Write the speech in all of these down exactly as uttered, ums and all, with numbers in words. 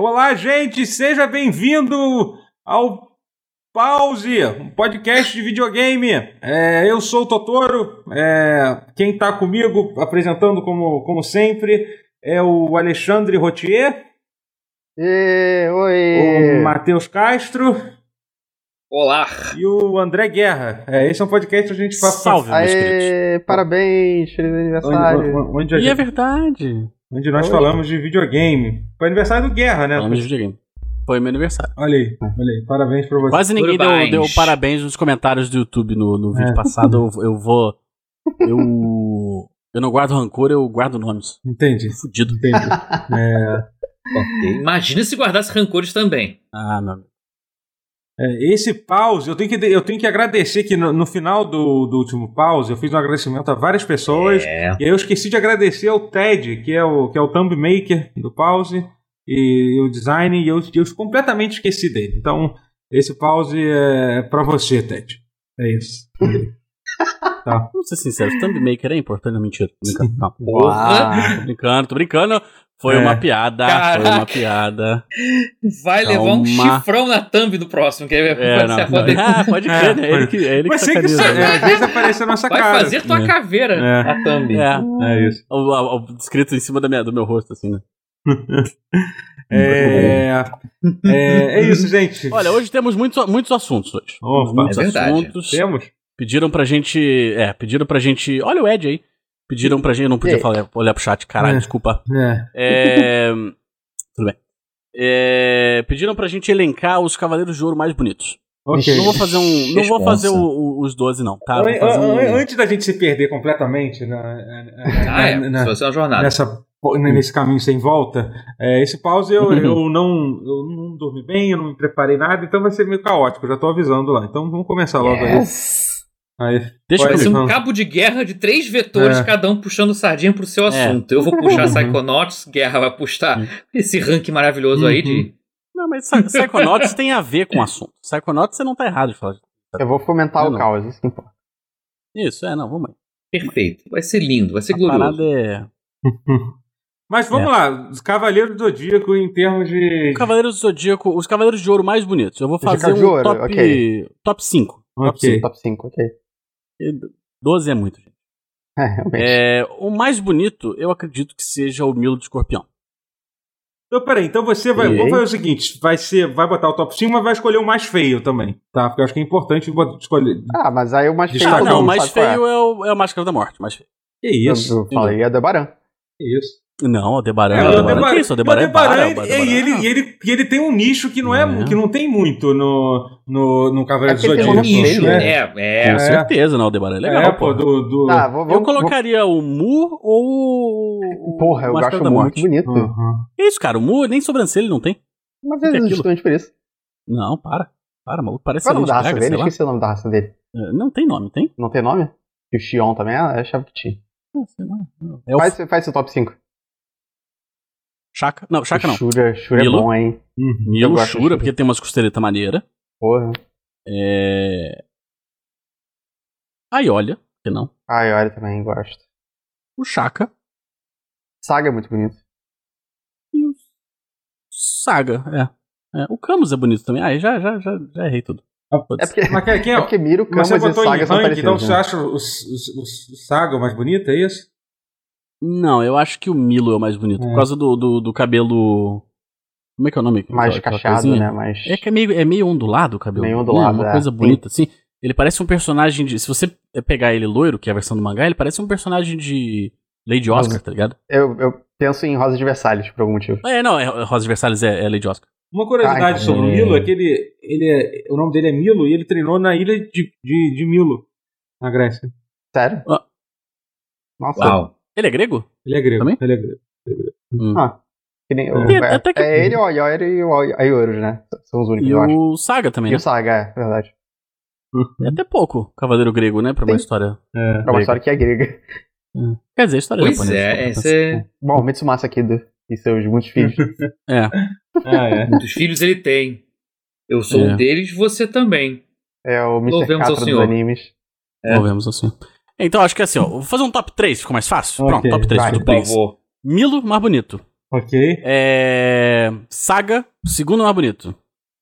Olá, gente, seja bem-vindo ao Pause, um podcast de videogame. É, eu sou o Totoro, é, quem está comigo apresentando como, como sempre é o Alexandre Rotier, e, oi. o Matheus Castro. Olá! E o André Guerra. É, esse é um podcast que a gente faz. Salve, meus queridos. Parabéns, feliz aniversário. Onde, onde e gente, é verdade. Onde nós Oi. falamos de videogame. Foi aniversário do Guerra, né? Falamos de videogame. Foi meu aniversário. Olha aí, olha aí. Parabéns pra você. Quase ninguém deu, deu parabéns nos comentários do YouTube no, no vídeo é. passado. Eu, eu vou. Eu. Eu não guardo rancor, eu guardo nomes. Entendi. Fudido. Entendi. É. Okay. Imagina se guardasse rancores também. Ah, meu amigo. É, esse pause, eu tenho que, eu tenho que agradecer que no, no final do, do último pause eu fiz um agradecimento a várias pessoas. É. E aí eu esqueci de agradecer ao Ted, que é o, que é o thumb maker do pause e, e o design, e eu, eu completamente esqueci dele. Então, esse pause é pra você, Ted. É isso. Tá. Vamos ser sinceros, thumb maker é importante, não, mentira. Tô brincando, não. Uau, tô brincando, tô brincando. Foi é. uma piada, Caraca. foi uma piada. Vai Calma. levar um chifrão na thumb do próximo, que é, é não, não. Ah, pode crer, é, né? Ele que, é ele Mas que sei que isso, é, às vezes aparece a nossa Vai cara. Vai fazer tua é. caveira é. na thumb. É, é isso. O, o, o escrito em cima da minha, do meu rosto, assim, né? é, é, é isso, gente. Olha, hoje temos muitos, muitos assuntos hoje. Opa, muitos é verdade. assuntos. Temos? Pediram pra gente... É, pediram pra gente... Olha o Ed aí. Pediram pra gente... Eu não podia falar, olhar pro chat, caralho, é. desculpa. É. É... Tudo bem. É... Pediram pra gente elencar os Cavaleiros de Ouro mais bonitos. Okay. Não vou fazer um... Não vou fazer o, o, os doze, não, tá? Vou fazer um... Antes da gente se perder completamente na, na, ah, é. na, na, uma jornada. Nessa, nesse caminho sem volta, é, esse pause eu, eu, não, eu não dormi bem, eu não me preparei nada, então vai ser meio caótico, eu já tô avisando lá. Então vamos começar logo yes. aí. Aí, Deixa eu fazer um cabo de guerra de três vetores, é. cada um puxando sardinha pro seu assunto. É. Eu vou puxar Psychonauts, Guerra vai puxar esse ranking maravilhoso uhum. aí de... Não, mas Psychonauts tem a ver com o assunto. Psychonauts você não tá errado de falar. Eu vou fomentar é, o não. caos, isso que importa. Isso, é, não, vamos aí. Perfeito. Vai ser lindo, vai ser a glorioso. Parada é... Mas vamos é. lá, os Cavaleiros do Zodíaco em termos de... Cavaleiros do Zodíaco, os Cavaleiros de Ouro mais bonitos. Eu vou fazer um ouro, top, okay. top cinco. Top okay. cinco, top cinco, ok. doze é muito, gente. É, realmente. É, o mais bonito, eu acredito que seja o Milo de Escorpião. Então, peraí, então você vai... Vamos fazer o seguinte, vai, ser, vai botar o top cinco, mas vai escolher o mais feio também, tá? Porque eu acho que é importante escolher... Ah, mas aí o mais feio... Ah, não, o mais feio é. É, o, é o Máscara da Morte, mais feio. Que isso? Eu, eu falei, é Aldebaran. Que isso? Não, o Aldebaran. É, o Aldebaran, que isso? O Aldebaran, Aldebaran é Aldebaran, e, ele, e, ele, e ele tem um nicho que não, é, é. que não tem muito no, no, no Cavaleiro é do Zodíaco. Um nicho, né? É, é. Com certeza, não, o Aldebaran é legal. É, pô, do, do... Tá, vou, vou, eu colocaria vou... o Mu ou o... Porra, eu acho o Mu muito bonito. Uhum. Que isso, cara? O Mu nem sobrancelha ele não tem. Mas ele é justamente por isso. Não, para. Para, maluco. Parece Qual é o nome da raça dele? Esqueci o nome da raça dele. Não tem nome, tem? Não tem nome? E o Xion também? Ah, eu achava que tinha. Não, sei não. não. É faz, o... faz seu top cinco. Shaka? Não, Shaka não. Shura, Shura é bom, hein? Uhum. Milo, Shura, porque tem umas costeletas maneiras. Porra. É... Aiolha, que não. Aiolha também, gosto. O Shaka. Saga é muito bonito. E o Saga, é. é. O Camus é bonito também. Ah, já, já, já, já errei tudo. É porque, Mas quem, quem é, é porque Miro, Camus e Saga são parecidos. Então você acha o, o, o Saga o mais bonito, é isso? Não, eu acho que o Milo é o mais bonito. É. Por causa do, do, do cabelo... Como é que é o nome? Mais cacheado, né? Mais... É que é meio, é meio ondulado o cabelo. Meio ondulado, é. Uma é. coisa bonita, Sim. assim. Ele parece um personagem de... Se você pegar ele loiro, que é a versão do mangá, ele parece um personagem de Lady Oscar, Rosa. Tá ligado? Eu, eu penso em Rosa de Versalhes, por algum motivo. É, não, é, Rosa de Versalhes é, é Lady Oscar. Uma curiosidade ah, então, sobre o Milo é que ele, ele é, o nome dele é Milo e ele treinou na ilha de, de, de Milo, na Grécia. Sério? Ah. Nossa. Uau. Ele é grego? Ele é grego. Também? Ele é grego. Ele é grego. Hum. Ah. Que nem, é. O, é, até que... é ele, o Yoru e o Aioros, né? São os únicos, e eu acho. E o Saga também, E né? o Saga, é, verdade. É até pouco Cavaleiro Grego, né? Pra Tem. uma história. É, pra uma história que é grega. É. Quer dizer, a história pois japonesa. É, esse é... Bom, Mitsumasa aqui do, e seus muitos filhos. É. Ah, é. Muitos filhos ele tem. Eu sou É. um deles, você também. É o mister Louvemos ao Catra dos Senhor. animes. É. Louvemos assim. Então, acho que assim, ó, vou fazer um top três, ficou mais fácil? Ok, Pronto, top três. vai, Top Por três. favor. Milo, mais bonito. Ok. É... Saga, segundo mais bonito.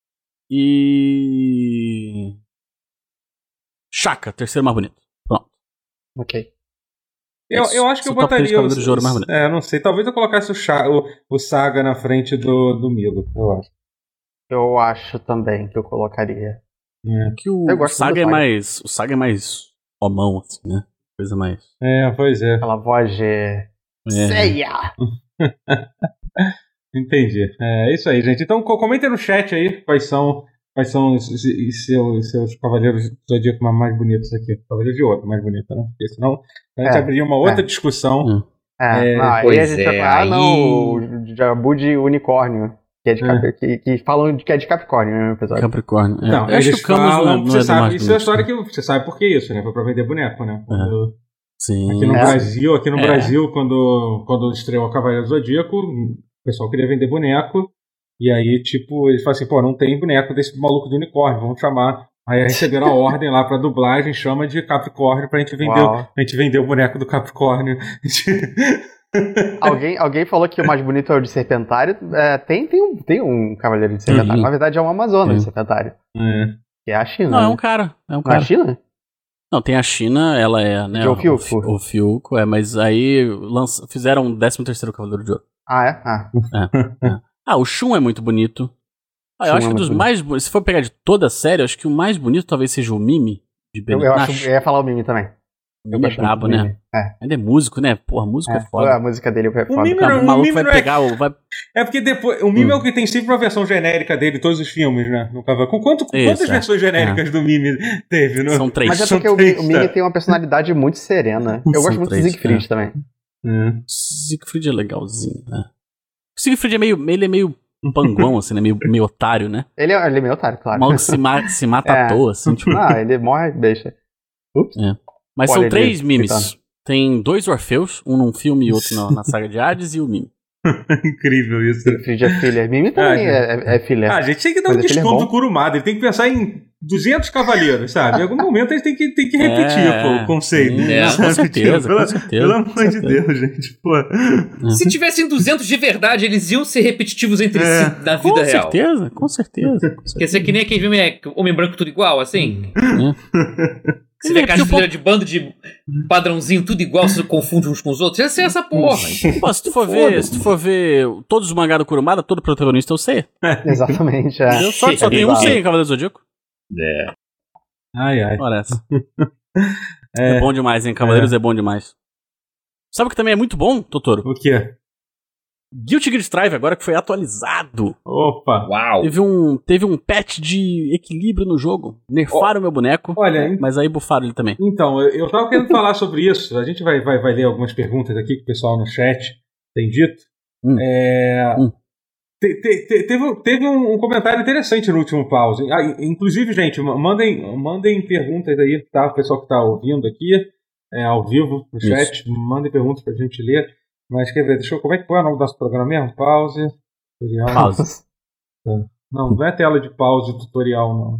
E... Shaka, terceiro mais bonito. Pronto. Ok. Eu, eu acho que eu botaria o... De ouro mais bonito. É, não sei. Talvez eu colocasse o, Cha, o, o Saga na frente do, do Milo, eu acho. Eu acho também que eu colocaria. É. Que o, o Saga é mais... O Saga é mais homão, assim, né? Coisa mais... É, pois é. Aquela voz de... É. Seiya! Entendi. É isso aí, gente. Então comentem no chat aí quais são, quais são os, os, os seus, seus cavaleiros do Zodíaco mais bonitos aqui. Cavaleiros de ouro mais bonito, né? Porque senão a gente é, abriria uma outra é. discussão. Hum. É, é, não, aí a gente é, vai falar, ah, não, o Jabu de unicórnio. Que, é de Cap... é. que, que falam que é de Capricórnio, né, pessoal? Capricórnio. É. Não, eu eles acho que o Camus falam, não, você não sabe, é isso é a história que você sabe por que isso, né? Foi pra vender boneco, né? Quando, é. Sim. Aqui no é. Brasil, aqui no é. Brasil, quando, quando estreou o Cavaleiro do Zodíaco, o pessoal queria vender boneco, e aí, tipo, eles falaram assim, pô, não tem boneco desse maluco do unicórnio, vamos chamar. Aí receberam a ordem lá pra dublagem, chama de Capricórnio pra gente vender, pra gente vender o boneco do Capricórnio. alguém, alguém falou que o mais bonito é o de Serpentário. É, tem, tem, um, tem um Cavaleiro de Serpentário. Uhum. Na verdade, é um Amazonas de Serpentário. É. Que é a China. Não, né? é um cara. É um cara. Não é a China? Não, tem a China, ela é, né? O Fiuco. O, o Fiuco, é, mas aí lança, fizeram o décimo terceiro Cavaleiro de Ouro. Ah, é? Ah, é, é. Ah, o Shun é muito bonito. Ah, eu acho que dos mais bonitos, se for pegar de toda a série, eu acho que o mais bonito talvez seja o Mimi de Ben. Eu, eu, acho, eu ia falar o Mimi também. O Mimi é brabo, né? É. Ele é músico, né? Porra, músico é, é foda. A música dele é foda. O, Mimi não, não, o maluco o Mimi vai não pegar é... o... Vai... É porque depois... O Mimi hum. é o que tem sempre uma versão genérica dele em todos os filmes, né? No Cavaleiro. Com quanto, Isso, quantas é. versões genéricas é. do Mimi teve? No... São três. Mas é São porque o, três, o Mimi tá. tem uma personalidade muito serena. Eu São gosto muito três, do Siegfried é. também. É. Siegfried é legalzinho, né? O Siegfried é meio... Ele é meio... um panguão, assim, né? Meio, meio otário, né? Ele é, ele é meio otário, claro. Mal que se, ma se mata é. à toa, assim, tipo... Ah, ele morre, deixa. Ups. É. Mas Olha são três ele, Mimes. gritando. Tem dois Orfeus, um num filme e outro na, na saga de Hades, e o Mimi. Incrível isso. Siegfried é filha. Mimi também ah, é, é filha. Ah, a gente tem que dar Mas um desconto do Kurumada. Ele tem que pensar em duzentos cavaleiros, sabe? Em algum momento ele tem que, tem que repetir é, pô, o conceito. É, sabe? com certeza, tipo, pelo, com certeza. Pelo amor de Deus, gente. Pô. É. Se tivessem duzentos de verdade, eles iam ser repetitivos entre é. si na vida com real. Certeza, com certeza, com certeza. Quer dizer que nem aquele filme é Homem Branco tudo igual, assim? É. Você vê aquela fileira de bando de padrãozinho, tudo igual, se confunde uns com os outros. Essa é essa porra. Pô, se tu for ver, se tu for ver todos os mangás do Kurumada, todo protagonista é o Seiya. Exatamente, é. Eu só, só tem um Seiya em Cavaleiro do Zodíaco. É. Ai, ai. Olha essa. É, é bom demais, hein? Cavaleiros é. é bom demais. Sabe o que também é muito bom, Totoro? O quê? Guilty Gear Strive, agora que foi atualizado. Opa! Uau! Teve um, teve um patch de equilíbrio no jogo. Nerfaram o oh, meu boneco, olha, mas aí bufaram ele também. Então, eu, eu tava querendo falar sobre isso. A gente vai, vai, vai ler algumas perguntas aqui que o pessoal no chat tem dito. Hum. É... Hum. Te, te, te, teve teve um, um comentário interessante no último pause. Ah, inclusive, gente, mandem, mandem perguntas aí, tá? O pessoal que tá ouvindo aqui, é, ao vivo no chat, isso. Mandem perguntas pra gente ler. Mas quer ver, deixa eu. Como é que foi o nome do nosso programa mesmo? Pause. Tutorial. Pause. Não, não é tela de pause tutorial, não.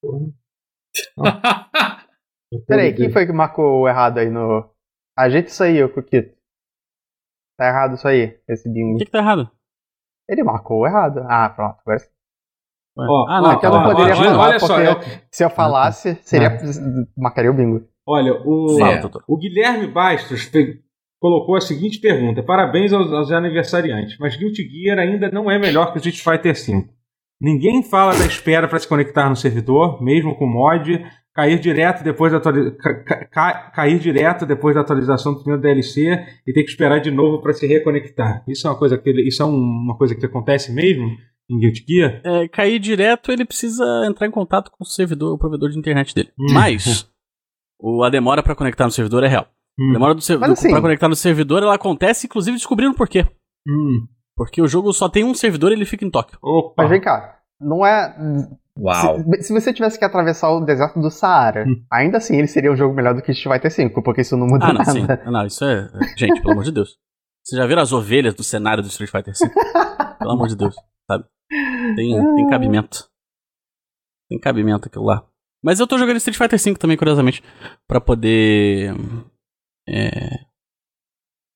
não. Peraí, quem foi que marcou errado aí no. Ajeita isso aí, ô Coquito. Tá errado isso aí, esse bingo. O que, que tá errado? Ele marcou errado. Ah, pronto. Agora sim. Oh, ah, não, aqui eu não poderia olha, falar, olha porque só, eu... se eu falasse, seria. marcaria o bingo. Olha, o, é. o Guilherme Bastos fez. Colocou a seguinte pergunta: parabéns aos, aos aniversariantes, mas Guilty Gear ainda não é melhor que o Street Fighter cinco. Ninguém fala da espera para se conectar no servidor, mesmo com mod, cair direto depois da atualiza... ca... Ca... cair direto depois da atualização do primeiro D L C e ter que esperar de novo para se reconectar. Isso é uma coisa que isso é uma coisa que acontece mesmo em Guilty Gear? É, cair direto, ele precisa entrar em contato com o servidor, o provedor de internet dele. Hum. Mas o, a demora para conectar no servidor é real. Hum. A demora do ser... assim, pra conectar no servidor, ela acontece, inclusive, descobrindo por quê. Hum. Porque o jogo só tem um servidor e ele fica em Tóquio. Opa. Mas vem cá, não é... Uau. Se, se você tivesse que atravessar o deserto do Saara, hum. ainda assim ele seria um jogo melhor do que Street Fighter cinco, porque isso não muda ah, não, nada. Sim. Não, isso é... Gente, pelo amor de Deus. Vocês já viram as ovelhas do cenário do Street Fighter cinco? Pelo amor de Deus, sabe? Tem, tem cabimento. Tem cabimento aquilo lá. Mas eu tô jogando Street Fighter cinco também, curiosamente, pra poder... É...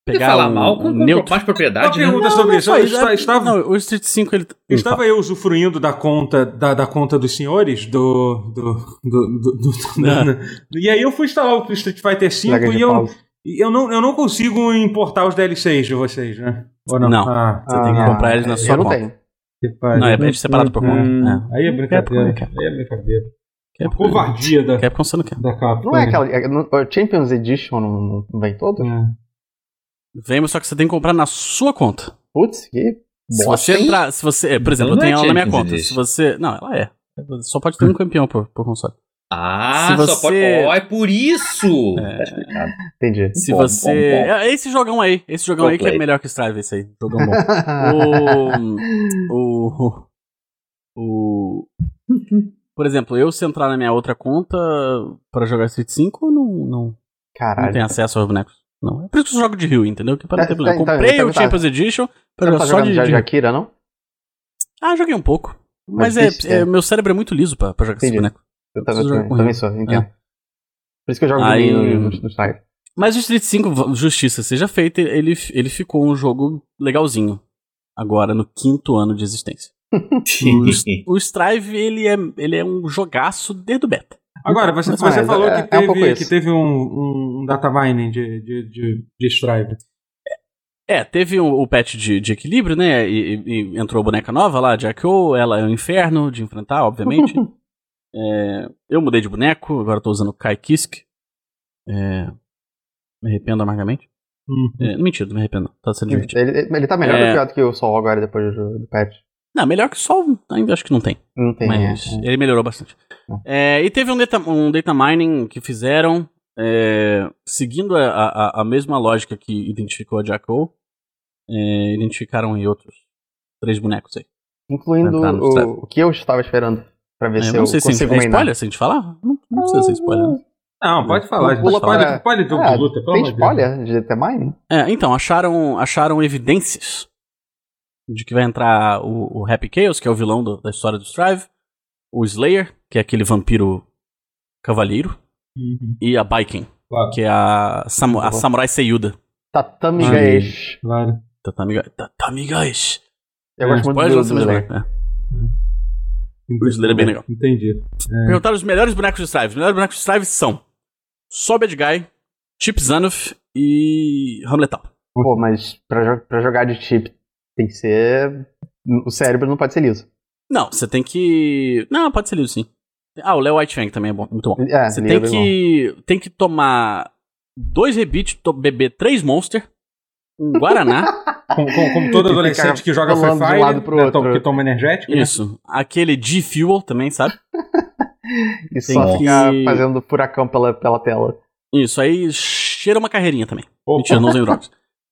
pegar falar um, mal com, um com neutro. mais propriedade, Uma pergunta né? sobre não, isso. não, Eu já, estava, não, o Street cinco ele... estava eu usufruindo da conta, da, da conta dos senhores, do... do, do, do, do, do e aí eu fui instalar o Street Fighter cinco e eu, e eu, não, eu não consigo importar os D L Cs de vocês, né? Ou não? Não, ah, você ah, tem que comprar eles na eu sua não conta. Tenho. Não, é, é separado por conta. Hum, É. Aí é brincadeira. Aí é brincadeira. A covardia da, Capcom você não quer. da Capcom. Não é aquela... O Champions Edition não, não vem todo? É. Vem, só que você tem que comprar na sua conta. Putz, que... Se você hein? entrar... Se você, por exemplo, Não eu tenho é ela na minha Champions conta. Edition. Se você... Não, ela é. Só pode ter um campeão por, por console. Ah, Se você... só pode... Oh, é por isso! É... Tá explicado. Entendi. Se Bom, você... bom, bom. É esse jogão aí. Esse jogão Pro aí play. que é melhor que Strive, esse aí. Jogão bom. o... O... O... Por exemplo, eu se entrar na minha outra conta pra jogar Street cinco, não, não, Caralho. não tenho acesso aos bonecos. Não. É por isso que eu jogo de Rio, entendeu? Que para Tá, ter boneco. tá, Comprei tá, o tá. Champions Edition pra Você não jogar tá só jogando de, já de... de Akira, não? Ah, joguei um pouco. Mas É é, difícil, é, é. meu cérebro é muito liso pra, pra jogar esse Entendi. boneco. Eu também, preciso jogar também, com também ele. sou, entendo. É. Por isso que eu jogo Aí- no, no, no, no site. Mas o Street cinco, justiça seja feita, ele, ele ficou um jogo legalzinho. Agora, no quinto ano de existência. O, o Strive, ele é, ele é um jogaço desde o beta. Agora, você, Mas você é- falou é- que é um pouco teve, isso. que teve um, um, um data mining de, de, de, de Strive. É, teve o, o patch de, de equilíbrio, né? E, e- e entrou a boneca nova lá, de Akio, ela é um inferno de enfrentar, obviamente. É, eu mudei de boneco, agora tô usando o Kai Kisk. É, me arrependo amargamente. Uhum. É, mentira, não me arrependo, tá sendo divertido. Ele, ele tá melhor É. ou pior do que o Sol agora, depois do, do patch? Não, melhor que só, ainda acho que não tem. Não tem, Mas é, é. ele melhorou bastante. É, e teve um data, um data mining que fizeram, é, seguindo a, a, a mesma lógica que identificou a Jackal, é, identificaram em outros três bonecos aí. Incluindo Pra entrar no Strive. o, o que eu estava esperando pra ver É, se eu eu não sei se consigo é mainar. spoiler se a gente falar. Não, não precisa ser spoiler. né? Não, pode falar. Pula Pula, pode, pra- pode jogo É, de luta, pelo tem amor de Deus. spoiler de D T Mine? É, então, acharam, acharam evidências de que vai entrar o, o Happy Chaos, que é o vilão do- da história do Strive, o Slayer, que é aquele vampiro cavalheiro, Uhum. e a Baiken, Claro. que é a, samu, a Samurai Seiyuda. Tatami Ah, Gaesh. Claro. Tatami Ga- Tatami Guys. Eu gosto muito Pode do, ser do mesmo. Slayer. É. O Slayer é bem legal. Entendi. Perguntaram os melhores bonecos de Strive. Os melhores bonecos de Strive são Soul Bad Guy, Chip Zanoff e Hamletal. Pô, mas pra, jo- pra jogar de chip tem que ser... O cérebro não pode ser liso. Não, você tem que... Não, pode ser lido sim. Ah, o Leo White Fang também é bom, muito bom. É, Você ele tem é bem que, tem que tomar dois rebites, to- beber três Monster, um Guaraná, Como, como, como todo E adolescente ficar que joga Free rolando de um Fire, lado pro né, outro. to- que toma energético, né? isso, aquele G-Fuel também, sabe? E só Tem ficar que- fazendo furacão pela, pela tela. Isso, aí cheira uma carreirinha também. Opa. Mentira, não usem drogas.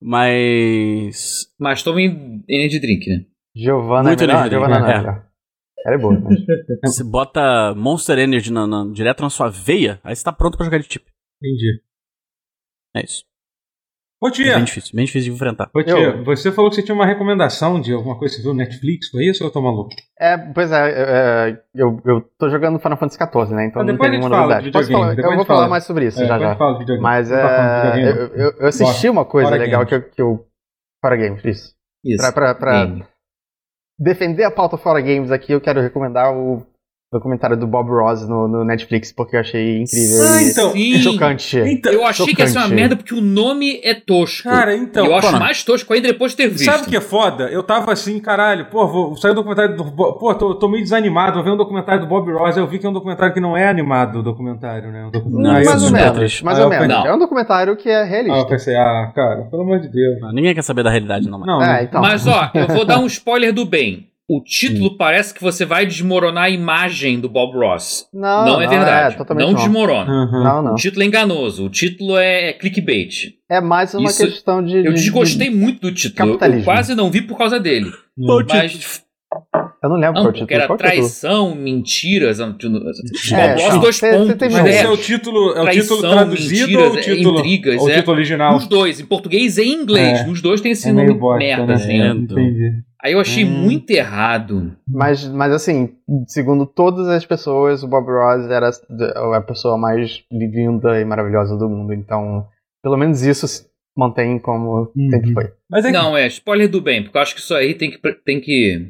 Mas... Mas tome energy drink, né? Giovanna Muito é melhor. energia, Giovanna não é. é melhor. Ela é boa, mas... Você bota Monster Energy na, na- direto na sua veia, aí você tá pronto pra jogar de chip. Entendi. É isso. Ô É tia, bem difícil, bem difícil de enfrentar. ô, tia Eu- você falou que você tinha uma recomendação de alguma coisa que você viu no Netflix, foi isso ou eu tô maluco? É, pois é, é, eu, eu tô jogando Final Fantasy quatorze, né? Então Ah, não depois tem a gente nenhuma fala novidade. de Posso videogame, falar, depois eu a vou gente falar fala. mais sobre isso É, já depois a já. gente fala de videogame. Mas Não tá falando de é, videogame, eu, eu, eu assisti uma coisa Fora legal games. que eu, que eu... Fora Games, isso. Isso. Pra, pra, pra Game. defender a pauta Fora Games aqui, eu quero recomendar o documentário do Bob Ross no, no Netflix, porque eu achei incrível Ah, e então. Sim. chocante. Então, Eu achei que ia ser uma chocante. merda porque o nome é tosco. cara, então. e eu acho Fala. mais tosco ainda depois de ter visto. Sabe o que é foda? Eu tava assim, caralho, pô, vou sair o documentário do. Bo- Pô, tô, tô meio desanimado, vou ver um documentário do Bob Ross. Eu vi que é um documentário que não é animado, o documentário, né? Um documentário. Não, Aí eu- mais ou isso é menos, triste. mais Ah, ou eu menos. pensei- É um documentário que é Ah, eu realista. pensei, ah, cara, pelo amor de Deus. Não, ninguém quer saber da realidade, não. Mano. Não, É, então. Mas ó, eu vou dar um spoiler do bem. O título parece que você vai desmoronar a imagem do Bob Ross. Não, Não, é verdade. É, totalmente não não. desmorona. Uhum. Não, não. O título é enganoso. O título é clickbait. É mais uma Isso- questão de. Eu de- desgostei muito do título. Eu, eu capitalismo. quase não vi por causa dele. Uhum. Mas Eu não lembro não, qual é o porque título. era Qual que é o título? traição, mentiras. Bob É, Ross, não, dois cê- pontos. cê tem Mas É. esse é o título, é o Traição, título traduzido mentiras, ou o título, intrigas, ou o é. título original? Os dois, em português e em inglês. É. Nos dois tem esse É nome meio bosta, merda, né? assim. É. Entendi. Aí eu achei Hum. muito errado. Mas, mas assim, segundo todas as pessoas, o Bob Ross era a pessoa mais linda e maravilhosa do mundo. Então, pelo menos isso mantém como Uhum. sempre foi. Mas é que- Não, é spoiler do bem, porque eu acho que isso aí tem que, tem que,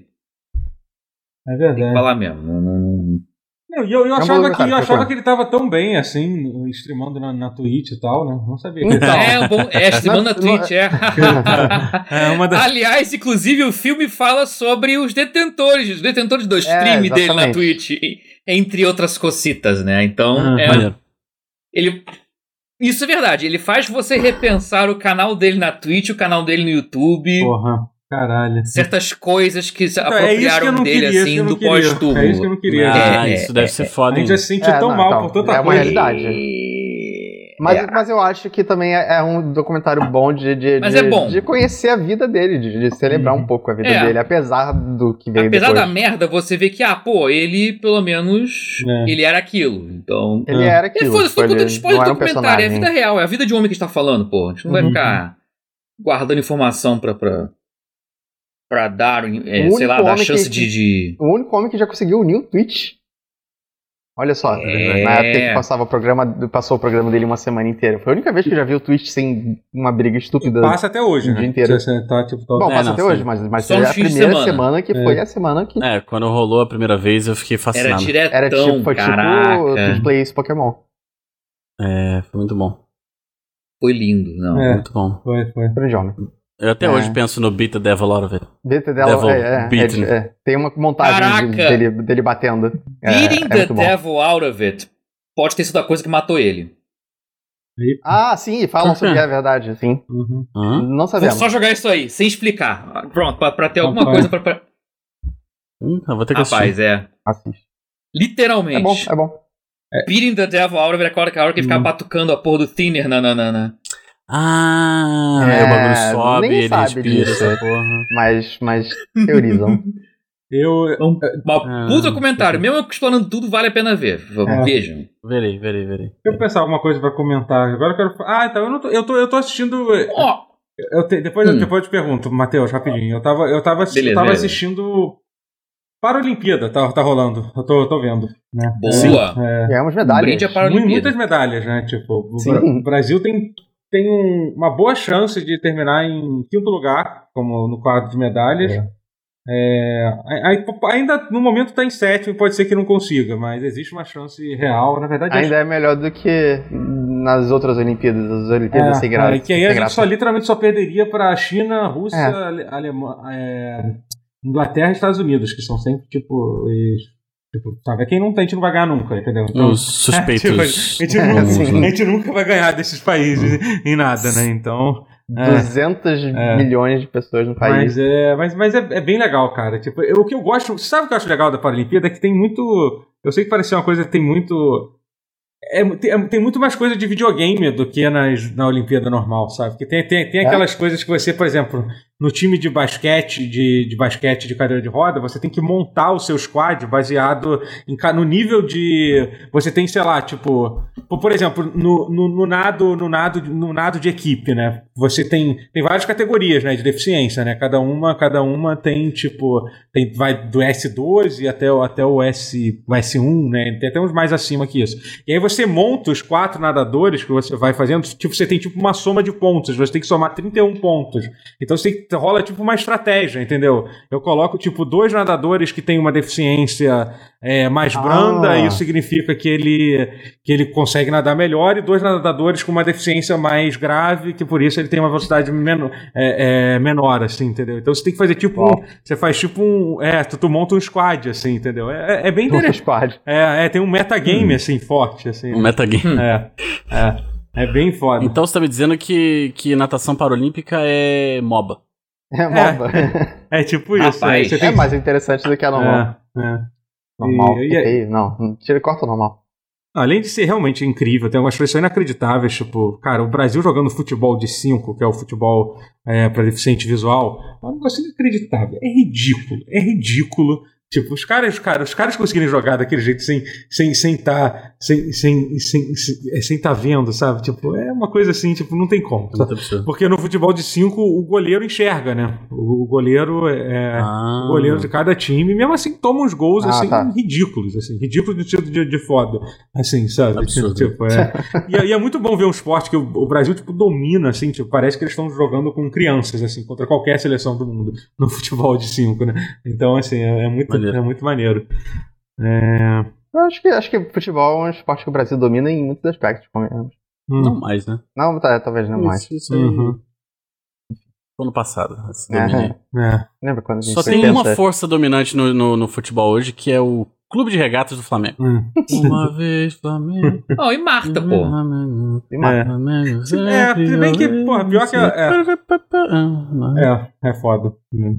É tem verdade. que falar mesmo. Não, não, não. Não, e eu, eu É um achava, bom que, eu comentário, achava foi que ele tava tão bem assim, no- streamando na, na Twitch e tal, né? Não sabia que ele Então. tava. É, um bom, é, streamando na Não- Twitch, é. É uma das. Aliás, inclusive, o filme fala sobre os detentores, os detentores do É, stream dele na exatamente. Twitch, e- entre outras cocitas, né? Então, Ah, é, Maneiro. ele... Isso é verdade, ele faz você repensar o canal dele na Twitch, o canal dele no YouTube, Porra, caralho. certas coisas que se Então, é isso que eu apropriaram não dele, queria, isso que assim, eu não do queria. pós-túmulo. É isso que eu não queria. Ah, É, isso é, deve é, ser é. A foda, hein? gente já se sentiu É, tão não, mal então, por tanta é uma coisa. realidade. Mas, É. mas eu acho que também é, é um documentário bom de, de, Mas de, é bom. de conhecer a vida dele, de, de celebrar Uhum. um pouco a vida É. dele, apesar do que veio Apesar depois. da merda, você vê que, ah, pô, ele, pelo menos, É. ele era aquilo. Então... Ele É. era É, aquilo. foda-se, tipo, tô contando ele spoiler não do era um documentário, é a personagem. vida real, é a vida de homem que a gente tá falando, pô. A gente não vai Uhum. ficar guardando informação pra, pra, pra dar, é, O sei único lá, dar homem chance que- de, de... O único homem que já conseguiu unir o Twitch. Olha só, É. na época que passava o programa, passou o programa dele uma semana inteira. Foi a única vez que eu já vi o Twitch sem uma briga estúpida. Passa até hoje, o né? dia inteiro. Você tá, tipo, tô- Bom, É, passa não, até sim. hoje, mas, mas Só é nos a fins de primeira semana. semana que É. foi a semana que É, quando rolou a primeira vez eu fiquei Era fascinado. diretão, era tipo, foi tipo caraca. o Twitch Plays Pokémon. É, foi muito bom. Foi lindo, não. É. Muito bom. Foi, foi. Grande homem. Eu até É. hoje penso no Beat the Devil Out of It. Beat dela, Devil é, é, Beaten. é, é. Tem uma montagem Caraca! de- dele, dele batendo. É, Beating é the muito bom. Devil Out of It pode ter sido a coisa que matou ele. Ah, sim, falam sobre a verdade, sim. Uhum. Hã? Não Vou sabemos. só jogar isso aí, sem explicar. Pronto, pra, pra ter alguma Rapaz. coisa pra... pra... Hum, eu vou ter que assistir. Rapaz, é. Assiste. Literalmente. É bom, é bom. Beating the Devil Out of It é a hora que, a hora que ele ficava Hum. batucando a porra do thinner na... na, na, na. Ah, É, aí o bagulho sobe, ninguém ele sabe respira disso. essa porra. Mas, mas teorizam. Eu. Uma Ah, puta comentário. Mesmo eu explorando tudo, vale a pena ver. É. Vejam. Verei, verei, verei. Deixa eu pensar alguma coisa pra comentar. Agora eu quero. Ah, então eu não tô. Eu tô, eu tô assistindo. Ó, Eu te- depois, Hum. depois eu te pergunto, Matheus, rapidinho. Eu tava, eu tava, assi- Beleza, eu tava beleza. assistindo. Paralimpíada, tá, tá rolando. Eu tô, eu tô vendo. Né? boa. É, Ganhamos Um medalhas. brinde a mu- Paralimpíada. muitas medalhas, né? Tipo, o Sim. Bra- o Brasil tem, tem um- uma boa chance de terminar em quinto lugar, como no quadro de medalhas. É. É, aí, ainda no momento tá em sétimo, pode ser que não consiga, mas existe uma chance real. Na verdade, Ainda é melhor do que nas outras Olimpíadas, as Olimpíadas sem graça. é, que aí a sem gente graça. só, literalmente só perderia para China, Rússia, É. Ale- Alemanha, é, Inglaterra e Estados Unidos, que são sempre tipo, os, tipo, sabe? Quem não tem, a gente não vai ganhar nunca, entendeu? Então, Os suspeitos. tipo, a, gente comuns, nunca, né? a gente nunca vai ganhar desses países em nada, né? Então. É. duzentos milhões de pessoas no país. Mas, é, mas, mas é, é bem legal, cara. Tipo, eu, o que eu gosto. Sabe o que eu acho legal da Paralimpíada? É que tem muito. Eu sei que parecia uma coisa que tem muito. É, tem, é- tem muito mais coisa de videogame do que nas, na Olimpíada normal, sabe? Porque tem, tem, tem É? aquelas coisas que você, por exemplo, no time de basquete, de, de basquete de cadeira de roda, você tem que montar o seu squad baseado em, ca- no nível de. Você tem, sei lá, tipo. Por por exemplo, no, no, no nado, no, nado, no nado de equipe, né? Você tem, tem várias categorias, né, de deficiência, né? Cada uma, cada uma tem, tipo, tem, vai do S doze até, o- até o, S, o S um, né? Tem até uns mais acima que isso. E aí você monta os quatro nadadores que você vai fazendo, tipo, você tem tipo uma soma de pontos, você tem que somar trinta e um pontos. Então você tem que, rola tipo uma estratégia, entendeu? Eu coloco, tipo, dois nadadores que têm uma deficiência é, mais Ah. branda, e isso significa que ele, que ele consegue nadar melhor, e dois nadadores com uma deficiência mais grave, que por isso ele tem uma velocidade menor, é, é, menor, assim, entendeu? Então você tem que fazer tipo um, você faz tipo um, é, tu, tu monta um squad, assim, entendeu? É, é bem Todo interessante. squad. É, é, tem um metagame, Hum. assim, forte, assim. Um metagame. É, é, é bem foda. Então você tá me dizendo que, que natação paralímpica é MOBA. É MOBA. É tipo isso. Rapaz. é, você É tem mais interessante do que a normal. É, é. Normal. E- E, e- feio. Não, tira corta o normal. Além de ser realmente incrível, tem algumas coisas que são inacreditáveis, tipo, cara, o Brasil jogando futebol de cinco, que é o futebol é, para deficiente visual, é um negócio inacreditável. É ridículo, é ridículo Tipo, os caras, cara, os caras conseguirem jogar daquele jeito sem sem sem tá, sem sem sem sem, sem tá vendo, sabe? Tipo, é uma coisa assim, tipo, não tem como. Porque no futebol de cinco o goleiro enxerga, né? O goleiro é ah. o goleiro de cada time, mesmo assim toma uns gols ah, assim tá. ridículos, assim, ridículos no sentido de, de foda, assim, sabe? Absurdo. Tipo, é. e, e é muito bom ver um esporte que o, o Brasil tipo domina, assim, tipo, parece que eles estão jogando com crianças, assim, contra qualquer seleção do mundo no futebol de cinco, né? Então, assim, é, é muito Maneiro. É muito maneiro. É... Eu acho que, acho que futebol é um esporte que o Brasil domina em muitos aspectos. Hum. Não mais, né? Não, tá, talvez não isso, mais. Isso aí. Uhum. Ano passado. É. É. Lembra quando a gente Só tem pensa... uma força dominante no, no, no futebol hoje, que é o Clube de Regatas do Flamengo. Hum. Uma vez Flamengo. Oh, e Marta, pô. E Marta. É, é se bem que, porra, pior que é. É, é foda. Hum.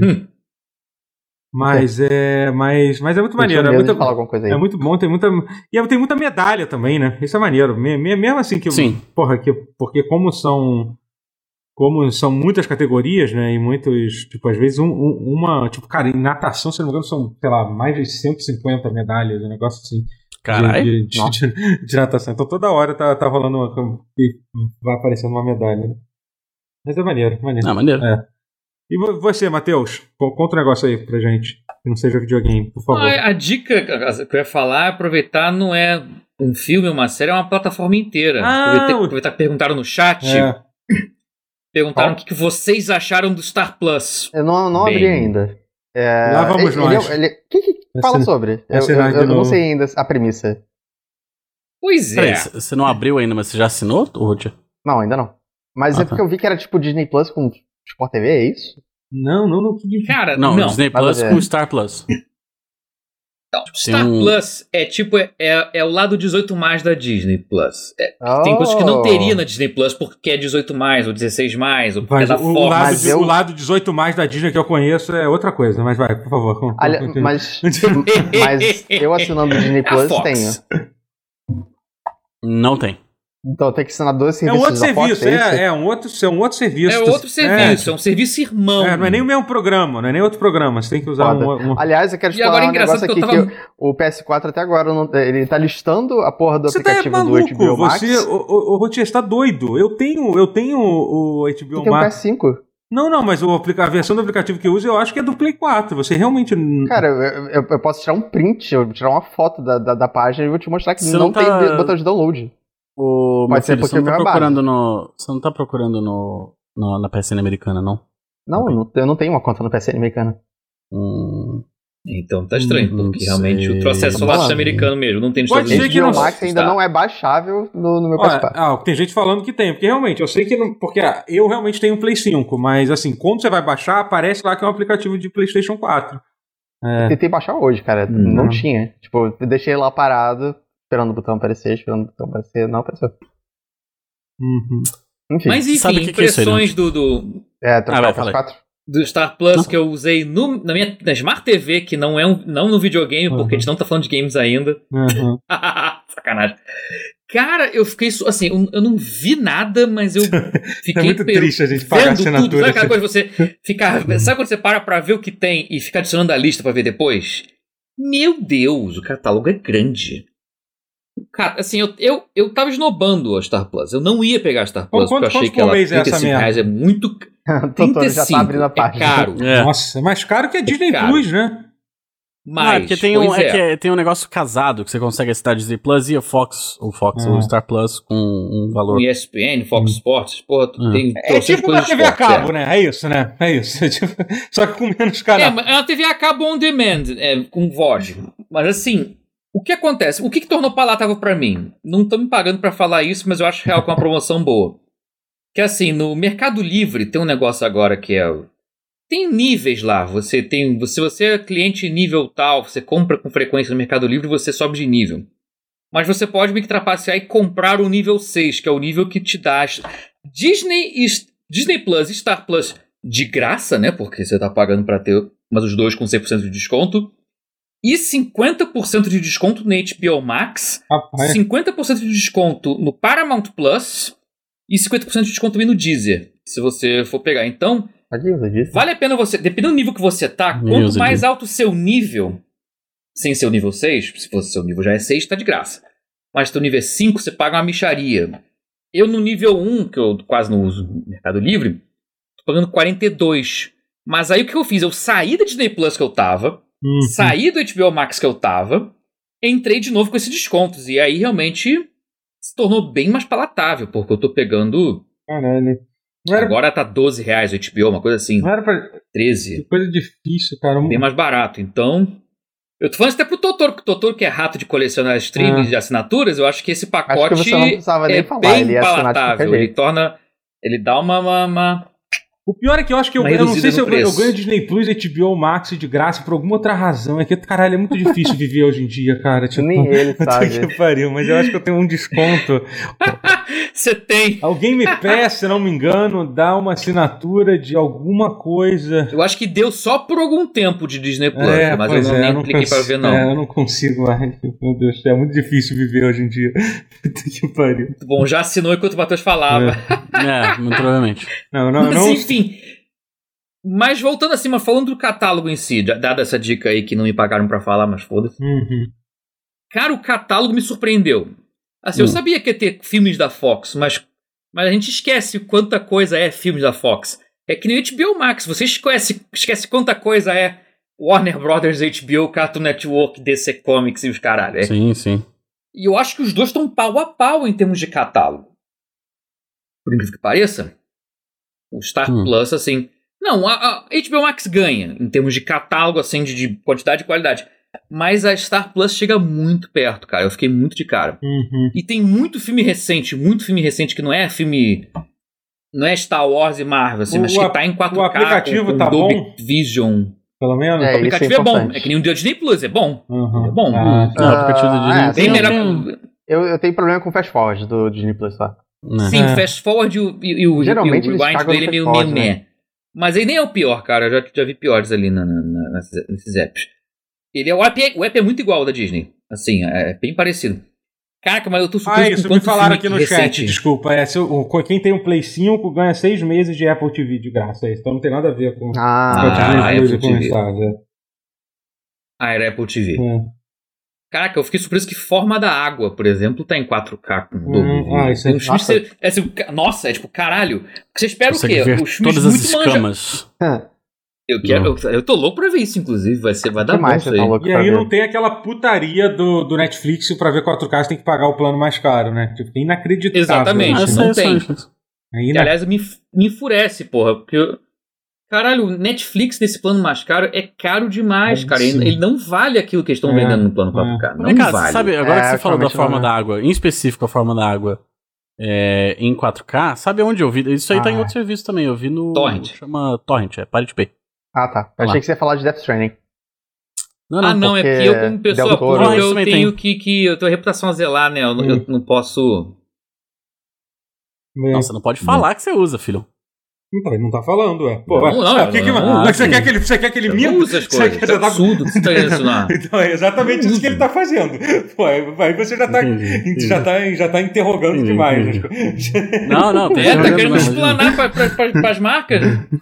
Mas é, mas, mas é muito maneiro. É muito, falar alguma coisa aí. É muito bom, tem muita. E tem muita medalha também, né? Isso é maneiro. Mesmo assim que. Sim. Porra, que, porque como são. Como são muitas categorias, né? E muitos. Tipo, às vezes um, um, uma. Tipo, cara, em natação, se não me engano, são, sei lá, mais de cento e cinquenta medalhas, um negócio assim. Caralho. De, de, de, de natação. Então toda hora tá, tá rolando uma. Vai aparecendo uma medalha, né? Mas é maneiro, maneiro. Ah, maneiro. É. E você, Matheus? Conta um negócio aí pra gente, que não seja videogame, por favor. Ah, a dica que eu ia falar é aproveitar, não é um filme, uma série, é uma plataforma inteira. Ah, aproveitar, aproveitar que perguntaram no chat. É. Perguntaram ah. o que, que vocês acharam do Star Plus. Eu não, não abri ainda. É, Lá vamos ele, nós. O ele, que, que fala sobre? Eu, eu, eu, eu não sei ainda a premissa. Pois é. Peraí, você não abriu ainda, mas você já assinou, Roger? Não, ainda não. Mas ah, é porque tá. eu vi que era tipo Disney Plus com Sport T V, é isso? Não, não, não. Cara, não. não. Disney Plus é. com Star Plus. Não, Star um... Plus é tipo, é, é o lado dezoito mais da Disney Plus. É, oh. Tem coisas que não teria na Disney Plus porque é dezoito mais, ou dezesseis mais, ou porque é da o, Fox. Lado mas de, eu... o lado dezoito mais da Disney que eu conheço é outra coisa, mas vai, por favor. Com, Alha, com, mas, mas eu assinando o Disney Plus tenho. Não tem. Então tem que assinar dois é serviços. Um outro da serviço, Fox, é, é, é, um outro, é um outro serviço. É outro serviço, é, é um serviço irmão. É, não é nem o mesmo programa, não é nem outro programa. Você tem que usar um, um. Aliás, eu quero te falar um negócio aqui que, tava... que o P S quatro até agora não, ele tá listando a porra do você aplicativo tá maluco, do H B O Max. Você, o, o, o Rotier, você tá doido. Eu tenho, eu tenho o H B O tem Max. Tem o P S cinco. Não, não, mas o aplica... a versão do aplicativo que eu uso eu acho que é do Play quatro. Você realmente. Cara, eu, eu, eu posso tirar um print, eu tirar uma foto da, da, da página e vou te mostrar que você não, não tá... tem botão de download. O Pode ser filho, porque você não tá é procurando no, você não tá procurando no, no na P S N americana, não? Não, não, eu não tenho uma conta no P S N americana. Hum. Então tá estranho, hum, porque realmente o troço é só latino-americano mesmo, não tem nos Estados Unidos. O H B O Max ainda não é baixável no, no meu P S quatro. Ah, tem gente falando que tem, porque realmente, eu sei que não, porque ah, eu realmente tenho um Play cinco, mas assim, quando você vai baixar, aparece lá que é um aplicativo de PlayStation quatro. É. Eu tentei baixar hoje, cara, hum. não tinha. Tipo, eu deixei lá parado, esperando o botão aparecer, esperando o botão aparecer, não apareceu. Uhum. Enfim, Mas enfim, que impressões que é isso aí, do, do... É, trocar ah, o P S quatro? Do Star Plus não. Que eu usei no, na minha na Smart T V, que não é um, não no videogame, uhum. Porque a gente não tá falando de games ainda. Uhum. Sacanagem. Cara, eu fiquei assim, eu, eu não vi nada, mas eu fiquei... É muito triste a gente pagar a assinatura. Tudo. Sabe aquela coisa de você ficar... Uhum. Sabe quando você para pra ver o que tem e fica adicionando a lista pra ver depois? Meu Deus, o catálogo é grande. Cara, assim, eu, eu, eu tava esnobando a Star Plus. Eu não ia pegar a Star Plus, Quanto, porque eu achei que ela trinta e cinco reais é muito... trinta e cinco, já tá abrindo a página. É caro. É. Nossa, é mais caro que a Disney é Plus, né? Mas, não, é porque tem um, é. É que é, tem um negócio casado, que você consegue assinar a Disney Plus e a Fox, o Fox, é. o Star Plus, com um valor... O E S P N, Fox hum. Sports, porra, hum. tem... É tipo uma T V a cabo, é. né? É isso, né? É isso. Só que com menos canal. É, é uma T V a cabo on demand, é, com V O D. Mas assim... O que acontece? O que, que tornou palatável pra mim? Não tô me pagando pra falar isso, mas eu acho real com uma promoção boa. Que assim, no Mercado Livre tem um negócio agora que é... Tem níveis lá. Você tem, se você é cliente nível tal, você compra com frequência no Mercado Livre, você sobe de nível. Mas você pode me trapacear e comprar o nível seis, que é o nível que te dá Disney, e, Disney Plus e Star Plus de graça, né? Porque você tá pagando pra ter, mas os dois com cem por cento de desconto. E cinquenta por cento de desconto no H B O Max, ah, cinquenta por cento de desconto no Paramount Plus e cinquenta por cento de desconto também no Deezer, se você for pegar. Então, vale a pena você, dependendo do nível que você tá, quanto mais alto o seu nível, sem ser o nível seis, se fosse seu nível já é seis, tá de graça. Mas teu nível é cinco, você paga uma micharia. Eu no nível um, que eu quase não uso no Mercado Livre, tô pagando quarenta e dois. Mas aí o que eu fiz? Eu saí da Disney Plus que eu tava, uhum. saí do H B O Max que eu tava, entrei de novo com esses descontos. E aí realmente se tornou bem mais palatável, porque eu tô pegando... Caralho. Era... Agora tá doze reais o H B O, uma coisa assim. Não era pra... treze. Que coisa difícil, cara. Bem mais barato. Então... Eu tô falando isso até pro Totoro, que o Totoro, que é rato de colecionar streams ah. de assinaturas, eu acho que esse pacote acho que você não precisava é nem falar, bem ele palatável. Ele torna... Ele dá uma... uma, uma... O pior é que eu acho que eu, eu não sei se eu, eu ganho Disney Plus, H B O Max de graça por alguma outra razão. É que, caralho, é muito difícil viver hoje em dia, cara. Tipo, nem ele sabe. Que pariu, mas eu acho que eu tenho um desconto. Você tem. Alguém me peça, se não me engano, dá uma assinatura de alguma coisa. Eu acho que deu só por algum tempo de Disney Plus, é, mas eu não, é, nem eu não cliquei consigo, pra ver, não. É, eu não consigo mais. Meu Deus, é muito difícil viver hoje em dia. Puta que pariu. Muito bom, já assinou enquanto o Matheus falava. É, é muito provavelmente. Não, não, mas, não. enfim... Mas voltando assim, mas falando do catálogo em si, dada essa dica aí que não me pagaram pra falar, mas foda-se. Uhum. Cara, o catálogo me surpreendeu. Assim, uhum. eu sabia que ia ter filmes da Fox, mas, mas a gente esquece quanta coisa é filmes da Fox. É que nem H B O Max, você esquece, esquece quanta coisa é Warner Brothers, H B O, Cartoon Network, D C Comics e os caralho. É. Sim, sim. E eu acho que os dois estão pau a pau em termos de catálogo. Por incrível que pareça, o Star uhum. Plus, assim... Não, a, a H B O Max ganha em termos de catálogo, assim, de, de quantidade e qualidade. Mas a Star Plus chega muito perto, cara. Eu fiquei muito de cara. Uhum. E tem muito filme recente, muito filme recente que não é filme... Não é Star Wars e Marvel, assim, o, mas que tá em quatro K. O aplicativo com, com tá Dolby bom? Vision. Pelo menos? É, o aplicativo é, é bom. É que nem o Disney Plus, é bom. Uhum. É bom. Ah, uh, o aplicativo do Disney é, Bem melhor. Eu, eu tenho problema com o Fast Forward do Disney Plus, tá? Sim, é. o Fast Forward e o, e o, Geralmente e o Rewind dele é meio meio meh. Né? Mas ele nem é o pior, cara. Eu já, já vi piores ali na, na, na, nesses apps. Ele é, o, app é, o app é muito igual ao da Disney. Assim, é bem parecido. Caraca, mas eu tô surpreso ah, isso com me falaram aqui no recente. chat, desculpa. É, se eu, quem tem um Play cinco ganha seis meses de Apple T V de graça. Então não tem nada a ver com ah, com ah, Disney Apple T V. Stars, é. Ah, era Apple T V. É. Caraca, eu fiquei surpreso que Forma da Água, por exemplo, tá em quatro K com Dolby hum, ah, isso é, um nossa. Você, é assim, nossa, é tipo, caralho. Você espera o quê? Os filmes todas as escamas. Eu, quero, eu, eu tô louco pra ver isso, inclusive. Vai, ser, vai dar bom isso aí. Tá e aí não tem aquela putaria do, do Netflix pra ver quatro K, você tem que pagar o plano mais caro, né? Tipo, é inacreditável. Exatamente, isso, não né? tem. É ina... Aliás, me, me enfurece, porra, porque... Eu... Caralho, o Netflix nesse plano mais caro é caro demais, é, cara. Ele, ele não vale aquilo que eles estão é, vendendo no plano quatro K. É. Não cara, vale. Sabe, agora é, que você falou da forma da água, em específico a forma da água é, em quatro K, sabe onde eu vi? Isso aí ah, tá em outro serviço também. Eu vi no... Torrent. Chama Torrent, é Pirate Bay. Ah, tá. Eu achei que você ia falar de Death Stranding. Não, não, ah, não, é porque eu, como pessoa pública, eu tenho que, que. Eu tenho a reputação a zelar, né? Eu, hum. eu não posso. Não, você não pode falar hum. que você usa, filho. Então, ele não tá falando, ué. Pô, não, não, não, que que, não, você, quer que ele, você quer que ele minta? Não usa as coisas, é absurdo que você tá ensinando. Então é exatamente isso que ele tá fazendo. Pô, aí você já tá, já tá, já tá interrogando demais. Não, não. É, tá querendo me explanar pra, pra, pra, pras marcas?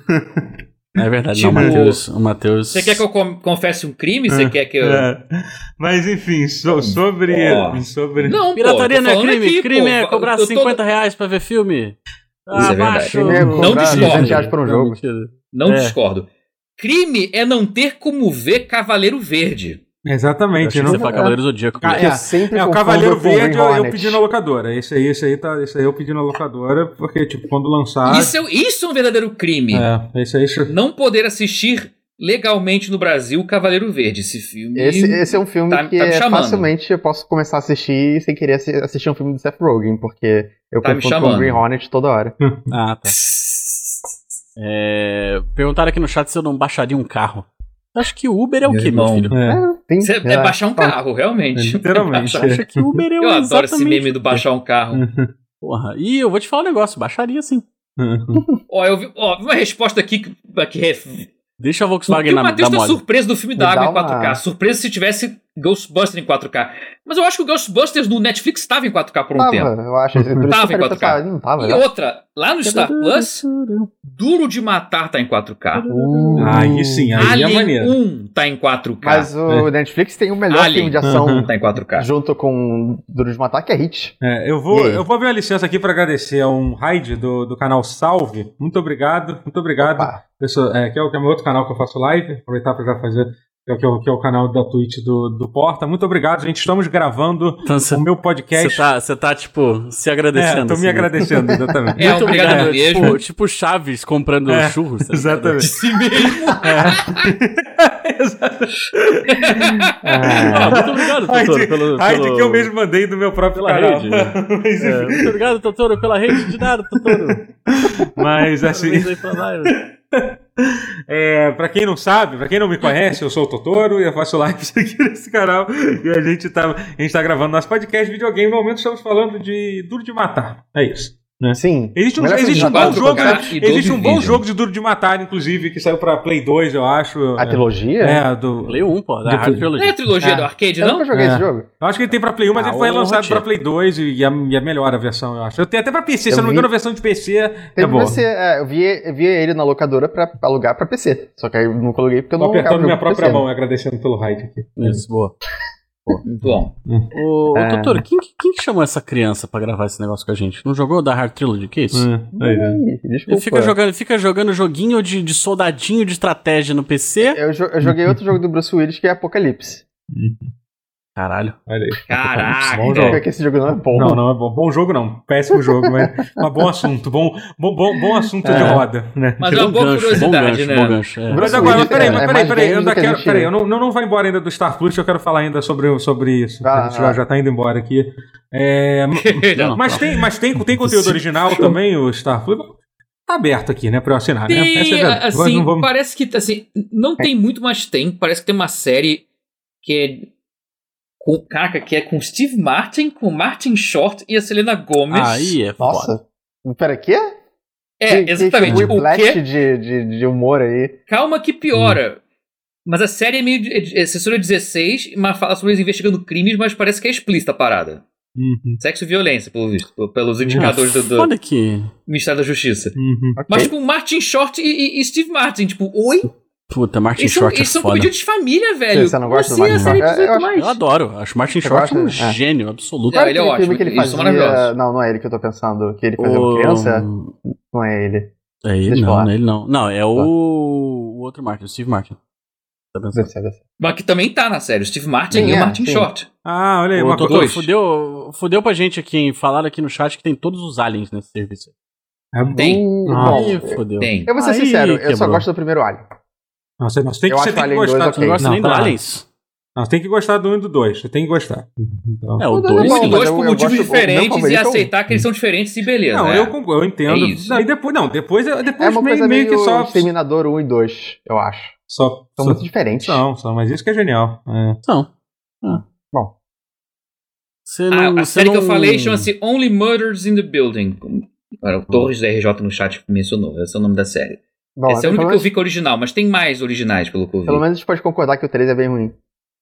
É verdade, tipo, não, Mateus, o Matheus... Você quer que eu confesse um crime? Você é, quer que eu... É. Mas enfim, so, sobre... Oh. sobre... Não, pirataria pô, não é crime, aqui, crime pô, é cobrar tô... cinquenta reais pra ver filme. Isso Abaixo. é verdade. Não discordo. Por um jogo. Não é. discordo. Crime é não ter como ver Cavaleiro Verde. Exatamente. Eu não você fala Cavaleiro Zodíaco. É, é, é o Cavaleiro Verde eu, eu pedi na locadora. Esse aí, esse aí tá, esse aí eu pedi na locadora, porque, tipo, quando lançar. Isso é, isso é um verdadeiro crime. É, esse aí. Não poder assistir legalmente no Brasil o Cavaleiro Verde. Esse filme. Esse, esse é um filme tá, que tá é, facilmente eu posso começar a assistir sem querer assistir um filme do Seth Rogen, porque eu tá confundo com o Green Hornet toda hora. Ah, tá. É, perguntaram aqui no chat se eu não baixaria um carro. Acho que o Uber é o quê, meu filho? É, tem, Cê, é, é baixar um carro, realmente. Literalmente. Acho que o Uber é o Eu adoro esse meme do baixar um carro. Porra. E eu vou te falar um negócio, baixaria sim. Ó, eu vi ó, uma resposta aqui que... que Deixa a Volkswagen na mão. O Matheus tá mole. surpreso do filme da água em quatro K. Uma... Surpreso se tivesse Ghostbusters em quatro K. Mas eu acho que o Ghostbusters no Netflix estava em quatro K por um tava, tempo. Eu acho. Tava em quatro K. Pensar, não tava, e né? outra, lá no Star Plus, Duro de Matar tá em quatro K. Uh, Aí sim, aí Alien é maneiro. um tá em quatro K. Mas o é. Netflix tem o melhor Alien filme de ação uhum. tá em quatro K. junto com Duro de Matar, que é Hit. É, eu vou, eu vou abrir uma licença aqui para agradecer a um raid do, do canal Salve. Muito obrigado, muito obrigado. Pessoa, é, que, é o, que é o meu outro canal que eu faço live. Aproveitar para já fazer. Que é, o, que, é o, que é o canal da Twitch do, do Porta. Muito obrigado, gente. Estamos gravando então, cê, o meu podcast. Você tá, cê tá, tipo, se agradecendo. É, tô assim, me né? agradecendo, exatamente. É, muito obrigado é, mesmo. Tipo, tipo Chaves comprando é, churros. Tá exatamente. De si mesmo. É. Exatamente. Ah, muito obrigado, Totoro, pelo... Raid pelo... que eu mesmo mandei do meu próprio pela canal. Rede. É, muito obrigado, Totoro, pela rede. De nada, Totoro. Mas, assim... É, pra quem não sabe, pra quem não me conhece, eu sou o Totoro e eu faço lives aqui nesse canal e a gente tá, a gente tá gravando nosso podcast de videogame. No momento estamos falando de Duro de Matar. É isso. Né? Sim. Existe um, existe um bom jogo, existe um bom jogo de Duro de Matar, inclusive, que saiu pra Play dois, eu acho. A é, trilogia? É, do Play um, pô, da Hard Trilogy. Não é a trilogia é. do arcade, eu não? Eu nunca joguei é. esse jogo. Eu acho que ele tem pra Play um, mas ah, ele foi lançado tia. pra Play dois e é, e é melhor a versão, eu acho. Eu tenho até pra P C, eu se eu não me engano, a versão de P C é boa. Você, é, eu, vi, eu vi ele na locadora pra alugar pra P C, só que aí eu não coloquei porque eu não apertando minha própria P C, mão, agradecendo pelo raid aqui. Isso, boa. Muito bom. Ô, é. Totoro, quem, quem que chamou essa criança pra gravar esse negócio com a gente? Não jogou da Hard Trilogy? Que isso? É, é. Ele fica jogando, fica jogando joguinho de, de soldadinho de estratégia no P C. Eu, eu joguei outro jogo do Bruce Willis que é Apocalipse. Caralho. Olha aí. Caraca. Bom jogo. Que esse jogo não é bom. Não, não é bom. Bom jogo não. Péssimo jogo, mas, mas bom assunto. Bom, bom, bom, bom assunto é. de roda, né? Mas é uma boa gancho, curiosidade, bom gancho, né? Bom gancho, é. Mas agora, mas peraí, mas é peraí, peraí, eu ainda quero, gente... peraí, eu não, não vai embora ainda do Star Plus, eu quero falar ainda sobre, sobre isso. Ah, a gente já, já tá indo embora aqui. É, não, mas não. tem, mas tem, tem conteúdo original também, o Star Plus? Tá aberto aqui, né, pra eu assinar, tem, né? Essa é assim, vamos... parece que, assim, não tem muito, mas tem. Parece que tem uma série que é... Com, caraca, que é com Steve Martin, com Martin Short e a Selena Gomez. Aí é foda. Nossa. Pera, quê? É, que, exatamente. Que o quê? De, de, de humor aí. Calma que piora. Hum. Mas a série é meio... É censura dezesseis, mas fala sobre eles investigando crimes, mas parece que é explícita a parada. Uhum. Sexo e violência, pelo visto. Pelos indicadores ah, do, do foda que... Ministério da Justiça. Uhum. Mas, tipo, Martin Short e, e, e Steve Martin. Tipo, oi? Puta, Martin eles Short são, é eles são foda. comediantes de família, velho. Você não gosta Como do assim Martin a série Short? dezoito mais? Eu adoro. Acho Martin Você Short gosta? um É. gênio absoluto. É, ele é ótimo. Que ele Eles são fazia... maravilhosos. Não, não é ele que eu tô pensando. Que ele fazia O... criança. Não é ele. É ele? Deixa Não, lá. não é ele não. Não, é o... o outro Martin, o Steve Martin. Tá pensando? Deve ser, deve ser. Mas que também tá na série. O Steve Martin Sim, e o é, Martin sim. Short. Ah, olha aí, Ô, uma Totoro, coisa. fudeu, fudeu pra gente aqui, hein? Falaram aqui no chat que tem todos os aliens nesse serviço. É bom. Tem. Ah, Aí, Bom, fudeu. Tem. eu vou ser Aí, sincero, eu quebrou. só gosto do primeiro Alien. Não, você, não, você tem que, Eu você acho tem que Alien dois gostar. ok. Você não gosta não, nem do tá. Aliens? Não, você tem que gostar do um e do dois. Você tem que gostar. Então... É, o Não, não, dois. não, Um e mas dois eu- por eu motivos gosto- o meu diferentes e favorito é o- aceitar que eles são diferentes e beleza. Não, é. eu, concordo, eu entendo. É isso. Não, e depois, não, depois, depois É uma meio, coisa meio meio que só. Exterminador um e dois, eu acho. Só, São só muito diferentes. são, são, mas isso que é genial. É. São. Bom. Você Ah, não, a você série não... que eu falei chama-se Only Murders in the Building. Agora, o Torres da R J no chat mencionou. Esse é o nome da série. Bom, Esse é o único pelo que eu menos- vi que é original, mas tem mais originais pelo que eu vi. Pelo menos a gente pode concordar que o três é bem ruim.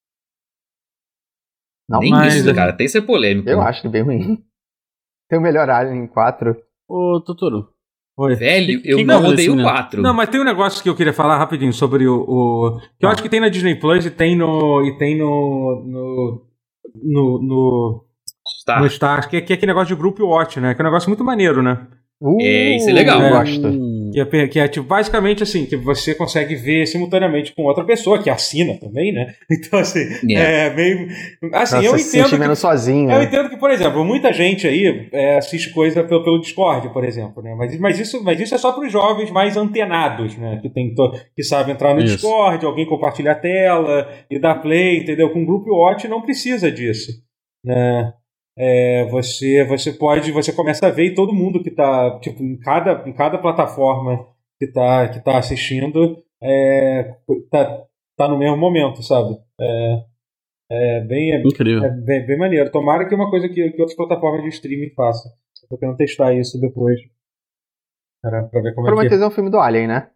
Não, Nem mas- isso, cara. Tem que ser polêmico. eu acho que é bem ruim. Tem o melhor Alien em quatro. Ô, Totoro. Oi. Velho, Quem- eu quem não gosta odeio o desse menino? quatro. Não, mas tem um negócio que eu queria falar rapidinho sobre o. o- que eu acho que tem na Disney Plus e tem no. E tem no. no. no, no, Tá. no Star, que é, que é aquele negócio de Group Watch, né? Que é um negócio muito maneiro, né? Uh, É, isso é legal. Eu É. gosto. Hum, Que é, que é tipo, basicamente assim, que você consegue ver simultaneamente com outra pessoa, que assina também, né? Então, assim, Yeah. é meio. Assim, Pra eu você se sentir entendo. menos Que, sozinho. eu né? entendo que, por exemplo, muita gente aí é, assiste coisa pelo, pelo Discord, por exemplo, né? Mas, mas, isso, mas isso é só para os jovens mais antenados, né? Que, tem to, que sabem entrar no Isso. Discord, alguém compartilha a tela e dá play, entendeu? Com o Group Watch não precisa disso, né? É, você, você pode, você começa a ver e todo mundo que está tipo, em, cada, em cada plataforma que está que tá assistindo é, tá, tá no mesmo momento, sabe? É, é, bem, é, incrível. é bem, bem maneiro. Tomara que é uma coisa que, que outras plataformas de streaming façam. Eu tô querendo testar isso depois. Pra, pra ver como é que Prometheus é um filme do Alien, né?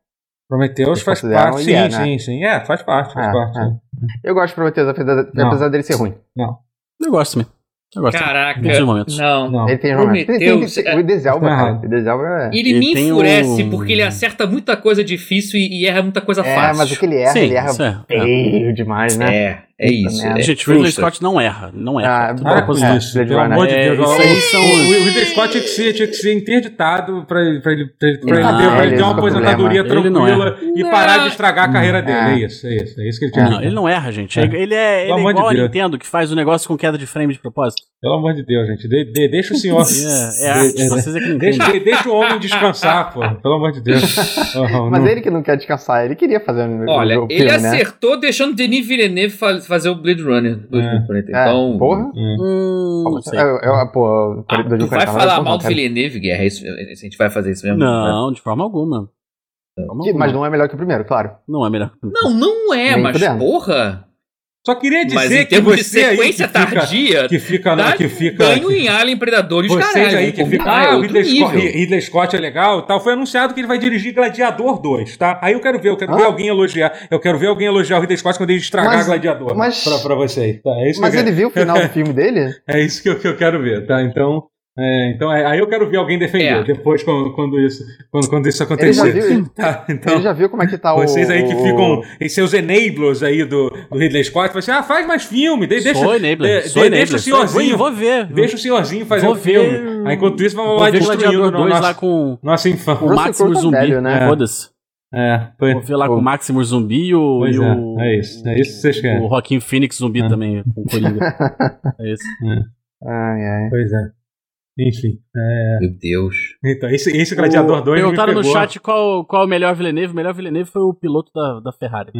Prometheus faz parte, sim, é, sim, né? sim. É, faz parte, faz é, parte. É. Eu gosto de Prometheus, apesar, apesar dele ser ruim. Não. Eu gosto também. Eu gosto. Caraca, não. não. Ele tem Prometheus, tem, tem, tem, o Deselva, cara. O Deselva é... Ele, ele me enfurece um... porque ele acerta muita coisa difícil e, e erra muita coisa é, fácil. É, mas o que ele erra, sim, ele erra feio é. demais, né? É, é isso. É. Gente, o Ridley Scott não erra, não erra. Ah, para com isso, pelo amor de Deus. Isso aí são... O Ridley Scott tinha que ser, tinha que ser interditado pra ele, pra ele, pra ele, pra ele, ter, pra ele ter uma aposentadoria tranquila e parar de estragar a carreira dele. É isso, é isso. É isso que ele tinha que fazer. Ele não erra, gente. Ele é igual a Nintendo, que faz o negócio com queda de frame de propósito. Pelo amor de Deus, gente. De, de, deixa o senhor. É, é arte, de, vocês é que não deixa, de, deixa o homem descansar, pô. Pelo amor de Deus. Uhum, Mas não. ele que não quer descansar, ele queria fazer um Olha, um ele filme, acertou né? deixando Denis Villeneuve fazer o Blade Runner dois mil e quarenta. É. Então. É, porra? Hum, não sei. Eu, eu, pô, ah, tu vai falar mal do Villeneuve, Guerra? Isso, a gente vai fazer isso mesmo? Não, de forma alguma. De forma que, alguma. Mas não é melhor que o primeiro, claro. Não é melhor que o primeiro. Não, não é, Nem mas podendo. porra. Só queria dizer mas em que você de sequência aí que fica, tardia, que fica, não, que fica ganho em Alien, Predadores, vocês caralho. aí que fica, ah, o Ridley Scott, Ridley Scott é legal, tal. Foi anunciado que ele vai dirigir Gladiador dois, tá? Aí eu quero ver, eu quero ah? ver alguém elogiar, eu quero ver alguém elogiar o Ridley Scott quando ele estragar mas, Gladiador, mas, pra, pra vocês. Tá? É isso mas que ele viu o final do filme dele? É isso que eu, que eu quero ver, tá? Então... É, então, é, aí eu quero ver alguém defender é. depois quando, quando, isso, quando, quando isso acontecer. Ele já, viu, tá, então, ele já viu como é que tá o... Vocês aí que ficam em seus enablers aí do, do Ridley Scott, assim, ah, faz mais filme, de, deixa, Sou enabler, de, sou de, deixa o senhorzinho, vou ver. Deixa o senhorzinho fazer o um filme. Aí, enquanto isso, vamos vou lá ver destruindo no nosso, lá com nossa infância. O Maximus Zumbi, velho, né? Foda-se. É, foi. Vou ver lá com o Maximus Zumbi e o... Pois e é, o, é isso, é isso que vocês querem. O Joaquin Phoenix Zumbi é. também, com o Coringa. É isso. É. Ai, ai. Pois é. Enfim. É... Meu Deus. Então, esse, esse Gladiador dois. Perguntaram no chat qual, qual o melhor Villeneuve. O melhor Villeneuve foi o piloto da, da Ferrari.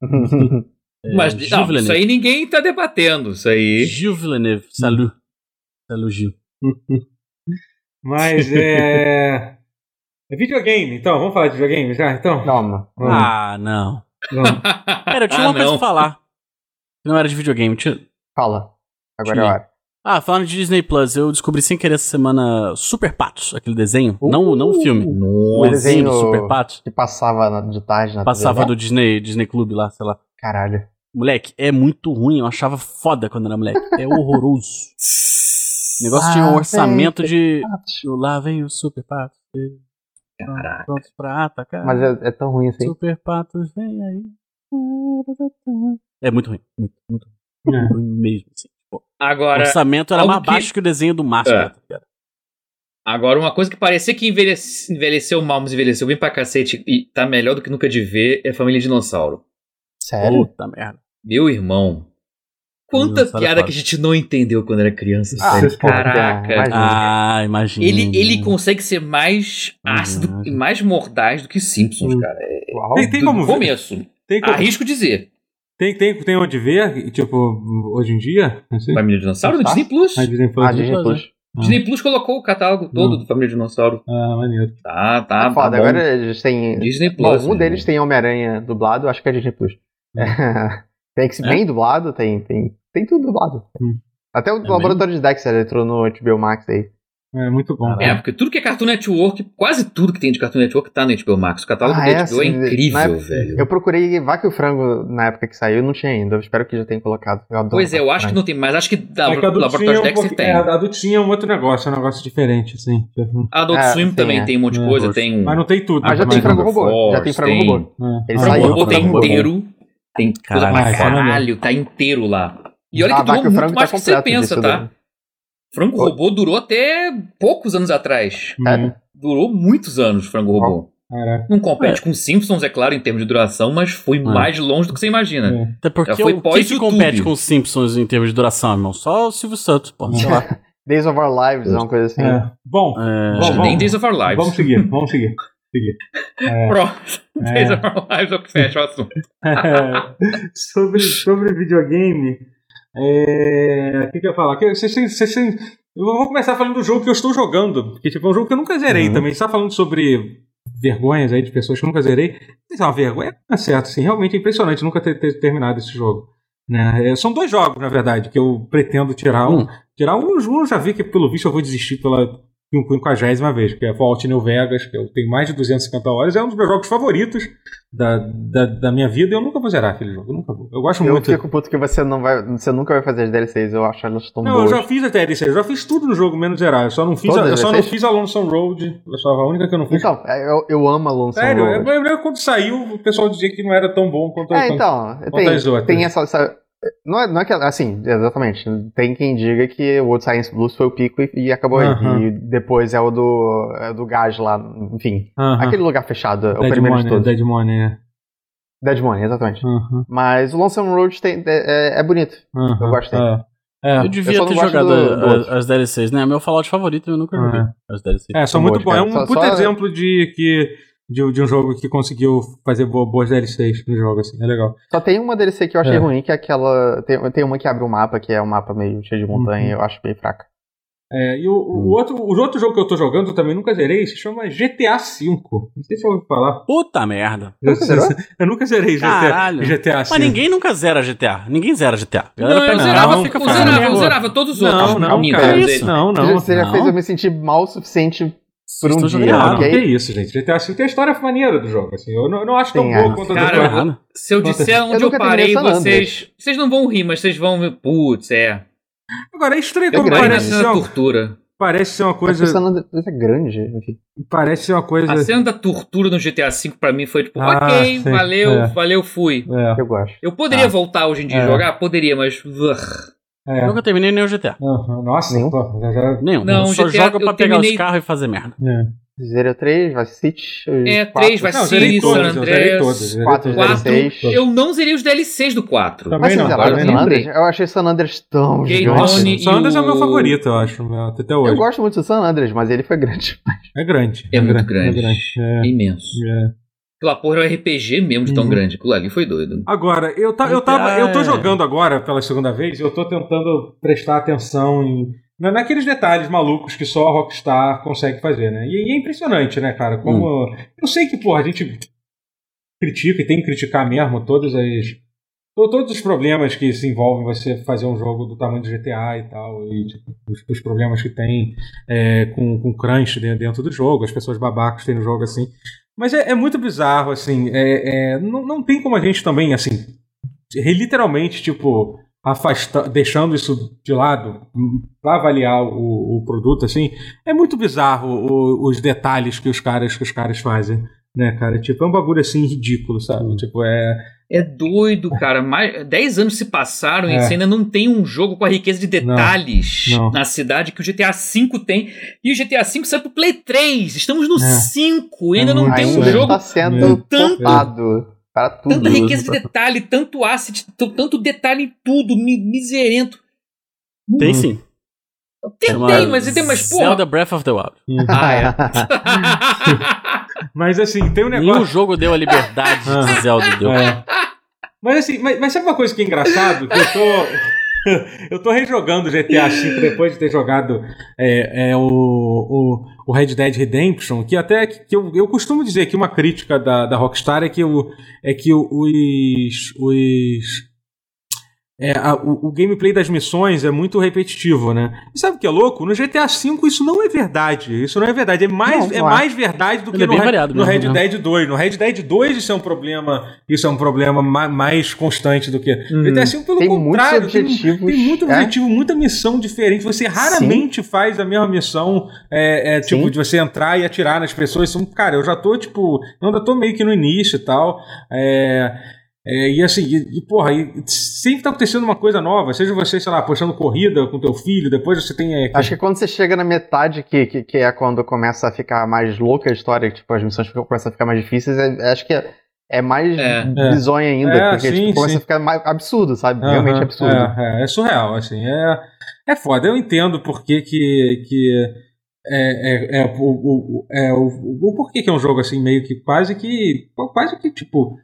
É. É, Mas não, isso aí ninguém tá debatendo. Isso aí. Gilles Villeneuve. Salut. Salut, Gil. Mas é. É videogame, então. Vamos falar de videogame já? Então? Calma. Ah, não. Pera, eu tinha ah, uma não. coisa pra falar. Não era de videogame. Tinha... Fala. Agora tinha. é a hora. Ah, falando de Disney Plus, eu descobri sem querer essa semana Super Patos, aquele desenho. Uh, não, não o filme. O desenho do Super Patos. Que passava de tarde na Passava T V, do Disney, Disney Club lá, sei lá. Caralho. Moleque, é muito ruim. Eu achava foda quando era moleque. É horroroso. O negócio ah, tinha um orçamento de... Lá vem o Super Patos. Caraca. Prontos pra atacar. Mas é, é tão ruim assim. Super Patos, vem aí. É muito ruim. Muito, muito ruim. É. Muito ruim mesmo, assim. Agora, o orçamento era mais baixo que... que o desenho do Máscara. É. Agora, uma coisa que parecia que envelhece... envelheceu mal, mas envelheceu bem pra cacete e tá melhor do que nunca de ver é Família Dinossauro. Sério? Puta merda. Meu irmão. Quanta piada que a gente não entendeu quando era criança. Ah, caraca. Imagina. Ah, imagina. Ele, ele consegue ser mais ácido uhum. e mais mordaz do que Simpsons, uhum. cara. É, Uau. Tem, tem como ver. Começo. Tem como... Arrisco dizer. Tem, tem, tem onde ver, tipo, hoje em dia? Família Dinossauro no Disney Plus. Ah, Disney Plus. Ah, Disney Plus. Ah. Disney Plus colocou o catálogo todo hum. do Família Dinossauro. Ah, maneiro. Tá, tá. É foda, tá agora eles têm. Disney Plus. Bom, um deles tem Homem-Aranha dublado, acho que é Disney Plus. Hum. Tem X-Men é? dublado, tem, tem, tem tudo dublado. Hum. Até o é Laboratório mesmo? de Dexter entrou no H B O Max aí. É muito bom. É, porque tudo que é Cartoon Network, quase tudo que tem de Cartoon Network tá no H B O Max. O catálogo ah, do é, H B O é incrível, época, velho. Eu procurei Vaca e o Frango na época que saiu, não tinha ainda. Eu espero que já tenha colocado. Eu pois é, eu acho que não tem, mas acho que da, é que o Laboratório de Dexter um tem. É, a Adult Swim é um outro negócio, é um negócio diferente, assim. A Adult é, Swim sim, também é. tem um monte de é, coisa, tem... Mas não tem tudo. Mas já tem Frango Robô. Já tem Frango Robô. É. Ele Frango Robô tem inteiro. Tem coisa pra caralho, tá inteiro lá. E olha que durou muito mais do que você pensa, tá? Frango Robô durou até poucos anos atrás. É. Durou muitos anos, Frango Robô. Caraca. Não compete é. com Simpsons, é claro, em termos de duração, mas foi é. mais longe do que você imagina. É. Até porque foi o que, que compete com Simpsons em termos de duração, irmão? Só o Silvio Santos, pô, sei lá. Days of Our Lives é uma coisa assim. É. Bom, é. bom nem Days of Our Lives. Vamos seguir, vamos seguir. seguir. É. Pronto. É. Days of Our Lives é o que fecha o assunto. É. sobre, sobre videogame, é... o que, que eu ia falar? Vocês têm, vocês têm... Eu vou começar falando do jogo que eu estou jogando, porque tipo, é um jogo que eu nunca zerei uhum. também. Você tá falando sobre vergonhas aí de pessoas que eu nunca zerei. Isso é uma vergonha, é certo, assim, realmente é impressionante nunca ter, ter terminado esse jogo. Né? É, são dois jogos, na verdade, que eu pretendo tirar um. Hum. Tirar um, um, já vi que pelo visto eu vou desistir pela quinquagésima vez, que é Fallout New Vegas, que eu tenho mais de duzentas e cinquenta horas, é um dos meus jogos favoritos da, da, da minha vida, e eu nunca vou zerar aquele jogo, eu nunca vou. Eu gosto eu muito. Eu fico puto que você, não vai, você nunca vai fazer as D L Cs, eu acho elas tão não, boas. Não, eu já fiz as D L Cs, eu já fiz tudo no jogo, menos zerar, eu só não fiz, a, eu só não fiz a Lonesome Road, eu só a única que eu não fiz. Então, eu, eu amo a Lonesome Sério, Road. Sério, eu lembro quando saiu, o pessoal dizia que não era tão bom quanto, é, quanto, então, quanto tem, as outras. Tem essa... essa Não é, não é que, assim, exatamente, tem quem diga que o World Science Blues foi o pico e, e acabou uh-huh. aí, e depois é o do, é do gás lá, enfim, uh-huh. aquele lugar fechado, é o Dead primeiro Money, de todos. Dead Money, é. Dead Money, exatamente. Uh-huh. Mas o Lonesome Road tem, é, é bonito, uh-huh. eu gostei. Uh-huh. É. Eu devia eu ter jogado do, do as, as D L Cs, né? Meu Fallout favorito eu nunca uh-huh. joguei as D L Cs. É, são muito bons, é um só, puta só... exemplo de que... De, de um jogo que conseguiu fazer boas D L Cs no jogo, assim, é legal. Só tem uma D L C que eu achei é. ruim, que é aquela... Tem, tem uma que abre um mapa, que é um mapa meio cheio de montanha, uhum. eu acho bem fraca. É, e o, o, uhum. outro, o outro jogo que eu tô jogando, eu também nunca zerei, se chama G T A cinco. Não sei se eu ouvi falar. Puta merda. Eu, eu nunca zerei G T A, Caralho. G T A cinco. Mas ninguém nunca zera G T A. Ninguém zera G T A. Não, eu zerava, não, fica eu zerava, eu zerava todos os outros. Não, não, cara. Isso? Não, não. Você já não. fez eu me sentir mal o suficiente... Por um dia, ah, okay? Que isso, gente. G T A cinco tem a história maneira do jogo. Assim. Eu, não, eu não acho tão boa quanto a do jogo. Se eu disser onde eu, eu parei, vocês. Vocês não vão rir, mas vocês vão. Putz, é. Agora, é estranho como parece ser uma uma tortura. Parece ser uma coisa. É grande, enfim. Parece ser uma coisa. A cena da tortura no G T A cinco pra mim foi tipo, ah, ok, sim, valeu, é. valeu, fui. É. Eu gosto. Eu poderia ah. voltar hoje em dia e é. jogar? Poderia, mas. É. Nunca terminei nem o G T A. Uhum. Nossa, nenhum. Pô, já, já... Nenhum. Não, só G T A, joga pra pegar terminei... os carros e fazer merda. É. Zero três, Vice City. É, três, Vice City, San Andreas. quatro, quatro. Eu não zerei os D L Cs do quatro. Também não. Mas San Andreas? Eu achei San Andreas tão gigante. San Andreas é o meu favorito, eu acho, até hoje. Eu gosto muito do San Andreas, mas ele foi grande. É grande. É, é muito grande. grande. É, grande. É. É imenso. É. Aquela porra é um R P G mesmo de tão uhum. grande. Aquilo ali foi doido. Agora, eu, tá, eu, tava, eu tô jogando agora pela segunda vez e eu tô tentando prestar atenção em... naqueles detalhes malucos que só a Rockstar consegue fazer, né? E, e é impressionante, né, cara? Como... Hum. Eu sei que, porra, a gente critica e tem que criticar mesmo todas as... todos os problemas que se envolvem você fazer um jogo do tamanho do G T A e tal, e tipo, os, os problemas que tem é, com, com crunch dentro do jogo, as pessoas babacas têm no jogo, assim. Mas é, é muito bizarro, assim, é, é, não, não tem como a gente também, assim, literalmente, tipo... Afasta, deixando isso de lado para avaliar o, o produto, assim, é muito bizarro o, os detalhes que os caras que os caras fazem, né, cara? Tipo, é um bagulho assim ridículo, sabe? Tipo, é é doido, cara. Mais dez anos se passaram é. e você ainda não tem um jogo com a riqueza de detalhes não, não. na cidade que o G T A cinco tem. E o G T A cinco saiu pro Play três. Estamos no é. cinco e ainda é não tem um jogo tá sendo tanto portado. Para tudo. Tanta riqueza de detalhe, tanto asset, t- tanto detalhe em tudo, mi- miserento. Tem sim. Tem, tem, mas tem mais porra. Zelda Breath of the Wild. Ah, é. Mas assim, tem um negócio... Nenhum jogo deu a liberdade que Zelda deu. É. Mas assim, mas, mas sabe uma coisa que é engraçado? Que eu tô... Eu tô rejogando G T A cinco depois de ter jogado é, é, o, o, o Red Dead Redemption, que até que eu, eu costumo dizer que uma crítica da, da Rockstar é que, o, é que os, os é, a, o, o gameplay das missões é muito repetitivo, né? E sabe o que é louco? No G T A cinco isso não é verdade. Isso não é verdade. É mais, não, é mais verdade do que é no, variado, no Red mesmo, Dead dois. No Red Dead dois isso é um problema, isso é um problema ma- mais constante do que... Hum. G T A cinco, pelo tem contrário, muitos objetivos, tem, tem muito é? objetivo, muita missão diferente. Você raramente Sim. faz a mesma missão, é, é, tipo, de você entrar e atirar nas pessoas. Cara, eu já tô, tipo... Eu ainda tô meio que no início e tal. É... É, e assim, e, e porra, e sempre tá acontecendo uma coisa nova, seja você, sei lá, postando corrida com teu filho, depois você tem... É, que... Acho que quando você chega na metade, que, que, que é quando começa a ficar mais louca a história, tipo, as missões começam a ficar mais difíceis, é, acho que é, é mais é. bizonha ainda, é, porque sim, tipo, começa sim. a ficar mais absurdo, sabe? Uhum, Realmente absurdo. É, é, é surreal, assim, é, é foda, eu entendo por que que... que é, é, é, o, o, é, o, o porquê que é um jogo assim, meio que quase que... quase que, tipo...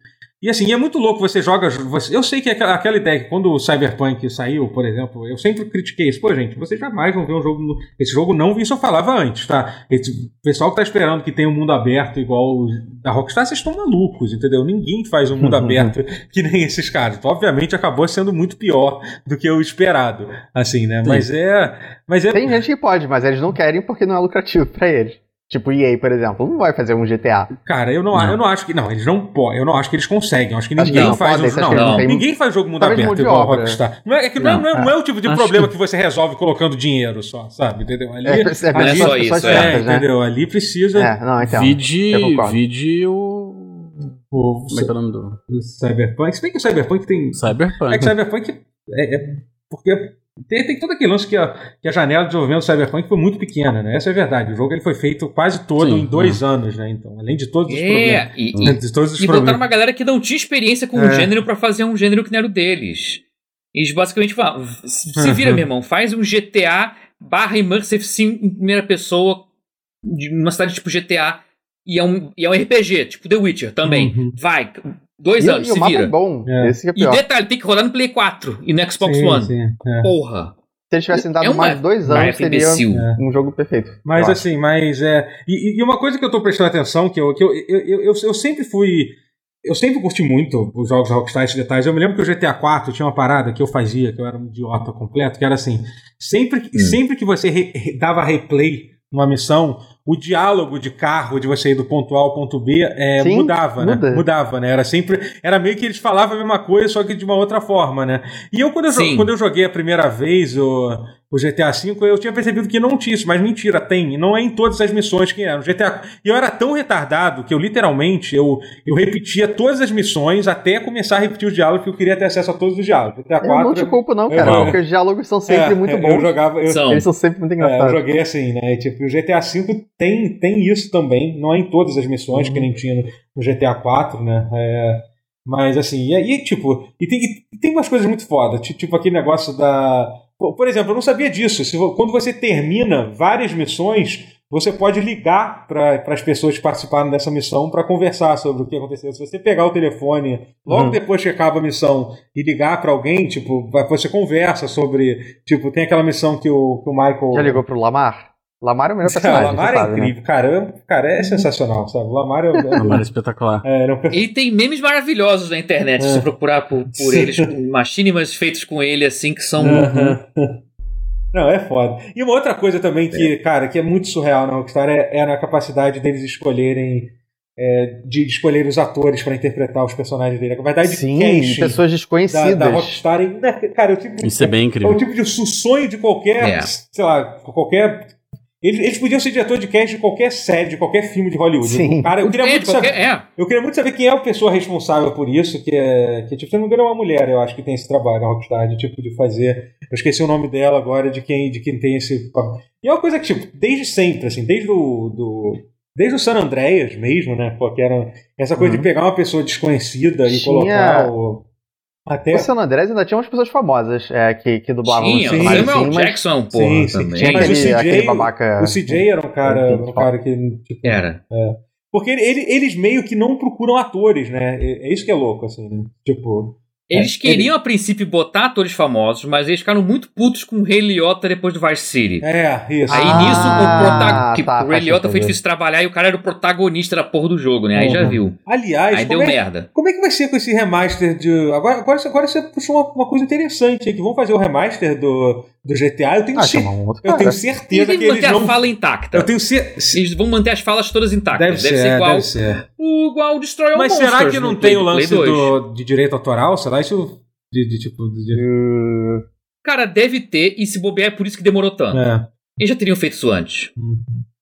E assim, é muito louco, você joga... Você, eu sei que aquela, aquela ideia que quando o Cyberpunk saiu, por exemplo, eu sempre critiquei isso. Pô, gente, vocês jamais vão ver um jogo... No, esse jogo não, isso eu falava antes, tá? Esse, o pessoal que tá esperando que tenha um mundo aberto igual o da Rockstar, vocês estão malucos, entendeu? Ninguém faz um mundo aberto que nem esses caras. Então, obviamente, acabou sendo muito pior do que o esperado, assim, né? Mas é, mas é... Tem gente que pode, mas eles não querem porque não é lucrativo pra eles. Tipo, E A, por exemplo, não vai fazer um G T A. Cara, eu não, não. eu não acho que... Não, eles não podem. Eu não acho que eles conseguem. Eu acho que ninguém acho que faz podem, um... Não, não, não. Ninguém faz jogo mundo aberto igual a Rockstar. Não é, é, que não, não, é, não é o tipo de acho problema que... que você resolve colocando dinheiro só, sabe? Entendeu? Ali, é, é, ali, não é só isso, é, é, entendeu? Ali precisa... É, não, então, vide, vide o... o... Como é que é o nome do... o Cyberpunk. Se bem que o Cyberpunk tem... Cyberpunk. É que o Cyberpunk é... é porque... Tem, tem todo aquele lance que a, que a janela de desenvolvimento do Cyberpunk foi muito pequena, né? Essa é a verdade. O jogo ele foi feito quase todo Sim, em dois é. anos, né? Então, além de todos os é, problemas. E, e, de todos os e problemas. botaram uma galera que não tinha experiência com o é. um gênero pra fazer um gênero que não era o deles. E eles basicamente falaram, se vira, uhum. meu irmão, faz um G T A barra Immersive Sim em primeira pessoa, numa cidade tipo G T A, e é um, e é um R P G, tipo The Witcher também. Uhum. Vai... Dois e, anos, e se o mapa vira. É bom. É. Esse que é e detalhe, tem que rodar no Play quatro e no Xbox sim, One. Sim, é. Porra. Se eles tivessem dado é uma, mais dois anos, seria é. um jogo perfeito. Mas assim, mas é... E, e uma coisa que eu tô prestando atenção, que eu, que eu, eu, eu, eu, eu sempre fui... Eu sempre curti muito os jogos da Rockstar, esses detalhes. Eu me lembro que o G T A quatro tinha uma parada que eu fazia, que eu era um idiota completo, que era assim, sempre, hum. sempre que você re, re, dava replay numa missão, o diálogo de carro, de você ir do ponto A ao ponto B, é, Sim, mudava, muda. né? Mudava, né? Era sempre... Era meio que eles falavam a mesma coisa, só que de uma outra forma, né? E eu, quando eu, quando eu joguei a primeira vez o, o G T A cinco, eu tinha percebido que não tinha isso, mas mentira, tem. Não é em todas as missões que era. O G T A... E eu era tão retardado que eu, literalmente, eu, eu repetia todas as missões até começar a repetir o diálogo, porque eu queria ter acesso a todos os diálogos. G T A quatro, eu não te culpo não, cara, eu, porque os diálogos são sempre é, muito bons. Eu jogava, eu, são. Eles são sempre muito engraçados. É, eu joguei assim, né? E, tipo, o G T A cinco tem, tem isso também, não é em todas as missões, uhum. que nem tinha no, no G T A quatro, né? É, mas assim, e, e tipo, e tem, e tem umas coisas muito foda, tipo aquele negócio da... Por exemplo, eu não sabia disso. Se, quando você termina várias missões, você pode ligar para as pessoas que participaram dessa missão para conversar sobre o que aconteceu. Se você pegar o telefone logo uhum. depois que acaba a missão e ligar para alguém, tipo, você conversa sobre... Tipo, tem aquela missão que o, que o Michael... Já ligou pro Lamar? Lamar é o melhor personagem. O Lamar é sabe, incrível, né? cara, cara, é sensacional, sabe? O Lamar é, é, Lamar é espetacular. É, não... Ele tem memes maravilhosos na internet, é. se você procurar por, por eles, machinimas feitos com ele, assim, que são... Uhum. Não, é foda. E uma outra coisa também que, é. cara, que é muito surreal na Rockstar é, é na capacidade deles escolherem... É, de escolher os atores para interpretar os personagens dele. A verdade Sim, de casting pessoas desconhecidas. Da, da Rockstar. Cara, eu tipo, Isso é bem incrível. É o tipo de sonho de qualquer, é. sei lá, qualquer... Eles, eles podiam ser diretor de cast de qualquer série, de qualquer filme de Hollywood. Sim. Cara, eu queria, é, muito qualquer, saber, é. eu queria muito saber quem é a pessoa responsável por isso, que é, que tipo, se não me engano é uma mulher, eu acho que tem esse trabalho na Rockstar, de tipo, de fazer... Eu esqueci o nome dela agora, de quem, de quem tem esse... E é uma coisa que, tipo, desde sempre, assim, desde o... Do, Desde o San Andreas mesmo, né? Porque era essa coisa uhum. de pegar uma pessoa desconhecida e tinha... colocar o... Até... O San Andreas ainda tinha umas pessoas famosas é, que, que dublavam tinha, os personagens. Samuel assim, Jackson, mas... porra, sim, sim, também. Tinha mas aquele, o C J, aquele babaca... O C J era um cara, um cara que... Tipo, era. É. Porque ele, eles meio que não procuram atores, né? É isso que é louco, assim, né? Tipo... Eles queriam, a princípio, botar atores famosos, mas eles ficaram muito putos com o Ray Liotta depois do Vice City. É, isso. Aí ah, nisso, o, prota... tá, o Ray Liotta foi difícil trabalhar e o cara era o protagonista da porra do jogo, né? Aí uhum. já viu. Aliás, aí deu é, merda. Como é que vai ser com esse remaster de... Agora, agora, agora você puxou uma, uma coisa interessante, que vão fazer o remaster do, do G T A. Eu tenho, ah, cer... eu tenho certeza eles que eles vão manter não... a fala intacta. Eu tenho cer... Eles vão manter as falas todas intactas. Deve, deve ser, ser igual, deve ser. O, igual o Destroy All Mas Monsters. Mas será que não tem Play, o lance do, de direito autoral? Será isso... De, de, tipo, de... Uh... Cara, deve ter, e se bobear é por isso que demorou tanto. É. Eles já teriam feito isso antes. Uhum.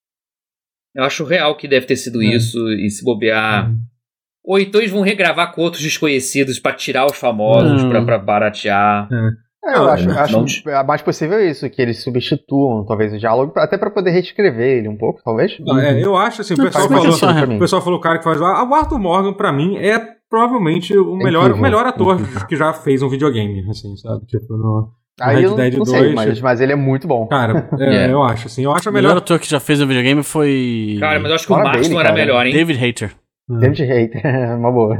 Eu acho real que deve ter sido é. isso, e se bobear... Uhum. Ou então eles vão regravar com outros desconhecidos pra tirar os famosos, uhum. pra, pra baratear. É. É, eu acho, acho é mais possível isso, que eles substituam talvez o diálogo, até pra poder reescrever ele um pouco, talvez. Não, é, eu acho assim, o pessoal, falou, o pessoal falou o cara que faz... O Arthur Morgan, pra mim, é provavelmente o melhor, o melhor ator que já fez um videogame, assim, sabe? Tipo, no, no Aí Red eu Dead não dois. sei, mas, mas ele é muito bom. Cara, é, yeah. eu acho, assim, eu acho a melhor... O melhor ator que já fez um videogame foi... Cara, mas eu acho que Fala o Marston dele, era melhor, hein? David Hayter. David Hayter, uma boa.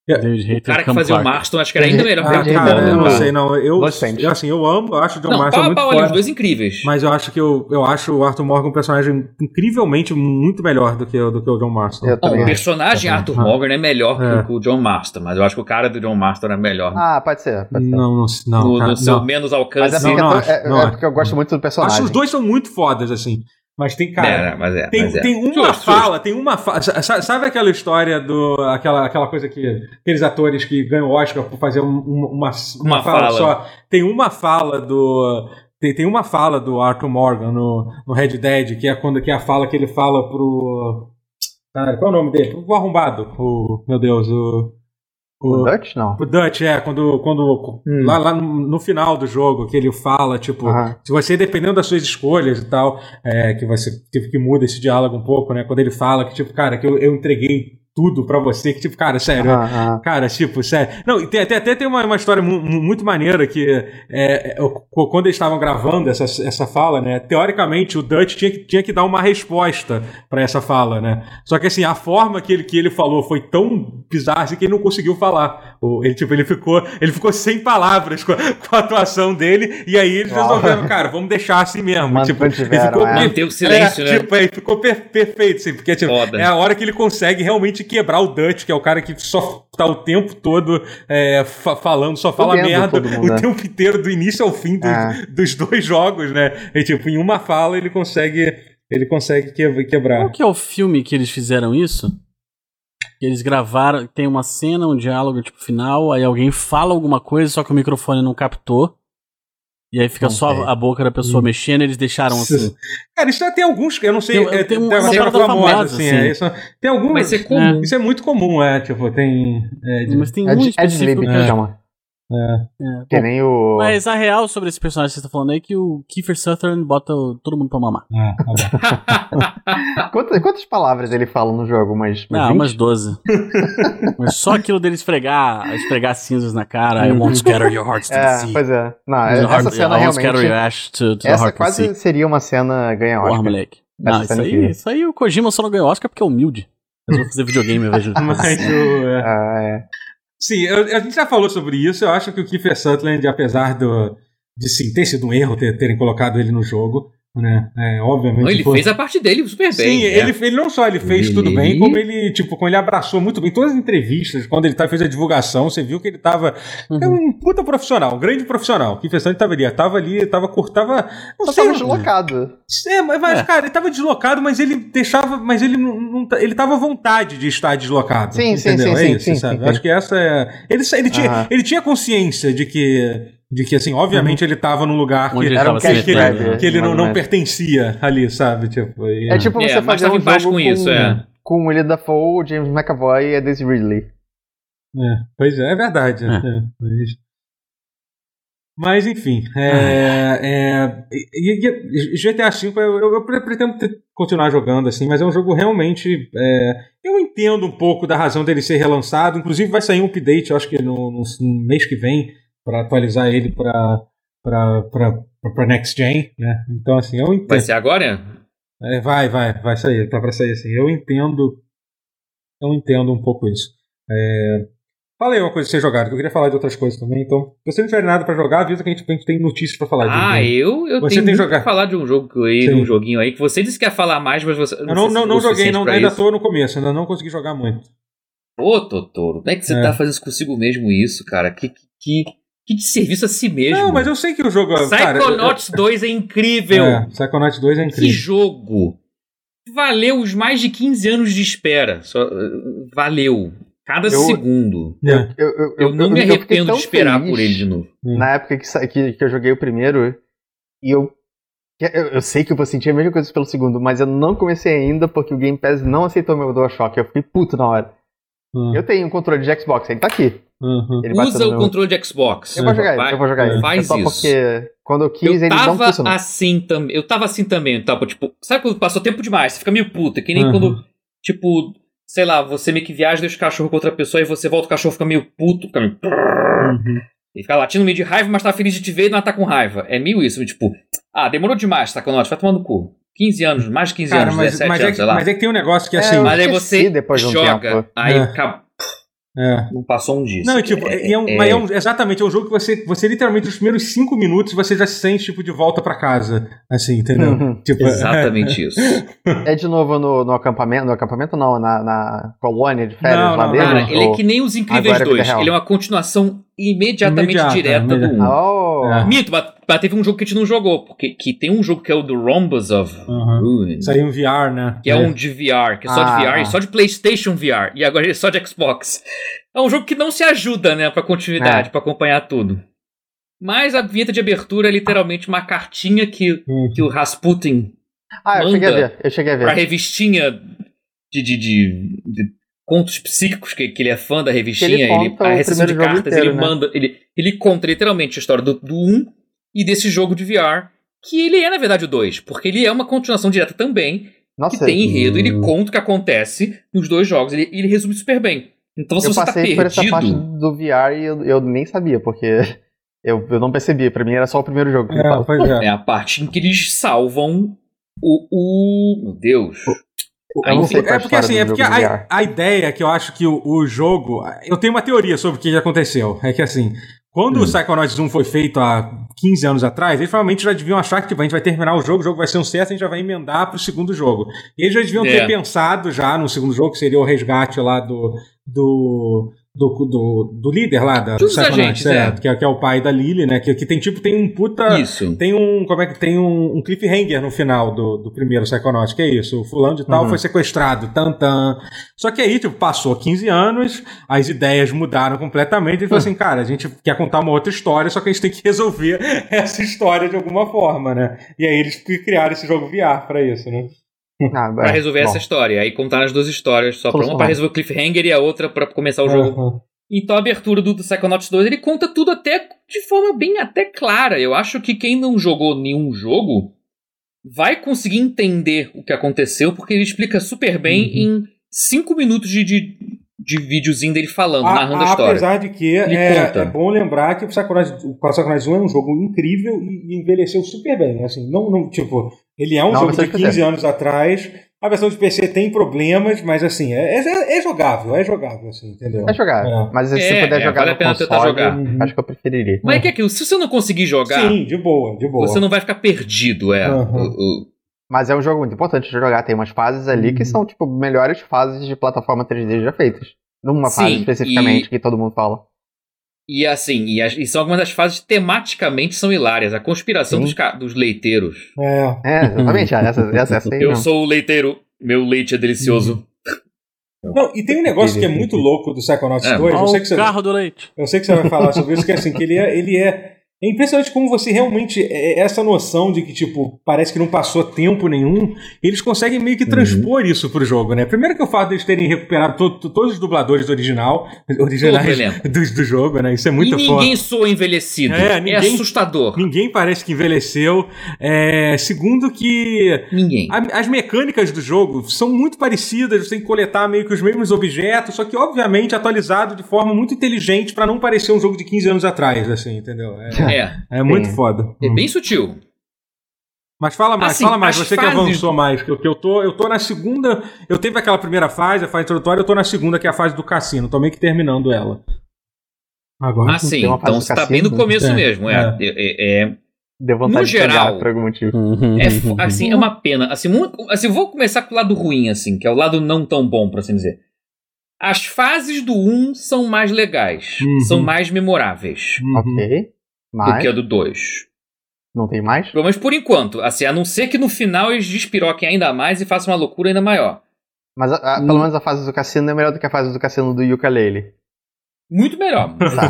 O cara que fazia o Marston, acho que era ainda melhor que ah, o cara, Morgan. eu não sei, não. Eu, eu, assim, eu amo, eu acho o John não, Marston pau, muito pau, foda. Os dois incríveis. Mas eu acho que eu, eu acho o Arthur Morgan um personagem incrivelmente muito melhor do que, do que o John Marston. Não, o personagem eu Arthur Morgan é melhor é. que o John Marston, mas eu acho que o cara do John Marston é melhor. Ah, pode ser. Pode ser. Não, não, não. No, cara, no seu não. menos alcance. Mas é porque, não, não, é, é, não, é porque eu gosto muito do personagem. Acho que os dois são muito fodas, assim. Mas tem, cara, é, mas é, tem, mas é. tem uma justo, fala, justo. tem uma fala. Sabe aquela história do. Aquela, aquela coisa que. Aqueles atores que ganham Oscar por fazer um, uma, uma, uma fala, fala só. Tem uma fala do. Tem, tem uma fala do Arthur Morgan no, no Red Dead, que é quando que é a fala que ele fala pro. Cara, qual é o nome dele? O arrombado. O, meu Deus, o. O, o Dutch, não? O Dutch, é, quando, quando hum. lá, lá no, no final do jogo, que ele fala, tipo, uh-huh. se você, dependendo das suas escolhas e tal, é, que você que, que muda esse diálogo um pouco, né, quando ele fala que, tipo, cara, que eu, eu entreguei tudo pra você, que tipo, cara, sério, uh-huh. cara, tipo, sério. Não, tem, até, até tem uma, uma história mu- muito maneira que é, é, quando eles estavam gravando essa, essa fala, né, teoricamente o Dutch tinha que, tinha que dar uma resposta pra essa fala, né, só que assim, a forma que ele, que ele falou foi tão bizarra assim, que ele não conseguiu falar. Ele, tipo, ele ficou, ele ficou sem palavras com a, com a atuação dele, e aí eles Uau. resolveram, cara, vamos deixar assim mesmo. Mano, tipo, tiveram, ele ficou, é. Manteve o silêncio, é, né? Tipo, aí ficou per- perfeito, assim, porque tipo, é a hora que ele consegue realmente quebrar o Dutch, que é o cara que só tá o tempo todo é, fa- falando, só fala merda mundo, o né? tempo inteiro, do início ao fim do, é. dos dois jogos, né? E tipo, em uma fala ele consegue, ele consegue quebrar. Qual que é o filme que eles fizeram isso? Que eles gravaram, tem uma cena, um diálogo tipo final, aí alguém fala alguma coisa, só que o microfone não captou. E aí fica não só sei. a boca da pessoa hum. mexendo, eles deixaram assim. Cara, isso tem alguns, eu não sei, tem, é, tem uma, tem uma parada famosa, famosa assim. É, isso, tem alguns, mas é comum. É. Isso é muito comum, é, tipo, tem... É, mas tem é um de, específico é de que chama. É. É. Que nem o... Mas a real sobre esse personagem que você tá falando aí é que o Kiefer Sutherland bota todo mundo pra mamar. É, tá quantas, quantas palavras ele fala no jogo? Mas, mas ah, umas doze. Mas só aquilo dele esfregar, esfregar cinzas na cara. I won't scatter your hearts to the é, sea. Pois é. Não, essa heart, cena I realmente... scatter your ash to, to essa the quase heart seria uma cena ganha Oscar. Porra, moleque. Não, isso aí, isso aí o Kojima só não ganhou Oscar porque é humilde. Eu vou fazer videogame, eu vejo. Mas o... É. Ah, é. Sim, eu, a gente já falou sobre isso. Eu acho que o Kiefer Sutherland, apesar do, de sim, ter sido um erro ter, terem colocado ele no jogo, né? É, obviamente. Não, ele foi... fez a parte dele super bem. Sim, é. ele, ele não só ele fez ele... tudo bem, como ele, tipo, como ele abraçou muito bem todas as entrevistas, quando ele tá, fez a divulgação, você viu que ele tava uhum. é um puta profissional, um grande profissional. O Kiefer Sutherland tava ali, tava ali, tava curtava, não sei, tava deslocado. É, mas, mas é. cara, ele tava deslocado, mas ele deixava, mas ele não, não ele tava à vontade de estar deslocado. Sim, entendeu? sim, sim, é sim, isso, sim, sabe? sim, Eu acho que essa é, ele ele tinha, uhum. ele tinha consciência de que De que, assim, obviamente uhum. ele tava num lugar que, era um que, que ele, grab, que ele não, não pertencia ali, sabe? Tipo, e, é tipo você é, fazer um jogo com, com, isso, é. com o William Dafoe, o James McAvoy e a Daisy Ridley. É, pois é, é verdade. É. É, mas... mas, enfim, é, é, e, e G T A cinco eu, eu, eu pretendo ter, continuar jogando, assim, mas é um jogo realmente... É, eu entendo um pouco da razão dele ser relançado, inclusive vai sair um update, eu acho que no, no, no mês que vem, para atualizar ele para para Next Gen, né? Então, assim, eu entendo. Vai ser agora? É, vai, vai, vai sair, tá para sair assim. Eu entendo, eu entendo um pouco isso. É, fala aí uma coisa que vocês jogaram, que eu queria falar de outras coisas também. Então, se você não tiver nada para jogar, avisa que a gente, a gente tem notícias para falar. Ah, de eu, eu você tenho tem muito jogar... pra falar de um jogo aí, de um joguinho aí, que você disse que ia falar mais, mas você... Eu não, não, não joguei, não, ainda isso. tô no começo, ainda não consegui jogar muito. Ô, Totoro, como é que você é. tá fazendo isso consigo mesmo isso, cara? Que... que... Que de serviço a si mesmo. Não, mas eu sei que o jogo... Psychonauts cara, dois é incrível. É, Psychonauts dois é incrível. Que jogo. Valeu os mais de quinze anos de espera. Só, valeu. Cada eu, segundo. É. Eu, eu, eu, eu não eu, me arrependo de esperar por ele de novo. Na época que, que, que eu joguei o primeiro, e eu, eu... Eu sei que eu vou sentir a mesma coisa pelo segundo, mas eu não comecei ainda porque o Game Pass não aceitou meu DualShock. Eu fiquei puto na hora. Hum. Eu tenho um controle de Xbox, ele tá aqui. Uhum. Usa o meu... controle de Xbox. Eu vou jogar Vai, ele, eu vou jogar ele. Faz é só isso. Porque quando eu quis, eu ele não funcionou. Assim tam... Eu tava assim também, tava, tipo, sabe quando passou tempo demais, você fica meio puta, que nem uhum. quando, tipo, sei lá, você meio que viaja, deixa o cachorro com outra pessoa e você volta, o cachorro fica meio puto, fica meio... Uhum. E fica latindo meio de raiva, mas tá feliz de te ver e não tá com raiva. É meio isso, tipo, ah, demorou demais, tá com nós, vai tomando cu. quinze anos, mais de quinze Cara, anos, mas, dezessete mas anos, é, sei lá. Mas é que tem um negócio que é assim... É, mas aí você depois de um joga, tempo. aí é. acaba... É. Não passou um dia. Não, tipo, é, é um, é... É um, exatamente, é um jogo que você, você literalmente, nos primeiros cinco minutos, você já se sente, tipo, de volta pra casa. Assim, entendeu? Uhum. Tipo, exatamente isso. É de novo no, no acampamento, no acampamento não, na, na colônia de férias não, lá não, dentro? Cara, ele ou... é que nem Os Incríveis dois. Ele é uma continuação imediatamente Imediata, direta imediata. do um. Oh. É. Mito, mas, mas teve um jogo que a gente não jogou, porque que tem um jogo que é o do Rhombus of Uhum. Ruin. Isso aí é um V R, né? Que é um de V R, que é só Ah, de V R, ah. e só de PlayStation V R. E agora ele é só de Xbox. É um jogo que não se ajuda, né, pra continuidade, É. pra acompanhar tudo. Mas a vinheta de abertura é literalmente uma cartinha que, Uhum. que o Rasputin Ah, eu manda cheguei a ver, eu cheguei a pra ver. revistinha de, de, de, de contos psíquicos, que, que ele é fã da revistinha. Que ele Ele, conta a o recepção de primeiro jogo cartas, inteiro, ele né? manda. Ele, ele conta literalmente a história do, do um e desse jogo de V R, que ele é, na verdade, o dois, porque ele é uma continuação direta também. Nossa, Que tem enredo, Hum. ele conta o que acontece nos dois jogos, ele, ele resume super bem. Então se eu você tá passei por essa parte perdido... do V R e eu, eu nem sabia, porque eu, eu não percebi. Pra mim era só o primeiro jogo que ele É, fala. pois é. É a parte em que eles salvam o... o meu Deus... Eu não sei qual é É a porque história assim, do é porque jogo do V R. a, a ideia é que eu acho que o, o jogo. Eu tenho uma teoria sobre o que aconteceu. É que assim, quando Hum. o Psychonauts um foi feito há quinze anos atrás, eles provavelmente já deviam achar que tipo, a gente vai terminar o jogo, o jogo vai ser um sucesso, a gente já vai emendar pro segundo jogo. E eles já deviam É. ter pensado já no segundo jogo, que seria o resgate lá do. do Do, do, do líder lá da Dos Psychonauts, agentes, é, é. que, é, que é o pai da Lily, né? Que, que tem tipo, tem um puta. Isso. Tem um. Como é que tem um, um cliffhanger no final do, do primeiro Psychonauts, que é isso? O fulano de tal Uhum. foi sequestrado, tan, tan. Só que aí, tipo, passou quinze anos, as ideias mudaram completamente, e falou assim, cara, a gente quer contar uma outra história, só que a gente tem que resolver essa história de alguma forma, né? E aí eles criaram esse jogo V R pra isso, né? Ah, Pra é, resolver bom. essa história. Aí contaram as duas histórias, só pra uma Solucionado. pra resolver o cliffhanger e a outra pra começar o jogo. Uhum. Então a abertura do, do Psychonauts dois, ele conta tudo até de forma bem até clara. Eu acho que quem não jogou nenhum jogo vai conseguir entender o que aconteceu, porque ele explica super bem Uhum. em cinco minutos de, de, de videozinho dele falando, A- narrando a, a- história. Apesar de que Ele é, conta. é bom lembrar que o Psychonauts, o Psychonauts um é um jogo incrível e, e envelheceu super bem. Assim, não, não, tipo, ele é um Não, jogo você de que quinze quiser. anos atrás. A versão de P C tem problemas, mas assim, é, é, é jogável, é jogável, assim, entendeu? É jogar. É. Mas se É, puder é, jogar vale no a pena console, tentar jogar. acho que eu preferiria. Mas é que é aquilo, se você não conseguir jogar, Sim, de boa, de boa. você não vai ficar perdido, é. Uhum. O- o- Mas é um jogo muito importante de jogar. Tem umas fases ali que Uhum. são, tipo, melhores fases de plataforma três D já feitas. Numa Sim, fase especificamente e- que todo mundo fala. E assim, e, as- e são algumas das fases tematicamente são hilárias. A conspiração Sim. dos, ca- dos leiteiros. É. É, exatamente. essa, essa, essa aí Eu mesmo. sou o leiteiro, meu leite é delicioso. Não, e tem um negócio que é muito louco do Psychonauts É, dois, eu Olha sei, que o você, carro do leite. eu sei que você vai falar sobre isso, que é assim, que ele é, ele é É impressionante como você realmente, é, essa noção de que, tipo, parece que não passou tempo nenhum, eles conseguem meio que transpor Uhum. isso pro jogo, né? Primeiro que o fato deles terem recuperado to- to- todos os dubladores do original, Todo o originais elenco. do, do jogo, né? Isso é muito e foda. ninguém soa envelhecido. É, É, ninguém- assustador. Ninguém parece que envelheceu. É, segundo que Ninguém. a- as mecânicas do jogo são muito parecidas, você tem que coletar meio que os mesmos objetos, só que obviamente atualizado de forma muito inteligente pra não parecer um jogo de quinze anos atrás, assim, entendeu? É, É. é muito Sim. foda. É bem sutil. Mas fala mais, Assim, fala mais, as você que fases- avançou mais, que eu, que eu tô, eu tô na segunda, eu teve aquela primeira fase, a fase introdutória, eu tô na segunda, que é a fase do cassino, tô meio que terminando ela. Agora. Ah, sim. tem uma fase Então do você tá cassino, bem no começo é, mesmo. É, é, é, é, Deu vontade No de pegar geral- por algum motivo. é f- assim, é uma pena. Assim, mu- assim, eu vou começar com o lado ruim, assim, que é o lado não tão bom, por assim dizer. As fases do um são mais legais, Uhum. são mais memoráveis Uhum. Ok. do Mas que a do dois. não tem mais? Pelo menos por enquanto. Assim, a não ser que no final eles despiroquem ainda mais e façam uma loucura ainda maior. Mas a- a- Hum. pelo menos a fase do cassino é melhor do que a fase do cassino do Yooka-Laylee. Muito melhor.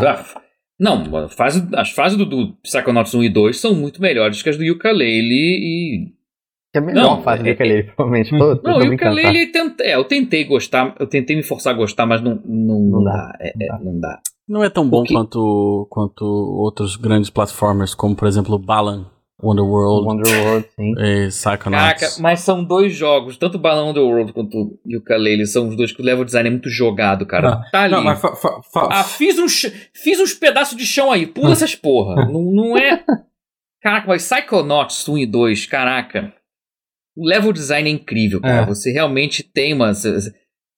Não, a fase- as fases do, do Psychonauts um e dois são muito melhores que as do Yooka-Laylee e... Que é a melhor Não, fase do é- Yooka-Laylee, provavelmente. Tô, tô Não, o brincando, tá? Yooka-Laylee tenta- é, eu tentei gostar, eu tentei me forçar a gostar, mas não, não, não Não dá. dá, É, não é, dá. não dá. Não é tão bom O que- quanto, quanto outros grandes platformers, como por exemplo Balan, Wonderworld, Wonderworld, sim. e Psychonauts. Caraca, mas são dois jogos, tanto o Balão Underworld quanto o Yooka-Laylee, são os dois que o level design é muito jogado, cara. Ah, Tá ali. Não, mas fa- fa- fa- Ah, fiz, um, ch- fiz uns pedaços de chão aí, pula essas porra. Não, não é... Caraca, mas Psychonauts um e dois, caraca. O level design é incrível, cara. É. Você realmente tem uma...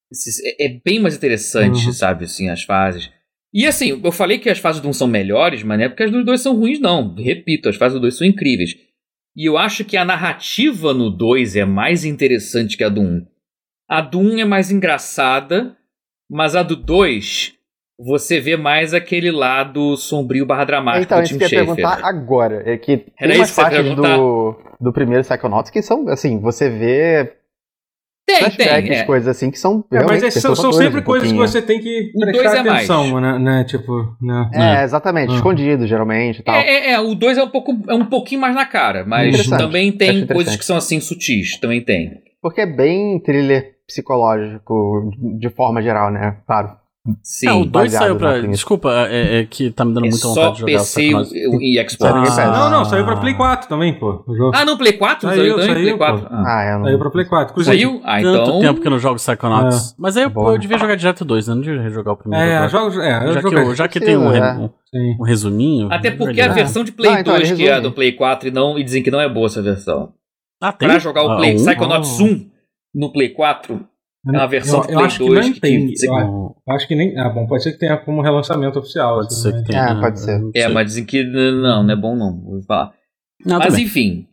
É bem mais interessante, uhum. sabe, assim, as fases. E assim, eu falei que as fases do um são melhores, mas não é porque as dos dois são ruins, não. Repito, as fases do dois são incríveis. E eu acho que a narrativa no dois é mais interessante que a do um. A do um é mais engraçada, mas a do dois, você vê mais aquele lado sombrio barra dramático então, do Tim Schafer. Então, isso que eu ia Schafer. perguntar agora. É que Era tem umas isso que você ia partes do, do primeiro Psychonauts que são, assim, você vê... Tem, flashbacks, tem. É. coisas assim que são É, mas é, são, são sempre um coisas que pouquinho. você tem que O dois prestar é atenção, mais. né, né? Tipo, né? É, exatamente, Uhum. escondido, geralmente e tal. É, é, é, o dois é um, pouco, é um pouquinho mais na cara, mas Interessante. também Acho tem interessante. coisas que são assim sutis, também tem. Porque é bem thriller psicológico, de forma geral, né? Claro. Sim. É, o dois baseado saiu na pra. premissa. Desculpa, é, é que tá me dando É muita só vontade de jogar P o C Psychonauts. e Xbox. Só ninguém pede. Não, não, saiu pra Play quatro também, pô. O jogo. Ah, não, Play quatro? Saiu, Saiu, também? saiu, Play quatro. pô. Ah. Ah, eu não... Saiu pra Play quatro. Inclusive, Saiu? Ah, Tanto então... tempo que eu não jogo Psychonauts. Mas aí eu, Bom. eu devia jogar direto o dois, né? Não devia rejogar o primeiro. É, agora. jogos. É, eu já, que joguei. eu, já que Sim, tem um, re- é. um, Sim. um resuminho. Até é porque a legal. versão de Play Não, então, dois, ele que é a resume. do Play quatro, e, não, e dizem que não é boa essa versão. Ah, tem? Pra jogar o Play Ah, um? Psychonauts Oh. um no Play quatro, é uma versão eu, de eu Play acho que dois nem que- tem. que- Eu, Um- eu acho que nem. Ah, bom, pode ser que tenha como relançamento oficial. Pode assim, ser que mas- tenha. É, pode ser. não É, sei. mas dizem que não, não é bom não, vou falar. Não, Mas também. enfim,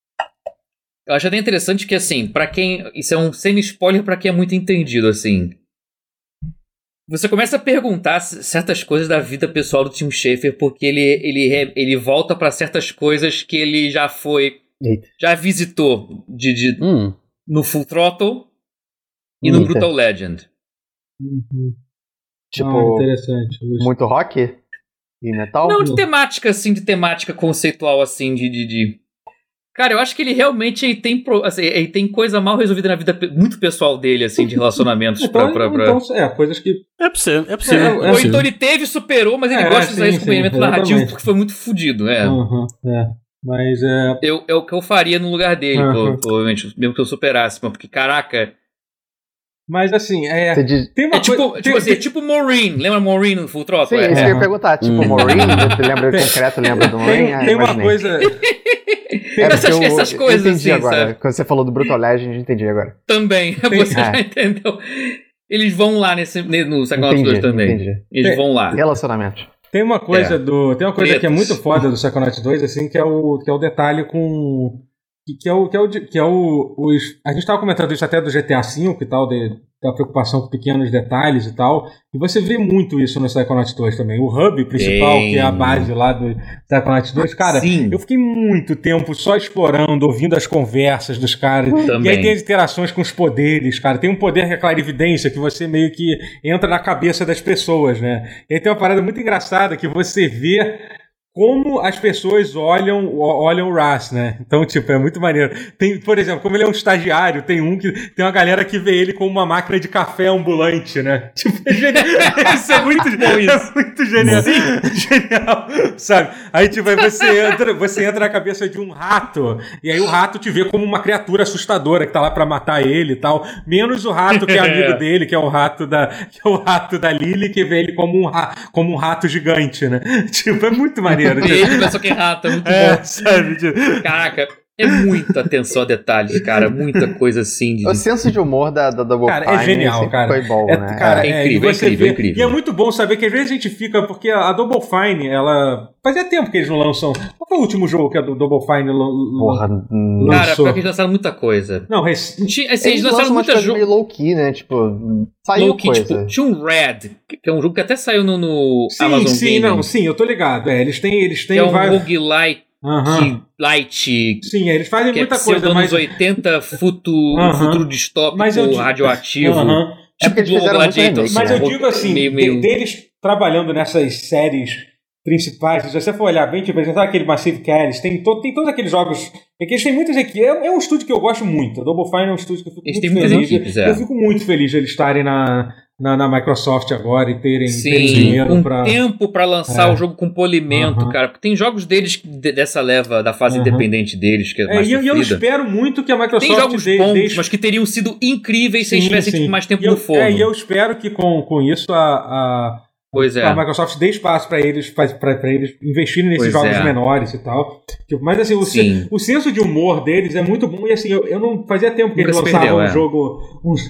eu acho até interessante que, assim, pra quem... Isso é um semi-spoiler pra quem é muito entendido, assim. Você começa a perguntar c- certas coisas da vida pessoal do Tim Schafer, porque ele, ele, re- ele volta pra certas coisas que ele já foi... Eita. Já visitou de, de, Hum. no Full Throttle e no Eita. Brutal Legend. Uhum. Tipo, Ah, interessante. Gostei. muito rock e metal? Não de temática, assim, de temática conceitual, assim, de... de, de... Cara, eu acho que ele realmente ele tem, pro- assim, ele tem coisa mal resolvida na vida pe- muito pessoal dele, assim, de relacionamentos pra... Então, pra, pra... então, é, coisas que. É possível, é possível. É, É, é, Ou possível. então ele teve, superou, mas ele É, gosta de usar sim, isso como sim, elemento narrativo exatamente. porque foi muito fodido, né? Uhum, é. Mas é. Eu, é o que eu faria no lugar dele, Uhum. pro- provavelmente, mesmo que eu superasse, mas porque, caraca, Mas assim, é. Você diz... Tem uma é tipo, coisa. tipo tem- assim, é tipo Maureen, lembra Maureen no Full Throttle? Sim, É. isso que eu ia É. perguntar. Tipo, Hum. Maureen, você lembra do concreto, lembra do Maureen? Tem, Ah, tem uma imaginei. coisa. É, Essas- porque eu- essas coisas, eu entendi assim, agora. sabe? Quando você falou do Brutal Legend, eu entendi agora. Também, Tem- você é. já entendeu. Eles vão lá nesse, ne- no Psychonauts Entendi, dois também. entendi. Eles Tem- vão lá. Relacionamento. Tem uma coisa É. do. Tem uma coisa que é Tretas. muito foda do Psychonauts dois, assim, que é o, que é o detalhe com. Que, que é o. Que é o, de- que é o os, a gente tava comentando isso até do G T A V e tal, de, da preocupação com pequenos detalhes e tal. E você vê muito isso no Psychonauts dois também. O hub principal, Tem. que é a base lá do Psychonauts dois, cara, Sim. eu fiquei muito tempo só explorando, ouvindo as conversas dos caras. E aí Também. tem as interações com os poderes, cara. Tem um poder que é a clarividência, que você meio que entra na cabeça das pessoas, né? E aí tem uma parada muito engraçada que você vê como as pessoas olham, o- olham o Ras, né? Então, tipo, é muito maneiro. Tem, por exemplo, como ele é um estagiário, tem um que tem uma galera que vê ele como uma máquina de café ambulante, né? Tipo, é genial. Isso é muito, é muito genial. Genial, sabe? Aí, tipo, aí você entra, você entra na cabeça de um rato, e aí o rato te vê como uma criatura assustadora que tá lá pra matar ele e tal. Menos o rato que é amigo dele, que é o rato da, que é o rato da Lily, que vê ele como um, ra, como um rato gigante, né? Tipo, é muito maneiro. Ele pensou que é rato, é muito É, bom. sabe? Tipo, Caraca, é muita atenção a detalhes, cara. Muita coisa assim. De... O senso de humor da, da Double Cara, Fine é genial, sempre cara. foi bom, É, né? cara, É é, incrível, e você é incrível, vê- é incrível. E é muito bom saber que às vezes a gente fica. Porque a Double Fine, ela. Fazia tempo que eles não lançam. Qual foi o último jogo que a do Double Fine lan- Porra, hum, Cara, lançou? pior que eles lançaram muita coisa. Não, rec- Tinha- assim, eles eles lançaram lançam umas muita coisas jogo. meio low-key, né? Tipo, saiu Low-key, coisa. tipo, tinha um Red, que é um jogo que até saiu no, no sim, Amazon sim, Gaming. não, sim, eu tô ligado. É, eles têm. Eles Que têm é um vários- roguelike Aham. light, Sim, eles fazem que é muita pseudo coisa, anos mas. oitenta, futuro, Aham. futuro distópico, Mas eu di- radioativo. Aham. É porque eles do fizeram muito Gladiator, remake, Mas né? eu digo assim, meio, de- meio... deles trabalhando nessas séries principais, se você for olhar bem, tipo, sabe aquele Massive Callis, tem, to, tem todos aqueles jogos, é que eles têm muitas equipes, é, é um estúdio que eu gosto muito, a Double Fine é um estúdio que eu fico Eles muito têm muitas feliz, equipes, é. eu fico muito feliz de eles estarem na, na, na Microsoft agora e terem, terem Sim, dinheiro um pra... tempo pra lançar É. o jogo com polimento, Aham. cara. Porque tem jogos deles de- dessa leva da fase Aham. independente deles, que é É, mais e eu, e eu sofrida. espero muito que a Microsoft Tem jogos de- bons, deixe- mas que teriam sido incríveis se Sim, eles tivessem sim. tipo, mais tempo E eu, no forno. É, e eu espero que com, com isso a... a Pois é. a Microsoft dê espaço para eles, para eles investirem nesses Pois jogos é. menores e tal. Tipo, mas assim, o, Sim. se- o senso de humor deles é muito bom. E assim, eu, eu não fazia tempo que Nunca eles se lançavam perdeu, um é. jogo. Um,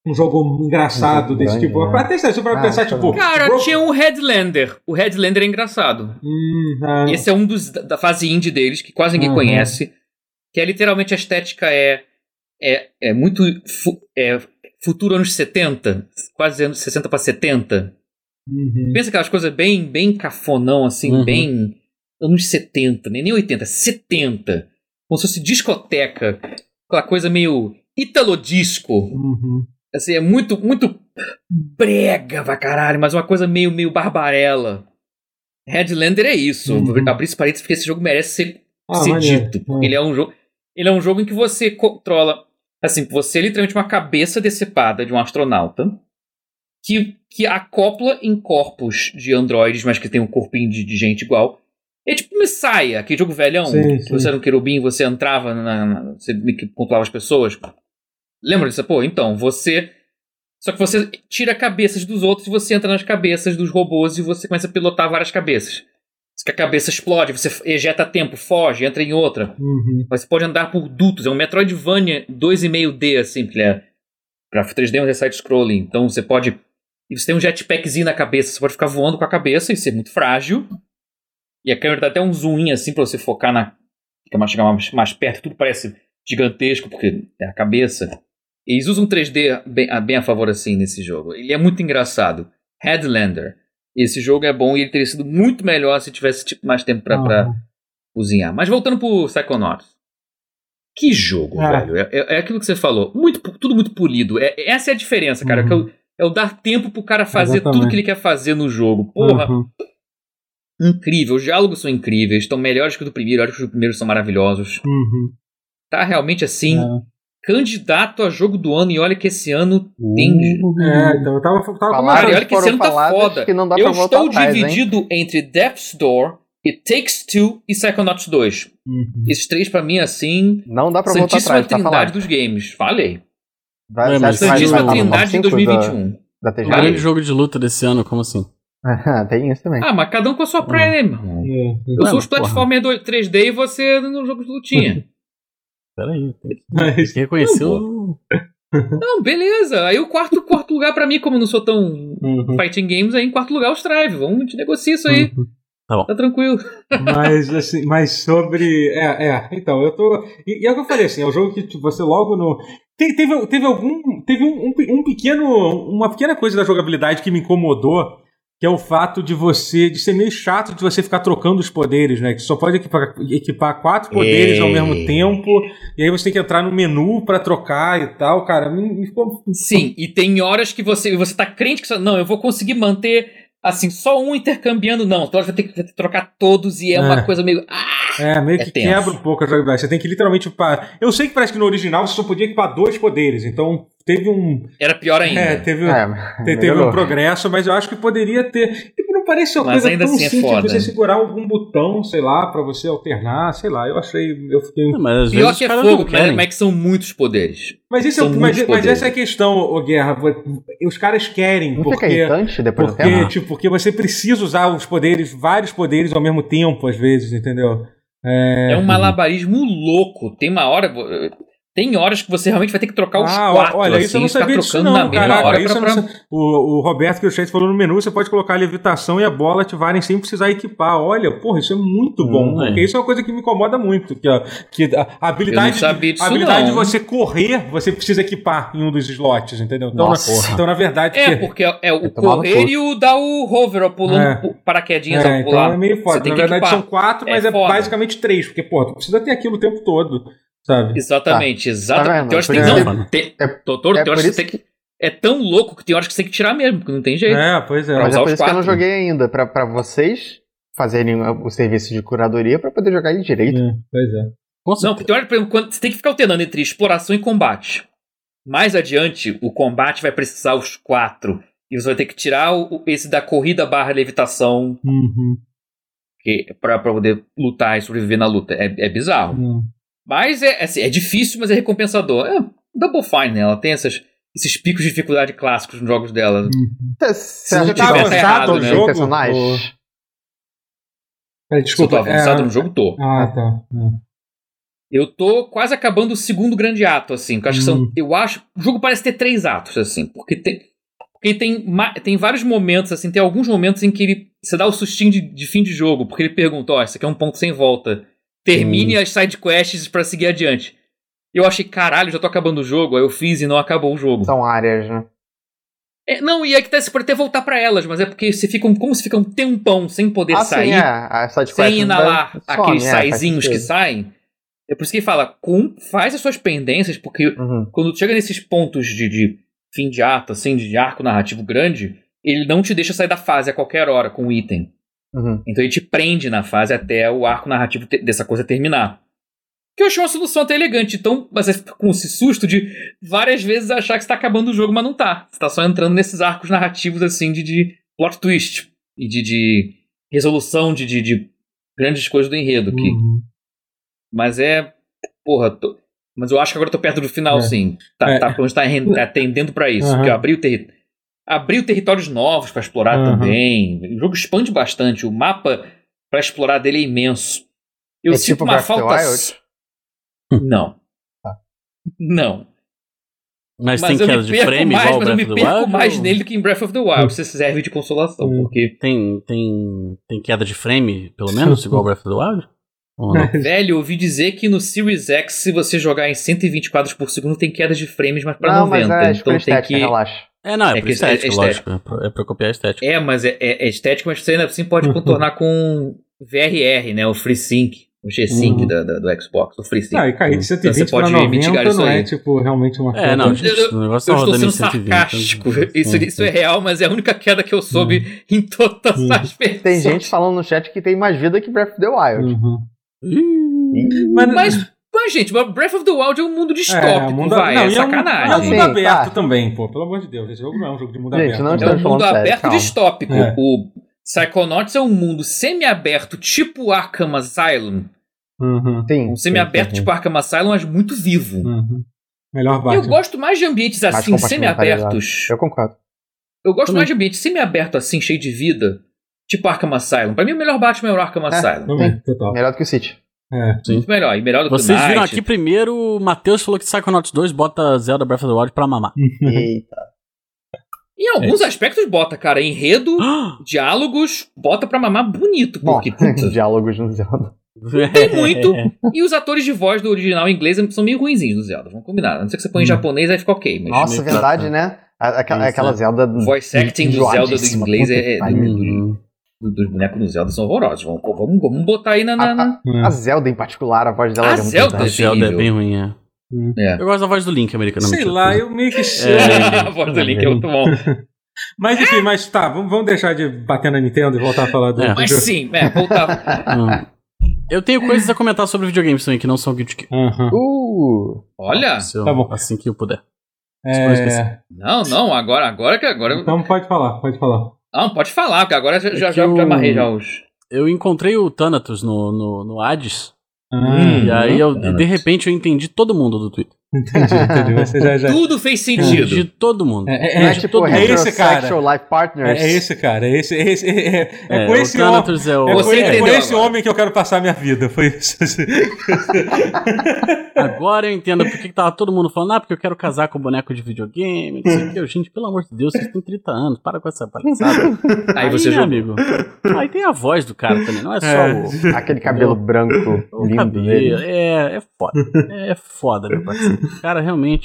um jogo engraçado um desse grande, tipo. Né? Até se pra ah, pensar, tipo... Cara, Bro... tinha um Headlander. O Headlander é engraçado. Hum, ah. Esse é um dos da fase indie deles, que quase ninguém uhum. conhece. Que é literalmente a estética é... É, é muito... Fu, é, futuro anos setenta. Quase anos sessenta pra setenta. Uhum. Pensa aquelas coisas bem, bem cafonão, assim, uhum. bem... Anos setenta, nem oitenta, setenta. Como se fosse discoteca. Aquela coisa meio... Italodisco. Uhum. Assim, é muito, muito brega pra caralho, mas uma coisa meio, meio barbarela. Headlander é isso. Uhum. Abrir esse parênteses porque esse jogo merece ser, ah, ser dito. Porque uhum. ele é um jogo. Ele é um jogo em que você controla. Assim, você é literalmente uma cabeça decepada de um astronauta que, que acopla em corpos de androides, mas que tem um corpinho de, de gente igual. É tipo Messiah, aquele jogo velhão, sim, que sim. você era um querubim, você entrava, na, na, você controlava as pessoas. Lembra disso? Pô, então, você... Só que você tira cabeças dos outros e você entra nas cabeças dos robôs e você começa a pilotar várias cabeças. Se a cabeça explode, você ejeta tempo, foge, entra em outra. Uhum. Você pode andar por dutos. É um Metroidvania dois e meio D, assim, porque ele é gráfico três D, mas é side-scrolling. Então você pode... E você tem um jetpackzinho na cabeça, você pode ficar voando com a cabeça e ser muito frágil. E a câmera dá até um zoom in, assim, pra você focar na... Fica mais, chegar mais, mais perto, tudo parece gigantesco, porque é a cabeça... Eles usam três D bem, bem a favor assim nesse jogo. Ele é muito engraçado. Headlander. Esse jogo é bom e ele teria sido muito melhor se tivesse tipo, mais tempo pra, uhum. pra cozinhar. Mas voltando pro Psychonauts. Que jogo, é. velho. É, é, é aquilo que você falou. Muito, tudo muito polido. É, essa é a diferença, cara. Uhum. Que é, o, é o dar tempo pro cara fazer Exatamente. tudo que ele quer fazer no jogo. Porra. Uhum. Incrível. Os diálogos são incríveis. Estão melhores que o do primeiro. Eu acho que os primeiros são maravilhosos. Uhum. Tá realmente assim... É. Candidato a jogo do ano, e olha que esse ano uh, tem. É, então eu tava, tava Cara, e olha que esse ano tá foda. Que não dá eu pra estou atrás, dividido hein? entre Death's Door, It Takes Two e Psychonauts dois. Uhum. Esses três, pra mim, assim. Não dá pra voltar atrás. Santíssima Trindade tá dos games. Falei. Vai, é, Santíssima Trindade de dois mil e vinte e um. Da, da o grande jogo de luta desse ano, como assim? Tem isso também. Ah, mas cada um com a sua praia, né, irmão? É, eu sou os platformer três D e você no jogo de lutinha. Peraí, tem que reconhecer o... Não, beleza. Aí o quarto, quarto lugar pra mim, como eu não sou tão uhum. fighting games, aí em quarto lugar o Strive. Vamos te negociar isso aí. Uhum. Tá bom. Tá tranquilo. Mas, assim, mas sobre... É, é, então, eu tô... E, e é o que eu falei, assim, é um jogo que tipo, você logo no... Teve, teve, teve algum... Teve um, um, um pequeno... Uma pequena coisa da jogabilidade que me incomodou, que é o fato de você... De ser meio chato de você ficar trocando os poderes, né? Que só pode equipar, equipar quatro poderes Ei. ao mesmo tempo. E aí você tem que entrar no menu pra trocar e tal, cara. Me, me ficou... Sim, e tem horas que você... Você tá crente que... Não, eu vou conseguir manter... Assim, só um intercambiando, não. Então vai ter que trocar todos e é, é. uma coisa meio... Ah, é, meio que é tenso. Quebra um pouco a jogabilidade. Você tem que literalmente... Eu sei que parece que no original você só podia equipar dois poderes, então teve um... Era pior ainda. É, teve, é, teve, teve um progresso, mas eu acho que poderia ter... Não parece uma mas coisa ainda tão assim simples é foda. Você segurar algum botão, sei lá, pra você alternar, sei lá. Eu achei... Eu fiquei... Não, mas às pior vezes que é fogo, mas, mas que são muitos poderes. Mas, isso é, mas, mas essa é a questão, ô Guerra. Os caras querem, não porque... Fica irritante depois porque, do tipo, porque você precisa usar os poderes, vários poderes ao mesmo tempo, às vezes, entendeu? É, é um malabarismo louco. Tem uma hora... Tem horas que você realmente vai ter que trocar os ah, quatro. Olha, assim, isso eu não sabia disso não, na caraca. Hora isso pra, pra... Não o, o Roberto que o chat falou no menu, você pode colocar a levitação e a bola ativarem sem precisar equipar. Olha, porra, isso é muito hum, bom. É. Porque isso é uma coisa que me incomoda muito. Que a, que a habilidade, eu não sabia disso a habilidade não. de você correr, você precisa equipar em um dos slots, entendeu? Então, Nossa, na, então na verdade... É, que... porque é o correr e o dar o hover, pulando é. paraquedinhas é, ao pular. Então é meio foda. Na verdade são quatro, mas é, é basicamente três. Porque, pô, tu precisa ter aquilo o tempo todo. Sabe? Exatamente, tá. exatamente. Tá tem horas que tem, não, tem, é, doutor, é tem horas que, que... Tem, é tão louco que tem horas que você tem que tirar mesmo, porque não tem jeito. É, pois é. Mas é por isso que eu não joguei ainda, pra, pra vocês fazerem o serviço de curadoria pra poder jogar ele direito. É, pois é. Nossa, não, porque tem hora, por exemplo, quando você tem que ficar alternando entre exploração e combate. Mais adiante, o combate vai precisar os quatro. E você vai ter que tirar o, esse da corrida barra levitação uhum. que, pra, pra poder lutar e sobreviver na luta. É, é bizarro. Uhum. Mas é, assim, é difícil, mas é recompensador. É Double Fine, né? Ela tem essas, esses picos de dificuldade clássicos nos jogos dela. Você já tá avançado no jogo? Personagens? É, desculpa, Se eu tô avançado é... no jogo, tô. Ah, tá. É. Eu tô quase acabando o segundo grande ato, assim. Eu acho, hum. que são, eu acho o jogo parece ter três atos, assim. Porque tem, porque tem, tem vários momentos, assim. Tem alguns momentos em que ele, você dá o sustinho de, de fim de jogo. Porque ele pergunta, ó, oh, isso aqui é um ponto sem volta. Termine hum. as sidequests pra seguir adiante. Eu achei, caralho, já tô acabando o jogo. Aí eu fiz e não acabou o jogo. São áreas, né? É, não, e é que você pode até voltar pra elas, mas é porque você fica, como se fica um tempão sem poder ah, sair, sim, é. A sem inalar some, aqueles é, saizinhos que saem. É por isso que ele fala, com, faz as suas pendências, porque uhum. quando chega nesses pontos de, de fim de ato, assim, de arco narrativo grande, ele não te deixa sair da fase a qualquer hora com o item. Uhum. Então ele te prende na fase até o arco narrativo te, dessa coisa terminar. Que eu achei uma solução até elegante. Então, você fica com esse susto de várias vezes achar que você tá acabando o jogo, mas não tá. Você tá só entrando nesses arcos narrativos, assim, de, de plot twist. E de, de resolução de, de, de grandes coisas do enredo. Que... Uhum. Mas é... Porra, tô... mas eu acho que agora eu tô perto do final, é. sim. Tá, é. tá, tá, tá atendendo pra isso. Uhum. Porque eu abri o território. Abriu territórios novos pra explorar uhum. também. O jogo expande bastante. O mapa pra explorar dele é imenso. Eu é sinto tipo uma falta... Não. Ah. Não. Mas, mas tem queda de frame mais, igual mas Breath eu me of the perco Wild, mais ou... nele do que em Breath of the Wild. Isso serve de consolação, hum. porque... Tem, tem, tem queda de frame, pelo menos, igual Breath of the Wild? Ou não? Velho, eu ouvi dizer que no Series X, se você jogar em cento e vinte quadros por segundo, tem queda de frames, mas pra não, noventa. Mas é então tem estética, que... relaxa. É, não, é, é por estética, é estética, lógico. É pra, é pra copiar a estética. É, mas é, é, é estética, mas você ainda assim pode contornar com V R R, né? O FreeSync. O G-Sync uhum. da, da, do Xbox, o FreeSync. Ah, e cair de cento e vinte então, pra noventa mitigar isso não aí. É tipo realmente uma É, não, gente, eu, o negócio eu tá estou sendo sarcástico. Isso, isso é real, mas é a única queda que eu soube uhum. em todas uhum. as versões. Tem gente falando no chat que tem mais vida que Breath of the Wild. Uhum. Uhum. Mas, mas, mas, gente, Breath of the Wild é um mundo distópico, é, mundo, vai, não, é sacanagem. É um mundo aberto tá. também, pô, pelo amor de Deus. Esse jogo não é um jogo de mundo gente, aberto. Não é um mundo aberto sério, distópico. É. O Psychonauts é um mundo semi-aberto, tipo Arkham Asylum. Uhum. Sim, um semi-aberto tipo Arkham Asylum, mas muito vivo. Uhum. Melhor Batman. Eu gosto mais de ambientes assim, semi-abertos. Eu concordo. Eu gosto também. mais de ambientes semi-aberto assim, cheio de vida, tipo Arkham Asylum. Pra mim, o melhor Batman é o Arkham Asylum. É, total. Melhor do que o City. É. Sim. Muito melhor. E melhor do Vocês que o Vocês viram aqui primeiro, o Matheus falou que Psychonauts dois bota Zelda Breath of the Wild pra mamar. Eita. Em alguns é aspectos bota, cara. Enredo, diálogos, bota pra mamar bonito. Porque, Bom, diálogos no Zelda. Tem muito. E os atores de voz do original em inglês são meio ruinzinhos no Zelda, vamos combinar. A não ser que você põe em japonês, aí fica ok. Mas Nossa, verdade, né? Aquela, aquela Zelda... O voice acting do Zelda do inglês é... é do, do, do, dos bonecos do Zelda são horrorosos. Vamos, vamos, vamos botar aí na... na, na... A, a Zelda em particular, a voz dela a é muito Zelda, a Zelda é bem ruim, é. é. Eu gosto da voz do Link americano. Sei lá, eu meio que sei. É. A voz do Link é muito bom. Mas enfim, mas tá, vamos, vamos deixar de bater na Nintendo e voltar a falar do... É. Mas sim, é, voltar... Eu tenho coisas a comentar sobre videogames também, que não são Guilty Gear. Uhum. Uh, Olha! Eu, tá bom. Assim que eu puder. É... Não, não, agora, agora que agora... Então pode falar, pode falar. Não, pode falar, porque agora já, é já, já, eu, já amarrei já os... Eu encontrei o Thanatos no, no, no Hades. Hum, e aí, eu, de repente, eu entendi todo mundo do Twitter. Entendi, entendi. Você já, já... Tudo fez sentido. De todo mundo. É, é, é, tipo todo é esse cara. Life partners. É, é esse cara. É, esse, é, esse, é, é, é, com esse homem. É, o... é, Você é com esse agora. homem que eu quero passar a minha vida. Foi isso. Agora eu entendo por que tava todo mundo falando, ah, porque eu quero casar com boneco de videogame. Não sei o que. Gente, pelo amor de Deus, vocês têm trinta anos. Para com essa palhaçada. Aí, aí você meu já... amigo. Aí tem a voz do cara também. Não é só é. o... Aquele cabelo branco. O lindo cabelo. dele. É, é foda. É foda, meu parceiro. O cara realmente...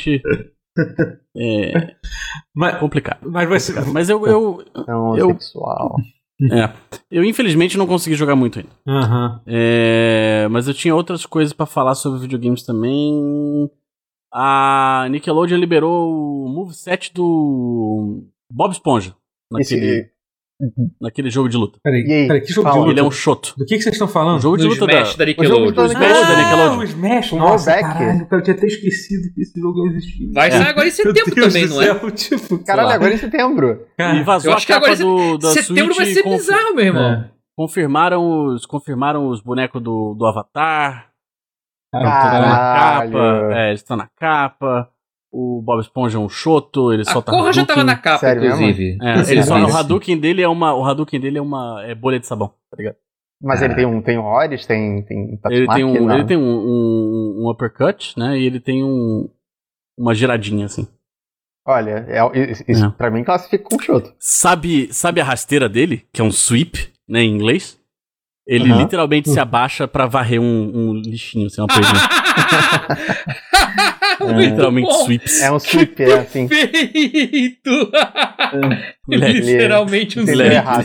É mas, complicado. Mas, vai ser... mas eu. eu, Não, eu sexual. É. Eu, infelizmente, não consegui jogar muito ainda. Uhum. É, mas eu tinha outras coisas pra falar sobre videogames também. A Nickelodeon liberou o moveset do Bob Esponja. Naquele. Esse... Naquele jogo de luta. Peraí, peraí, que jogo Fala. de luta? Ele é um shoto. Do que, que vocês estão falando? O jogo de no luta Smash da... da Nickelodeon. O jogo da Nickelodeon. O Smash, O nossa, rollback. caralho, eu tinha até esquecido que esse jogo existia. Vai É. sair agora em setembro também, não é? Céu, tipo, Caralho, lá. agora em setembro. cara, E vazou Eu a acho que capa agora do, da setembro Switch vai ser conf- bizarro, meu irmão. É. Confirmaram os, confirmaram os bonecos do, do Avatar. Caralho. Na Caralho. capa. É, eles estão na capa. O Bob Esponja é um choto, ele A solta Korra já tava na capa, Sério inclusive. É, Esse ele é só, isso. o Hadouken dele é uma, o Hadouken dele é uma é bolha de sabão, tá ligado? Mas ah. ele tem um tem Horus, tem tem ele tem um não. ele tem um, um, um uppercut, né? E ele tem um uma giradinha assim. Olha, é, isso é. pra mim classifica com choto. Sabe, sabe a rasteira dele, que é um sweep, né, em inglês? Ele uhum. literalmente uhum. se abaixa pra varrer um, um lixinho, assim, uma coisinha. é, literalmente bom. Sweeps. É um sweep, é assim. Perfeito! É. Literalmente um sweep. Errado,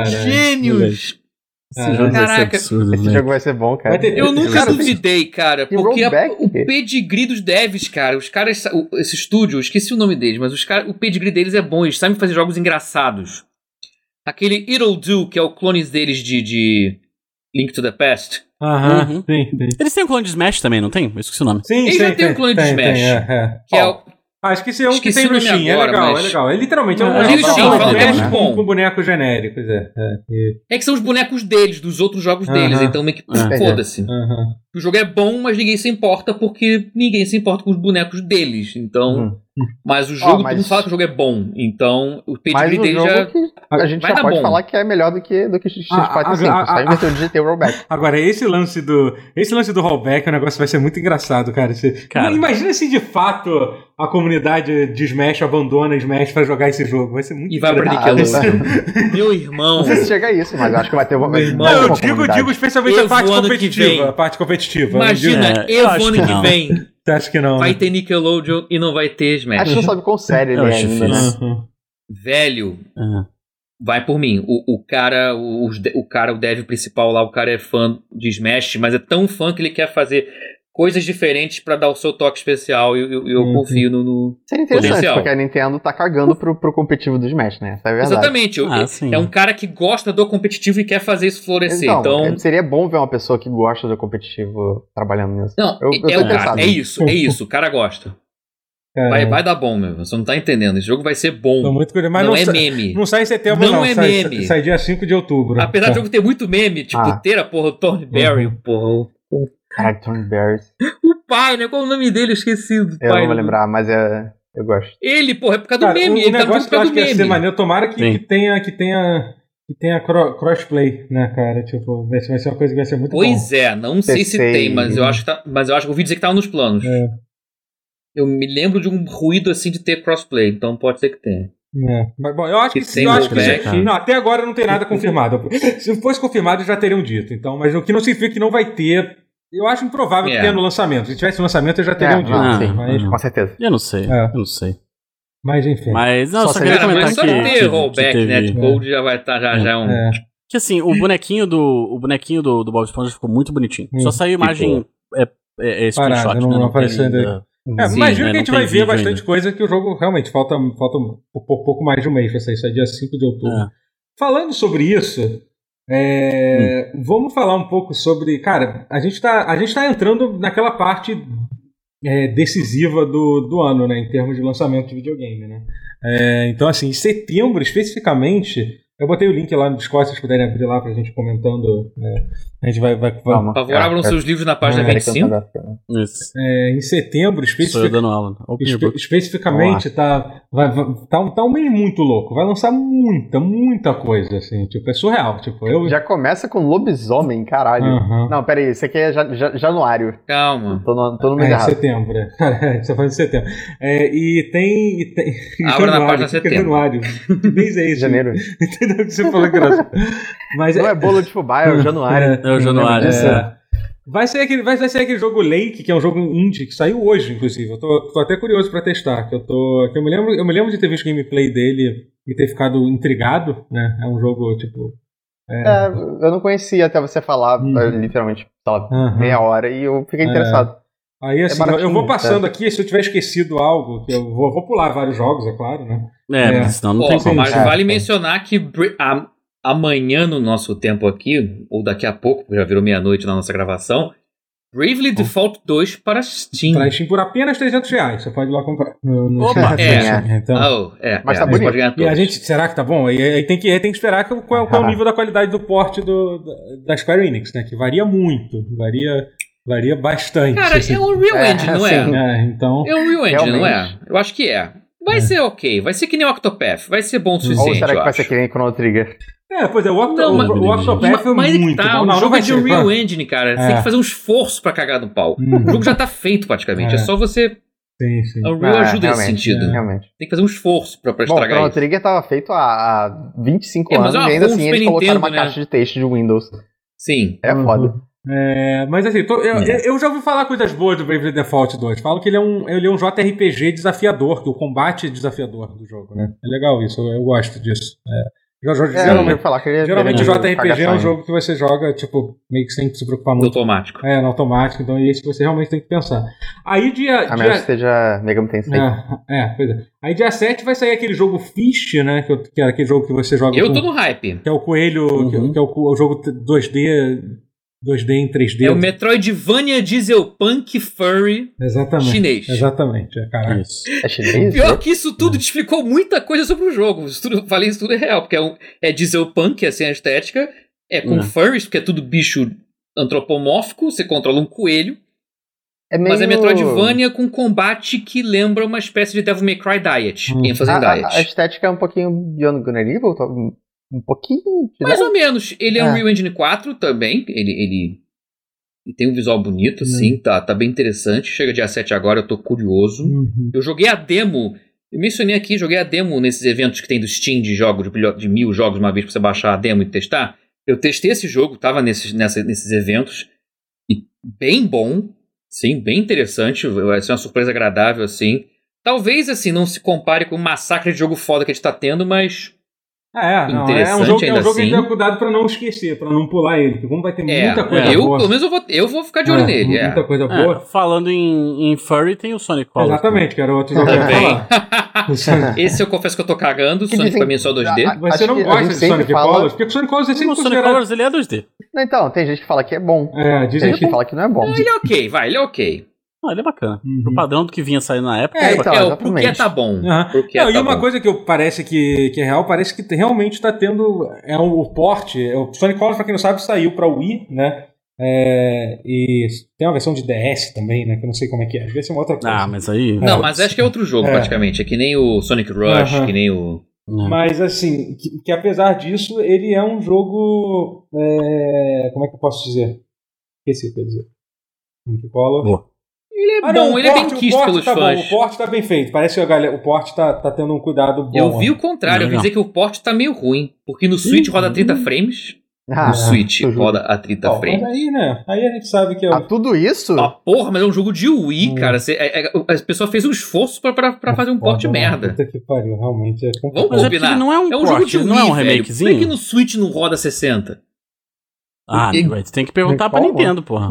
Gênios! Esse jogo Caraca, vai ser absurdo, esse né? jogo vai ser bom, cara. Ter, eu nunca cara, duvidei, cara, porque a, back, o pedigree dos devs, cara, os caras, o, esse estúdio, eu esqueci o nome deles, mas os cara, o pedigree deles é bom, eles sabem fazer jogos engraçados. Aquele It'll Do, que é o clones deles de, de Link to the Past. Aham, uhum. sim, sim. Eles têm um clone de Smash também, não tem? Eu esqueci o nome. Sim, Eles sim, já têm um clone de tem, Smash. Tem, é, é. Que oh. é o... Ah, esqueci um esqueci que tem no Steam, é legal, mas... é legal. É literalmente é um Lixin, Smash com, com bonecos genéricos, é. É, e... é que são os bonecos deles, dos outros jogos uh-huh. deles, então meio que uh-huh. foda-se. Uh-huh. O jogo é bom, mas ninguém se importa porque ninguém se importa com os bonecos deles, então... Uh-huh. Mas o jogo, oh, mas... todo mundo fala que o jogo é bom, então o pedigree dele já... A gente vai já pode bom. falar que é melhor do que do que Street Fighter cinco, só inventou de ter o rollback. Agora, esse lance do esse lance do rollback, o negócio vai ser muito engraçado, cara. Você, cara. Imagina se de fato a comunidade de Smash abandona Smash pra jogar esse jogo. Vai ser muito E vai pra Nickelodeon. Meu irmão. Não sei se chega a isso, mas eu acho que vai ter uma... Meu irmão, não, eu digo, digo especialmente a parte competitiva. A parte competitiva. Imagina, é, eu ano que, que vem... Você acha que não? Vai né? ter Nickelodeon e não vai ter Smash. Acho que não sabe qual série ele é ainda, né? Uhum. Velho, uhum. vai por mim. O, o cara, o, o cara, o dev principal lá, o cara é fã de Smash, mas é tão fã que ele quer fazer coisas diferentes pra dar o seu toque especial e eu, eu, eu uhum. confio no, no Seria interessante, potencial. Porque a Nintendo tá cagando pro, pro competitivo do Smash, né? Essa é a verdade. Exatamente. Ah, é, é um cara que gosta do competitivo e quer fazer isso florescer. Então, então... seria bom ver uma pessoa que gosta do competitivo trabalhando nisso. Não, eu, eu é, o cara, é isso, é isso. O cara gosta. É. Vai, vai dar bom, meu. Você não tá entendendo. Esse jogo vai ser bom. Tô muito curioso, mas não, não é sa- meme. Não sai em setembro, não. Não é sai, meme. Sai, sai dia cinco de outubro. Apesar tá. do jogo ter muito meme, tipo, ah. ter a porra, o Thornberry, uhum. porra. O... Caralho, Thornberries. O pai, né? Qual é o nome dele? Eu esqueci do eu pai. Eu não vou lembrar, mas é, eu gosto. Ele, porra, é por causa do Cara, meme. O, ele o negócio tá que eu acho que ia meme. ser maneiro, tomara que, que tenha... Que tenha... Que tenha crossplay, né, cara? Tipo, vai ser uma coisa que vai ser muito pois bom. Pois é, não sei se tem, mas eu acho que tá, mas eu acho que ouvi dizer que tava nos planos. É. Eu me lembro de um ruído assim de ter crossplay, então pode ser que tenha. É. Mas, bom, eu acho que, que sim, eu acho que sim. Não, até agora não tem nada confirmado. Se fosse confirmado, já teriam dito. Então, mas o que não significa que não vai ter. Eu acho improvável que é. tenha no lançamento. Se tivesse no lançamento, eu já teriam é, dito. Não, sim, mas... com certeza. Eu não sei, é. eu não sei. Mas enfim. Mas não, só, só queria cara, comentar mas só que, ter que, rollback, que teve... né? Gold já vai estar tá, já, é. já um. É. Que assim, o bonequinho do o bonequinho do, do Bob Esponja ficou muito bonitinho. Hum. Só saiu imagem tipo, é, é, é screenshot, parado, né? Não, não apareceu ainda. É, Sim, imagino né, que a gente vai ver bastante ainda. Coisa que o jogo realmente falta, falta um pouco mais de um mês pra sair. Isso é dia cinco de outubro. É. Falando sobre isso, é, hum. vamos falar um pouco sobre. Cara, a gente tá, a gente tá entrando naquela parte é, decisiva do, do ano, né? Em termos de lançamento de videogame, né? É, então, assim, em setembro especificamente. Eu botei o link lá no Discord, se vocês puderem abrir lá pra gente comentando. É, a gente vai. vai, vai... Favorável nos seus livros na página é, vinte e cinco. Isso. É, em setembro, especific... dando aula. Espe- especificamente, tá, vai, vai, tá, um, tá um mês muito louco. Vai lançar muita, muita coisa, assim. Tipo, é surreal. Tipo, eu... Já começa com lobisomem, caralho. Uhum. Não, peraí, isso aqui é ja, ja, januário. Calma. Tô no, tô no mês é, errado. setembro, é. Você faz em setembro. É, e tem. E tem Abra januário, na página setembro. Januário. Que mês é esse? Janeiro. Entendeu o que você falou, graça? Mas não é... é bolo de fubá, é o januário. É o januário. É. Vai ser, aquele, vai ser aquele jogo Lake, que é um jogo indie, que saiu hoje, inclusive. Eu tô, tô até curioso pra testar. Que eu, tô, que eu, me lembro, eu me lembro de ter visto gameplay dele e ter ficado intrigado, né? É um jogo, tipo... É, é eu não conhecia até você falar, uhum. literalmente, tava uhum. meia hora, e eu fiquei interessado. É. Aí, assim, é eu vou passando é. aqui, se eu tiver esquecido algo, que eu vou, vou pular vários jogos, é claro, né? É, é. senão não Pô, tem como. Mas vale mencionar que... A... Amanhã, no nosso tempo aqui, ou daqui a pouco, porque já virou meia-noite na nossa gravação, Bravely Default dois para Steam. Para Steam por apenas trezentos reais. Você pode ir lá comprar. No, no Opa, é. Então, oh, é. Mas é, tá bonito. E a gente, será que tá bom? Aí, aí tem, que, aí tem que esperar qual, qual é o nível da qualidade do porte do, da Square Enix, né? Que varia muito. Varia, varia bastante. Cara, assim. é um Real é, Engine, não assim, é? é? Então, é um Real Engine, realmente. não é? Eu acho que é. Vai é. ser ok. Vai ser que nem o Octopath. Vai ser bom o suficiente, Ou será que eu vai acho. ser que nem Chrono Trigger? É, pois é, o, Octo, não, o, o Octopath é mas muito tá, bom. O não, jogo não é de Unreal Engine, cara. Você é. tem que fazer um esforço pra cagar no pau. Uhum. O jogo já tá feito praticamente. É, é só você... Sim, sim. A Unreal ah, ajuda nesse sentido. É, realmente. Tem que fazer um esforço pra, pra Bom, estragar isso. Bom, o isso. Trigger tava feito há, há vinte e cinco é, anos é e ainda assim eles colocaram Nintendo, uma né? caixa de texto de Windows. Sim. É uhum. foda. É, mas assim, tô, eu, é. eu já ouvi falar coisas boas do Bravely Default dois. Falam que ele é, um, ele é um J R P G desafiador, que o combate é desafiador do jogo, né? É legal isso, eu, eu gosto disso. É. Já, já, é, geralmente falar que ele, geralmente ele o J R P G é um jogo que você joga, tipo, meio que sem se preocupar muito. No automático. É, no automático, então é isso que você realmente tem que pensar. Aí dia... A dia... menos que seja Megami Tensei. É, é, pois é. Aí dia sete vai sair aquele jogo Fish, né? Que, eu, que era aquele jogo que você joga... Eu com, tô no hype. Que é o coelho, uhum. que, que é o, o jogo dois D... dois D em três D. É o Metroidvania Dieselpunk Furry Exatamente, chinês. Exatamente, é, cara. Isso. É chinês? Pior que isso tudo te explicou muita coisa sobre o jogo. Isso tudo, eu falei isso tudo é real, porque é, um, é Dieselpunk, assim, a estética. É com é. furries, porque é tudo bicho antropomórfico. Você controla um coelho. É meio... Mas é Metroidvania com combate que lembra uma espécie de Devil May Cry Diet. Hum. ênfase em Diet. A, a estética é um pouquinho Beyond Good and Evil, um pouquinho. Mais ou menos. Ele é um Unreal Engine quatro também. Ele, ele, ele tem um visual bonito, uhum. assim. Tá, tá bem interessante. Chega dia sete agora, eu tô curioso. Uhum. Eu joguei a demo. Eu mencionei aqui, joguei a demo nesses eventos que tem do Steam de jogos, de, de mil jogos uma vez pra você baixar a demo e testar. Eu testei esse jogo, tava nesses, nessa, nesses eventos. E bem bom. Sim, bem interessante. Vai ser uma surpresa agradável, assim. Talvez, assim, não se compare com o massacre de jogo foda que a gente tá tendo, mas... É, não, é um jogo, é um jogo assim. que a gente tem cuidado pra não esquecer, pra não pular ele, porque como vai ter é, muita coisa eu, boa. Pelo menos eu vou, eu vou ficar de olho é, nele. Muita é. coisa é, boa. Falando em, em Furry, tem o Sonic Colors. Exatamente, que era outro jogo que eu ia falar. Esse eu confesso que eu tô cagando, o Sonic dizem, pra mim é só dois D. A, você não gosta de Sonic fala... Colors? Porque o Sonic Colors é sempre o Sonic considerado... Colors ele é dois D. Então, tem gente que fala que é bom. É, tem gente que fala que não é bom. Não, ele é ok, vai, ele é ok. Ah, ele é bacana. Uhum. O padrão do que vinha saindo na época. É, é, então, é o porque tá bom. Uhum. Porque não, tá e uma bom. coisa que eu, parece que, que é real, parece que realmente tá tendo é um, o porte. O Sonic Colors, pra quem não sabe, saiu pra Wii, né? É, e tem uma versão de D S também, né? Que eu não sei como é que é. Devia ser uma outra coisa. Ah, mas aí... Não, é, mas acho que é outro jogo, é. praticamente. É que nem o Sonic Rush, uhum. que nem o... Uhum. Mas, assim, que, que apesar disso, ele é um jogo... É, como é que eu posso dizer? Esqueci o que eu ia dizer. Sonic Colors... Boa. Ele é ah, bom, não, ele porte, é bem quisto pelos tá fãs. Bom, o porte tá bem feito. Parece que a galera, o porte tá, tá tendo um cuidado bom. Eu vi o contrário, eu vi dizer que o porte tá meio ruim. Porque no Switch roda trinta frames. Ah, no Switch é, roda a trinta oh, frames. Mas aí, né? Aí a gente sabe que é. Ah, tudo isso? Ah, porra, mas é um jogo de Wii, hum. cara. Cê, é, é, a pessoa fez um esforço pra, pra, pra fazer um porte não, merda. Puta que pariu, realmente é complicado. Vamos combinar. É não é um, é um porte, jogo de Wii, não é um velho. remakezinho. Por que no Switch não roda sessenta? Ah, e... você tem que perguntar pra Nintendo, porra.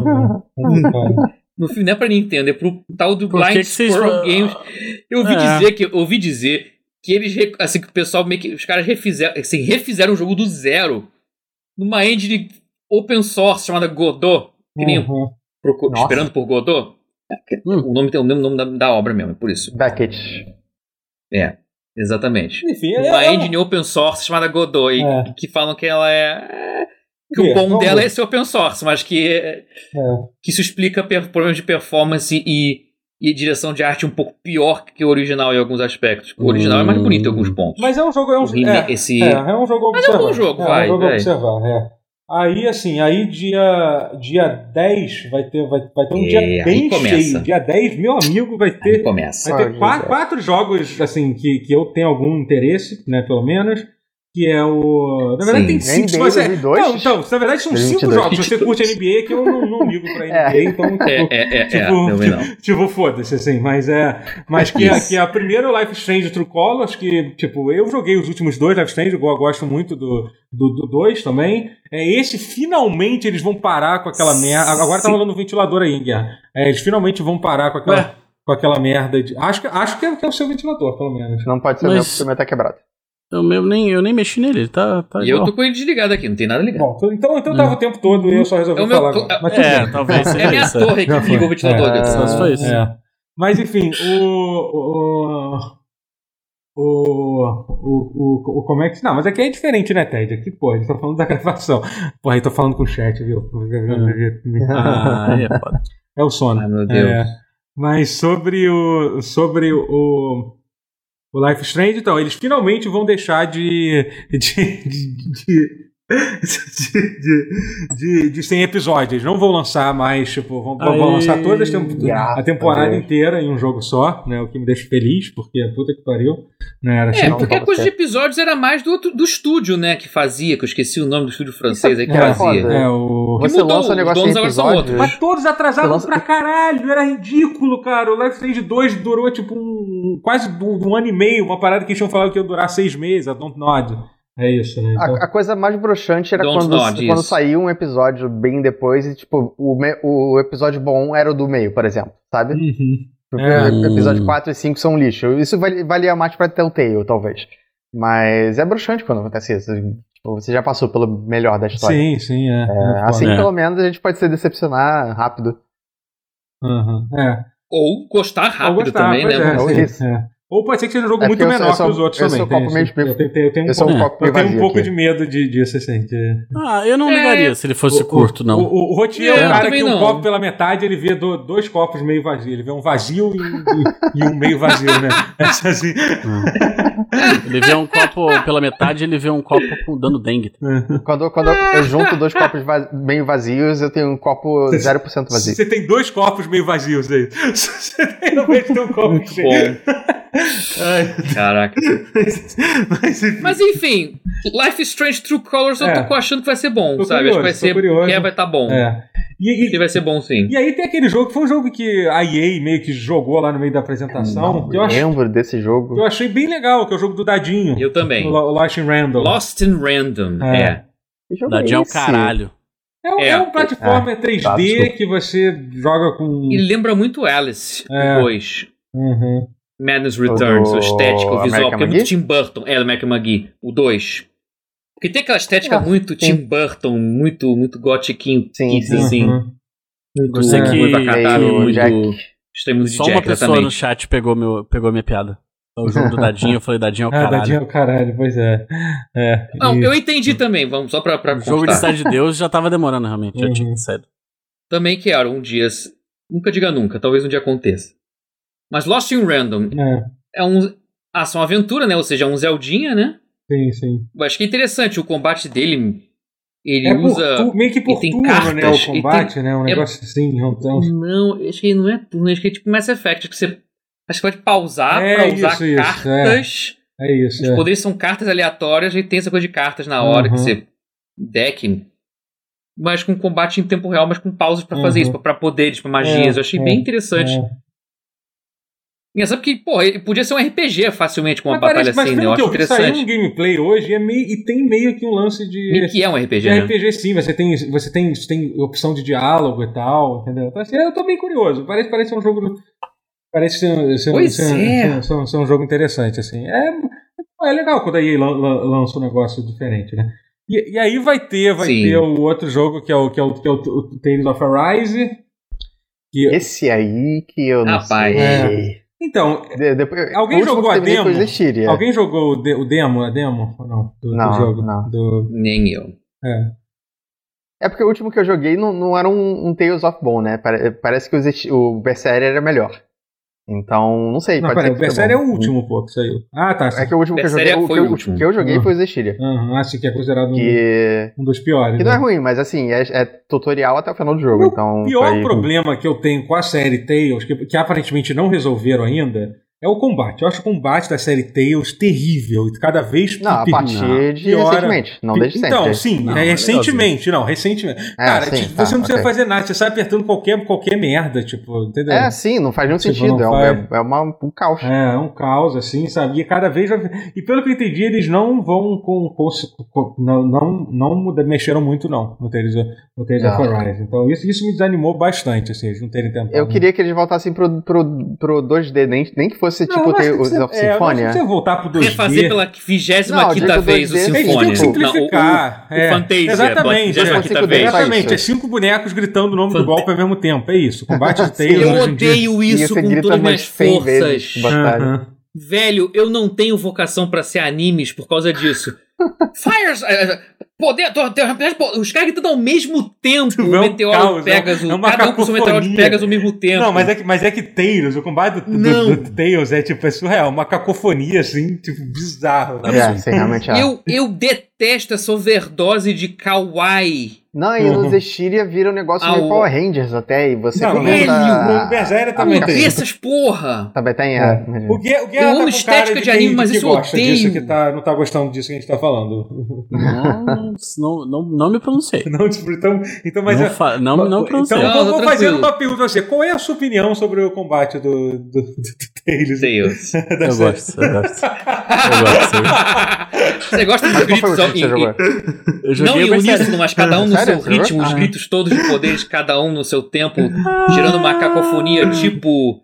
No fim, não é pra Nintendo, é pro tal do Por Blind que que Squirrel vocês... Games. Eu ouvi é. dizer que, eu ouvi dizer que eles, assim, que o pessoal meio que, os caras refizeram, assim, refizeram o jogo do zero numa engine open source chamada Godot, que nem uhum. procur, esperando por Godot. Hum. O nome tem o mesmo nome da, da obra mesmo, é por isso. Beckett. É, exatamente. Enfim, uma é, engine é... open source chamada Godot, e é. que falam que ela é... Que é, o bom vamos. dela é ser open source, mas que, é. que isso explica per, problemas de performance e, e direção de arte um pouco pior que o original em alguns aspectos. O original hum. é mais bonito em alguns pontos. Mas é um jogo... É um, Rime, é, esse... é, é um jogo Mas é um bom jogo, é, vai. É um jogo vai. observar, é. Aí, assim, aí dia, dia dez vai ter, vai, vai ter um é, dia bem começa. cheio. Dia dez, meu amigo, vai ter, aí começa. vai ter quatro, quatro jogos, assim, que, que eu tenho algum interesse, né, pelo menos. Que é o... Na verdade, Sim. tem cinco... Se você... Não, então, na verdade, são cinco jogos. Se você curte N B A, que eu não, não ligo pra N B A, é. então... Tipo, é, é, é, tipo, é, não, tipo, não. tipo foda-se, assim. Mas é... Mas que é, que é a primeira Life Strange True Colors, que, tipo, eu joguei os últimos dois Life Strange, eu gosto muito do do dois também. É, esse, finalmente, eles vão parar com aquela merda... Agora tá rolando um ventilador aí, Guerra. É, eles finalmente vão parar com aquela... Ué? Com aquela merda de... Acho que, acho que, é, que é o seu ventilador, pelo menos. Não pode ser o meu, porque o meu tá quebrado. Eu, meu, nem, eu nem mexi nele, ele tá, tá E igual. Eu tô com ele desligado aqui, não tem nada ligado. Bom, então, então tava hum. o tempo todo e eu só resolvi é falar meu, agora. Mas é, é talvez seja É a minha isso. torre que ligou o ventilador. É, só foi isso. É. Mas enfim, o... o, o, o, o, o como é que... Não, mas aqui é diferente, né, Ted? Aqui, pô, a gente tá falando da gravação. Pô, aí tô falando com o chat, viu? Ah, aí é foda. É o sono. Ai, meu Deus. É, mas sobre o... Sobre o... o Life is Strange, então, eles finalmente vão deixar de... de, de, de De, de, de, de cem episódios. Não vão lançar mais, tipo, vão, vão lançar toda a, temp a temporada inteira em um jogo só, né? O que me deixa feliz, porque puta que pariu. Né? Era é, porque a coisa de episódios era mais do, do estúdio, né? Que fazia, que eu esqueci o nome do estúdio francês aí que é, fazia. É, o... Você mudou, lança um negócio em episódio. Mas todos atrasavam lança... pra caralho, era ridículo, cara. O Life is Strange dois durou tipo um, quase um, um ano e meio, uma parada que eles tinham falado que ia durar seis meses, a Don't Nod. É isso, né? Então... A, a coisa mais broxante era Don't quando, nod, quando isso. saiu um episódio bem depois e, tipo, o, me, o episódio bom era o do meio, por exemplo, sabe? Uhum. Porque É. o episódio quatro e cinco são lixo. Isso valia mais pra Telltale, talvez. Mas é broxante quando acontece isso. Tipo, você já passou pelo melhor da história. Sim, sim, é. É, é assim, É. pelo menos, a gente pode se decepcionar rápido. Uhum. É. Ou gostar rápido Ou gostar, também, pois né? é, Ou sim, isso. é. Ou pode ser que seja um jogo É muito porque eu sou- menor eu sou- que os outros eu também. sou tem copo esse- meio- eu tenho, tenho, eu tenho Eu um sou pouco, um copo eu meio tenho um vazio pouco aqui. de medo de, disso, assim. De... Ah, eu não É. ligaria se ele fosse curto, não. O, o, o Rotier é É, um cara também que um não. copo pela metade, ele vê do- dois copos meio vazios. Ele vê um vazio e, e- e um meio vazio, né? É assim. Ele vê um copo pela metade, ele vê um copo com- dando dengue. Quando, quando eu junto dois copos va- meio vazios, eu tenho um copo zero por cento vazio. Você tem dois copos meio vazios aí. Você tem, realmente tem um copo Muito cheio. bom. Ai, Caraca. mas, mas, enfim. Mas enfim, Life is Strange True Colors eu É. tô achando que vai ser bom, Tô sabe? Acho que vai curioso, tô ser. curioso. É, vai tá bom. É. E, Que e, vai ser bom sim. e aí tem aquele jogo, que foi um jogo que a E A meio que jogou lá no meio da apresentação. Não que eu, ach, lembro desse jogo. eu achei bem legal, que é o jogo do Dadinho. Eu também. O Lo- Lost in Random. Lost in Random. É. É. Que jogo Dadinho é o esse? caralho. É, um- É. é um platformer Ah, três D tá, desculpa. que você joga com... Ele lembra muito Alice, É. o dois. Uhum. Madness Returns, do o estético, o visual, American porque é muito McGee? Tim Burton. É, o American McGee, o dois. Porque tem aquela estética Ah, muito sim. Tim Burton, muito, muito gothiquinho, Sim, assim, sim. assim. Uhum. Muito, Gostei que- muito acatável, Meio muito Jack. extremo de Só Jack, uma pessoa exatamente. no chat pegou, meu, pegou minha piada. Então, o jogo do Dadinho, eu falei, Dadinho é o Ah, caralho. Dadinho é o caralho, pois é. é. Não, E- eu entendi também, vamos só pra, pra O jogo de constar. Cidade de Deus já tava demorando, realmente. Já Uhum. tinha saído. Também quero um dia, nunca diga nunca, talvez um dia aconteça. Mas Lost in Random É, é um ação aventura, né? Ou seja, é um Zeldinha, né? sim, sim. Eu acho que é interessante o combate dele. Ele É por usa. tu- meio que por tem turno, né? cartas, O ele combate, né? Um negócio assim. é um- é um- Não, acho que não é turno, acho que é tipo Mass Effect, que você. Acho que pode pausar É pra usar isso, isso, cartas. É isso. Os É. poderes são cartas aleatórias e tem essa coisa de cartas na hora Uhum. que você. Deck. Mas com combate em tempo real, mas com pausas pra fazer Uhum. isso, pra- pra poderes, pra magias. É, Eu achei é, bem interessante. É. Engraçado porque, pô, ele podia ser um R P G facilmente com uma Mas batalha parece, mas assim, né? pelo Eu que acho eu vi, saiu interessante. um gameplay hoje e, é meio, e tem meio que um lance de... Meio que é um R P G, de né? R P G sim, você tem, você tem, você tem opção de diálogo e tal, entendeu? Então, assim, eu tô bem curioso, parece, parece um jogo... Parece ser, ser, Pois ser, é. ser, ser, ser um jogo interessante, assim. É, é legal quando a E A lan- lan- lança um negócio diferente, né? E, e aí vai ter, vai Sim. ter o outro jogo que é o, que é o, que é o, o Tales of Arise. Que, Esse aí que eu não Rapaz. sei. então, De- depois- Alguém o último jogou que a eu terminei foi demo? o Styria. alguém jogou o, de- o demo, a demo ou não? Do, do Não, jogo? não. Do, Nem eu. é. É porque o último que eu joguei não, não era um, um Tales of Bone, né? Pare- Parece que o, Zest- o Berseria era melhor. Então, não sei. Não, pode peraí, ser o que foi Berseria é bom. o último, pô, que saiu. Ah, tá. É que o último que eu joguei, Berseria o, foi que, o eu- último. que eu joguei Ah. foi o Zestiria. Uhum, acho que é considerado um, Que, um dos piores. que não é né? ruim, mas assim, é, é tutorial até o final do jogo. O então pior foi- problema que eu tenho com a série Tales, que, que aparentemente não resolveram ainda, é o combate. Eu acho o combate da série Tales terrível. E cada vez Não, a pi- partir de piora. recentemente, não desde sempre. Então, sim, Não, é é recentemente, não, recentemente. É, Cara, sim, tipo, tá, você não precisa ok. fazer nada, você sai apertando qualquer, qualquer merda, tipo, entendeu? É, sim, não faz nenhum Tipo, sentido. não É, um- faz. é, é uma, um caos. É, é um caos, assim, sabe? E cada vez vai... E pelo que eu entendi, eles não vão com... com, com não, não, não muda, mexeram muito, não, no Tales of, no Tales of Não. Arise. Então isso, isso me desanimou bastante, assim, eles não terem tentado. Eu queria que eles voltassem pro, pro, pro dois D, nem, nem que fosse Não, tipo eu acho ter que o você- of é, eu acho que Sinfonia. você voltar pro dois D... Refazer pela vigésima Não, quinta digo vez o dois D, Eles têm que Sinfonia. simplificar. Não, o, o, é. o Fantasia. Exatamente. pela vigésima É. quinta Consigo vez. deixar Exatamente, isso. é cinco bonecos gritando o nome do Fant- golpe ao mesmo tempo. É isso. Combate de Sim. Tales Eu hoje em dia. odeio E isso você com grita todas as umas minhas cem vezes forças. batalha. Aham. Velho, eu não tenho vocação pra ser animes por causa disso. Fires! eh, Poder, os caras gritando ao mesmo tempo. É um o Meteoro caos, Pegasus. é uma cada um com o seu Meteoro Pegasus ao mesmo tempo. Não, mas é que, mas é que Tails, o combate do, do, do Tails é tipo, é surreal, uma cacofonia assim, tipo, bizarro. Né? É, sim, realmente é. Eu, eu detesto essa overdose de kawaii. Não, e uhum. no Zestiria vira um negócio meio Power Rangers até, e você não, começa... O Berseria também tem. Essas porra! Também tem, é. é. O Guerra, o Guerra eu amo tá estética de anime, mas que isso gosta odeio. Disso, que tá, não tá gostando disso que a gente tá falando. Não, não, não, não me pronunciei. Não, então, então, mas não, é, fa- não, não pronunciei. Então, não, eu vou tranquilo. fazer uma pergunta pra você. Qual é a sua opinião sobre o combate do, do, do, do Tails? Tails. Eu gosto, eu gosto. Eu gosto. Você gosta dos gritos? Em, eu joguei não em uníssono, mas cada um no Sério? seu ritmo, os ah. gritos todos de poderes, cada um no seu tempo, gerando uma cacofonia tipo...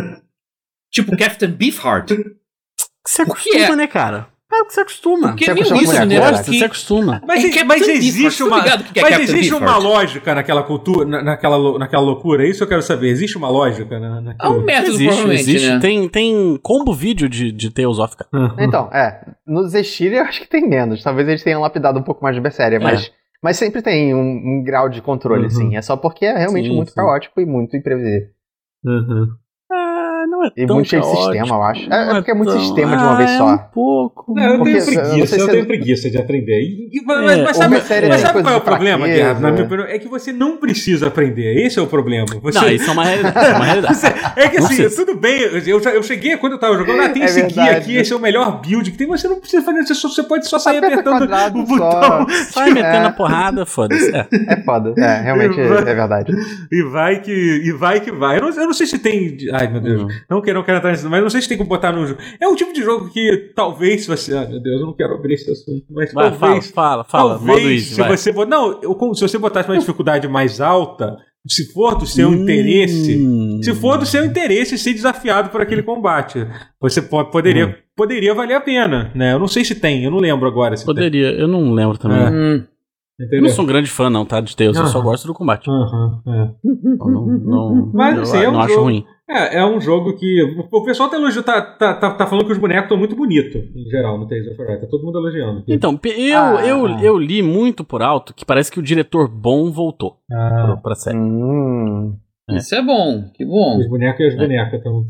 tipo Captain Beefheart. Você acostuma, é? né, cara? É o que você acostuma. Porque você nem acostuma isso, né? Gosta, Que... você acostuma. Mas, é mas existe uma, que é mas existe uma lógica naquela cultura, na, naquela, naquela loucura? É isso que eu quero saber. Existe uma lógica na, naquilo? É um método, existe, provavelmente, existe. né? Tem, tem combo vídeo de, de Tales of, cara. Uhum. Então, é. No Zestiria eu acho que tem menos. Talvez eles tenham lapidado um pouco mais de Berseria, é. mas... Mas sempre tem um, um grau de controle, uhum. assim. É só porque é realmente sim, muito sim. caótico e muito imprevisível. Uhum. Ah, não é e tão muito cheio de sistema, eu acho. É, é porque é muito tão... sistema de uma ah, vez só. É um pouco. Não, eu porque, tenho preguiça, eu, eu se tenho é... preguiça de aprender. E, e, mas, é, mas sabe, mas sabe qual é o de problema, Guerra? Na minha é. opinião, é que você não precisa aprender. Esse é o problema. Você... Não, isso é uma realidade. Isso é, uma realidade. Você, é que assim, tudo bem, eu, eu cheguei quando eu tava jogando, ah, tem é esse aqui, verdade. aqui, esse é o melhor build que tem, você não precisa fazer isso, você pode só sair Aperta apertando o botão. Só sai metendo a porrada, foda-se. É. é foda, é, realmente é, é verdade. E vai que, e vai que vai. Eu não, eu não sei se tem... Ai, meu Deus. Uhum. Não quero, não quero entrar nisso, mas eu não sei se tem como botar no jogo. É um tipo de jogo que talvez você... Ah, meu Deus, eu não quero abrir esse assunto, mas vai, talvez... Fala, fala, fala. Talvez, easy, se vai. você... Não, eu, se você botasse uma dificuldade mais alta, se for do seu hum. interesse... Se for do seu interesse ser desafiado por aquele combate, você pode, poderia, hum. poderia valer a pena, né? Eu não sei se tem, eu não lembro agora. Se poderia, tem. Eu não lembro também. É. Hum. Eu não sou um grande fã, não, tá? De Tales, uhum. eu só gosto do combate. Uhum, é. Então, não, não, Mas assim, eu, é um não jogo, acho ruim. É, é um jogo que. O pessoal tá, elogio, tá, tá, tá, tá falando que os bonecos estão muito bonitos, em geral, no Tales of Arise. Tá todo mundo elogiando. Então, eu, ah, eu, ah. eu li muito por alto que parece que o diretor bom voltou ah. pra, pra série. Hum. É. Isso é bom, que bom. Os bonecos e as é. bonecas estão.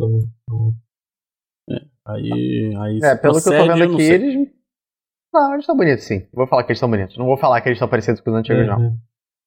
É. Aí, aí. É, pelo que eu tô vendo aqui, eles. Não, eles estão bonitos, sim. Vou falar que eles estão bonitos. Não vou falar que eles estão parecidos com os antigos, uhum. não.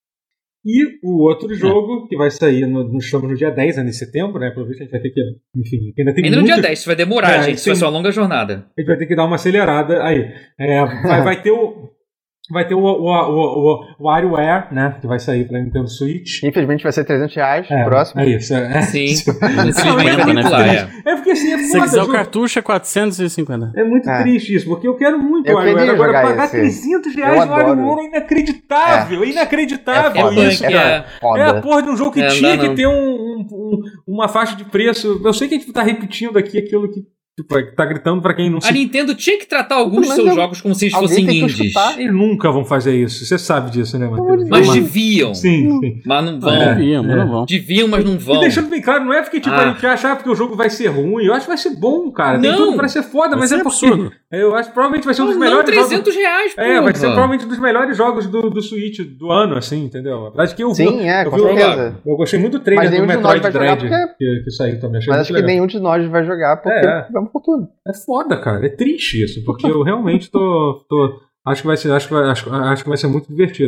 E o outro jogo, é. que vai sair, no, no, estamos no dia dez, né, de setembro, né? Pelo visto a gente vai ter que... Enfim, ainda tem Ainda muito... no dia dez, isso vai demorar, é, gente. Isso vai ser uma longa jornada. A gente vai ter que dar uma acelerada aí. É, vai, vai ter o... Vai ter o, o, o, o, o WarioWare, né? Que vai sair pra Nintendo Switch. Infelizmente vai ser trezentos reais é, no próximo. É isso. É. Sim. Não, é, muito lá, é. é porque assim, é Se quiser o cartucho é quatrocentos e cinquenta. É muito é. triste isso, porque eu quero muito o WarioWare. Agora pagar esse. trezentos reais no WarioWare é inacreditável. É, é inacreditável é isso, é cara. É, é a porra de um jogo que é, tinha não, que não. ter um, um, uma faixa de preço. Eu sei que a gente tá repetindo aqui aquilo que tipo, tá gritando pra quem não se... A Nintendo tinha que tratar alguns dos seus eu... jogos como se eles fossem indies. Eles nunca vão fazer isso. Você sabe disso, né, Matheus? Mas deviam. Sim, sim. Mas não vão. É, deviam, mas não vão. Deviam, mas não vão. E deixando bem claro, não é porque tipo, ah. a gente acha que o jogo vai ser ruim. Eu acho que vai ser bom, cara. Tem não. tudo pra ser foda, vai mas ser é porque... absurdo. Eu acho que provavelmente vai ser um dos não, melhores não, trezentos jogos... reais, pô. É, vai ser provavelmente um dos melhores jogos do, do Switch do ano, assim, entendeu? Acho que eu vi... Sim, é, eu com vi, certeza. Eu, eu gostei muito do trailer do Metroid Dread porque... que, que saiu também. Achei mas acho legal. que nenhum de nós vai jogar porque é, é uma fortuna. É foda, cara. É triste isso, porque eu realmente tô... tô acho, que vai ser, acho, que vai, acho, acho que vai ser muito divertido.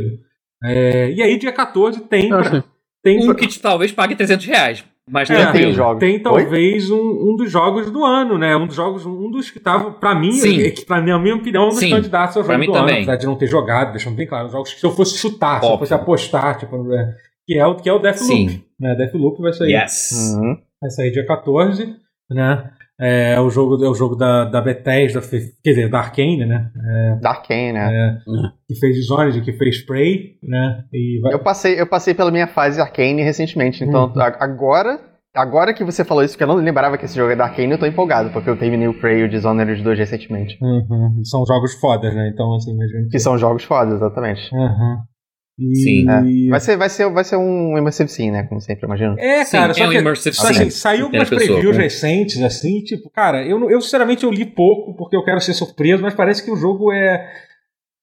É, e aí, dia quatorze, tem... Pra, tem um pra... que talvez pague trezentos reais. Mas é, tem, jogos. Tem talvez um, um dos jogos do ano, né? Um dos jogos, um dos que tava, pra mim, é, que pra mim, na minha opinião, um dos Sim. candidatos ao jogo pra mim do também. ano, apesar de não ter jogado, deixando bem claro, jogos que se eu fosse chutar, Óbvio. se eu fosse apostar, tipo, é, que, é o, que é o Deathloop. Sim. Né? Deathloop vai sair. Yes. Uhum. Vai sair dia quatorze, né? É o jogo, é o jogo da, da Bethesda, quer dizer, da Arcane, né? É, da Arcane, né? É, uhum. Que fez Dishonored, que fez Prey, né? E vai... eu, passei, eu passei pela minha fase Arcane recentemente, então uhum. agora... Agora que você falou isso, que eu não lembrava que esse jogo é da Arcane, eu tô empolgado, porque eu terminei o Prey e o Dishonored dois recentemente. Uhum. São jogos fodas, né? Então, assim, imagino que... que são jogos fodas, exatamente. Uhum. E... Sim. É. Vai, ser, vai, ser, vai ser um Immersive Sim, né? Como sempre, imagino. É, cara, Sim, só é um que Immersive só, assim, saiu algumas previews pessoa, recentes, assim, tipo, cara, eu, eu sinceramente eu li pouco, porque eu quero ser surpreso, mas parece que o jogo é...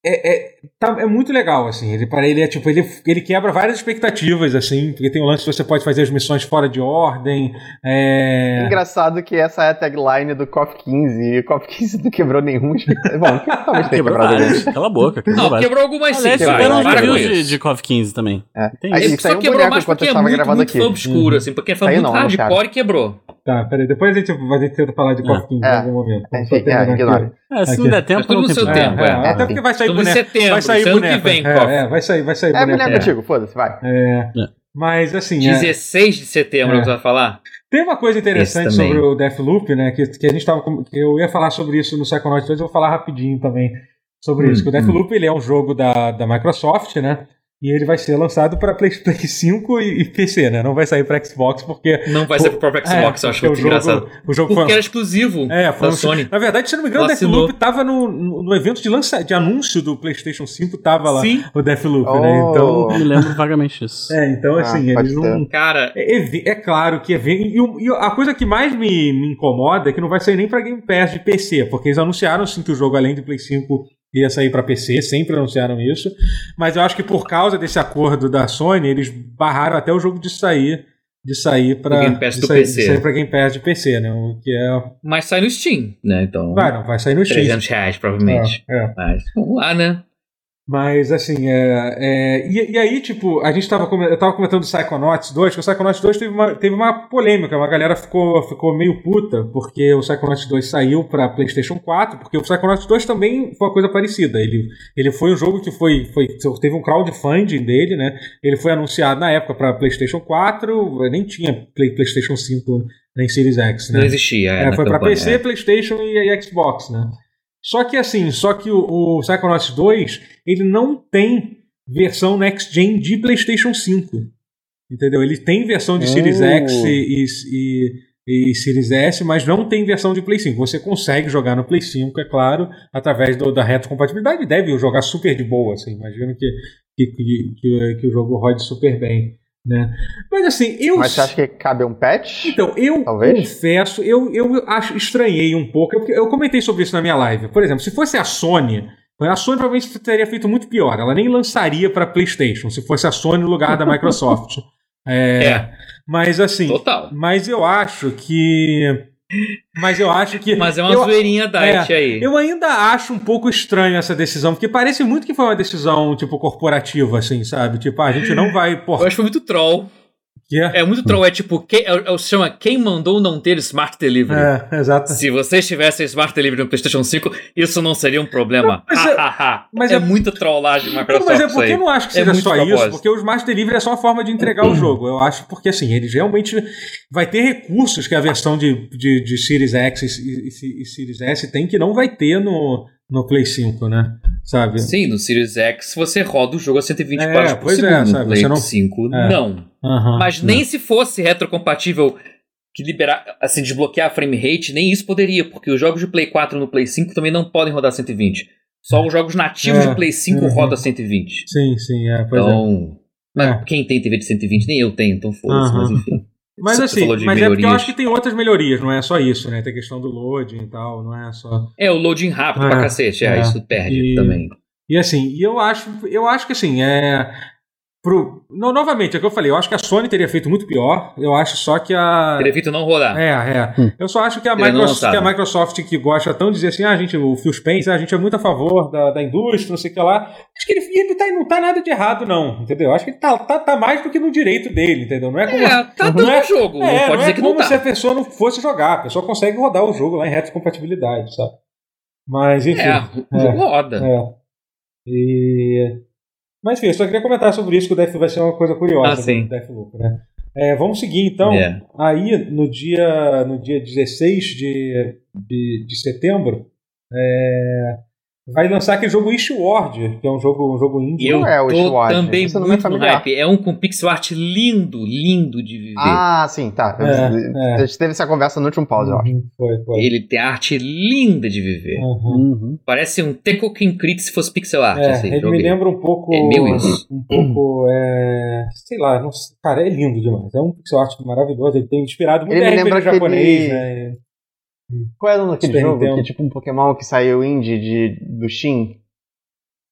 É, é, tá, é muito legal, assim. Ele, para ele, é, tipo, ele, ele quebra várias expectativas, assim, porque tem o lance que você pode fazer as missões fora de ordem. É... Engraçado que essa é a tagline do C O F quinze, e o C O F quinze não quebrou nenhum. Bom, talvez tenha quebrado nenhum. Cala a boca. Não, várias. Quebrou algumas sim. Tiveram uns reviews de, de C O F quinze também. É. Aí, ele só quebrou mais porque é muito, muito aqui. obscuro, uhum. assim, porque foi muito hardcore e quebrou. Tá, peraí, depois a gente, a gente tenta falar de C O F quinze é. em algum momento. Enfim, é, ignora. É, se não der tempo, tudo no seu tempo. É, é. Até porque vai sair boneco. Setembro, vai sair boneco. Que vem, é, é, vai sair, vai sair é boneco. É boneco antigo, foda-se, vai. É, mas assim... dezesseis de setembro, é. você vai falar? Tem uma coisa interessante sobre o Deathloop, né, que, que a gente tava... Que eu ia falar sobre isso no Psychonauts dois, eu vou falar rapidinho também sobre hum, isso. Que o Deathloop, hum. ele é um jogo da, da Microsoft, né? E ele vai ser lançado para PlayStation cinco e, e P C, né? Não vai sair para Xbox porque... Não vai o, ser para o próprio Xbox, é, eu acho muito jogo, engraçado. O jogo porque foi, era exclusivo é, foi da um, Sony. Na verdade, se não me engano, Vacinou. o Deathloop tava no, no, no evento de, lança, de anúncio do PlayStation cinco, tava lá Sim. o Deathloop, oh. né? Então... Eu me lembro vagamente disso. É, então assim, ah, eles não... Cara... É, é, é claro que é... E, e a coisa que mais me, me incomoda é que não vai sair nem para Game Pass de P C, porque eles anunciaram sim que o jogo, além de Play cinco... ia sair para P C, sempre anunciaram isso, mas eu acho que por causa desse acordo da Sony, eles barraram até o jogo de sair de sair para Game Pass do sair, P C. De sair para Game Pass de P C, né? O que é... Mas sai no Steam, né? Então. Vai, não, vai sair no Steam. trezentos reais, provavelmente. É, é. Mas vamos lá, né? Mas, assim, é, é, e, e aí, tipo, a gente tava, eu tava comentando do Psychonauts dois, que o Psychonauts dois teve uma, teve uma polêmica, uma galera ficou, ficou meio puta, porque o Psychonauts dois saiu pra PlayStation quatro, porque o Psychonauts dois também foi uma coisa parecida, ele, ele foi um jogo que foi, foi, teve um crowdfunding dele, né, ele foi anunciado na época pra PlayStation quatro, nem tinha Play, PlayStation cinco nem Series X, né. Não existia, é, é, Foi pra campanha, P C, é. PlayStation e, e Xbox, né. Só que assim, só que o, o Psychonauts dois, ele não tem versão Next Gen de PlayStation cinco. Entendeu? Ele tem versão de Series oh. X e, e, e Series S, mas não tem versão de Play cinco. Você consegue jogar no Play cinco, é claro, através do, da retrocompatibilidade. Deve jogar super de boa, assim. Imagino que, que, que, que, que o jogo rode super bem. Né? Mas assim, eu... Mas você acha que cabe um patch? Então, eu Talvez? confesso, eu, eu acho, estranhei um pouco, eu, eu comentei sobre isso na minha live. Por exemplo, se fosse a Sony, a Sony provavelmente teria feito muito pior. Ela nem lançaria para PlayStation, se fosse a Sony no lugar da Microsoft. é, é. Mas assim... Total. Mas eu acho que... Mas eu acho que... Mas é uma eu, zoeirinha da é, aí. Eu ainda acho um pouco estranho essa decisão, porque parece muito que foi uma decisão, tipo, corporativa, assim, sabe? Tipo, ah, a gente não vai... Porra. Eu acho que foi muito troll. Yeah. É muito troll, é tipo, quem, é, é, chama quem mandou não ter Smart Delivery. É, exato. Se vocês tivessem Smart Delivery no PlayStation cinco, isso não seria um problema. Não, mas é, mas é, é muita trollagem de Microsoft. Não, mas é porque eu não acho que seja é só propósito. isso, porque o Smart Delivery é só uma forma de entregar o jogo. Eu acho porque, assim, eles realmente vai ter recursos que a versão de, de, de Series X e, e, e Series S tem que não vai ter no, no Play cinco, né? Sabe? Sim, no Series X você roda o jogo a cento e vinte é, quadros por segundo. É, sabe? No Play você não... cinco, é. não. Uhum, mas nem é. se fosse retrocompatível que liberar, assim, desbloquear a frame rate, nem isso poderia, porque os jogos de Play quatro no Play cinco também não podem rodar cento e vinte. Só os jogos nativos é, de Play cinco uhum. rodam cento e vinte. Sim, sim, é. Pois então, é. Mas é. quem tem T V de cento e vinte? Nem eu tenho, então foda-se, uhum. mas enfim. Mas Você assim, mas melhorias. é porque eu acho que tem outras melhorias, não é só isso, né? Tem a questão do loading e tal, não é só... É, o loading rápido é, pra cacete, é, é. isso perde e, também. E assim, e eu acho, eu acho que assim, é... Pro, no, novamente, é o que eu falei, eu acho que a Sony teria feito muito pior, eu acho só que a... Teria feito não rodar. É, é. Hum. Eu só acho que a, Microsoft, que a Microsoft, que gosta tão de dizer assim, ah, gente, o Phil Spencer, a gente é muito a favor da, da indústria, não sei o que lá, acho que ele, ele tá, não tá nada de errado, não, entendeu? Acho que ele tá, tá, tá mais do que no direito dele, entendeu? Não é como... É, tá dando é, jogo, é, não pode não dizer é que como não tá. se a pessoa não fosse jogar, a pessoa consegue rodar o jogo lá em retrocompatibilidade, sabe? Mas, enfim... É, o jogo é, roda. É. E... Mas enfim, eu só queria comentar sobre isso, que o Death vai ser uma coisa curiosa ah, do Deathloop, né? É, vamos seguir então. Yeah. Aí no dia, no dia dezesseis de, de, de setembro é, vai lançar aquele jogo Wishward, que é um jogo, um jogo indie. Eu é o tô Wishward, também muito no hype. É um com pixel art lindo, lindo de viver. Ah, sim, tá. É, é. A gente teve essa conversa no último pause, eu acho. Foi, foi. Ele tem arte linda de viver. Uhum. Parece um Tekken Crit se fosse pixel art. É, assim, ele joguei. me lembra um pouco... É meio isso. Um pouco, é, sei lá, não sei, cara, é lindo demais. É um pixel art maravilhoso. Ele tem inspirado muito ele R P G japonês, aquele... né? Qual é o nome daquele Super jogo? Nintendo. Que é tipo um Pokémon que saiu indie de, do Shin.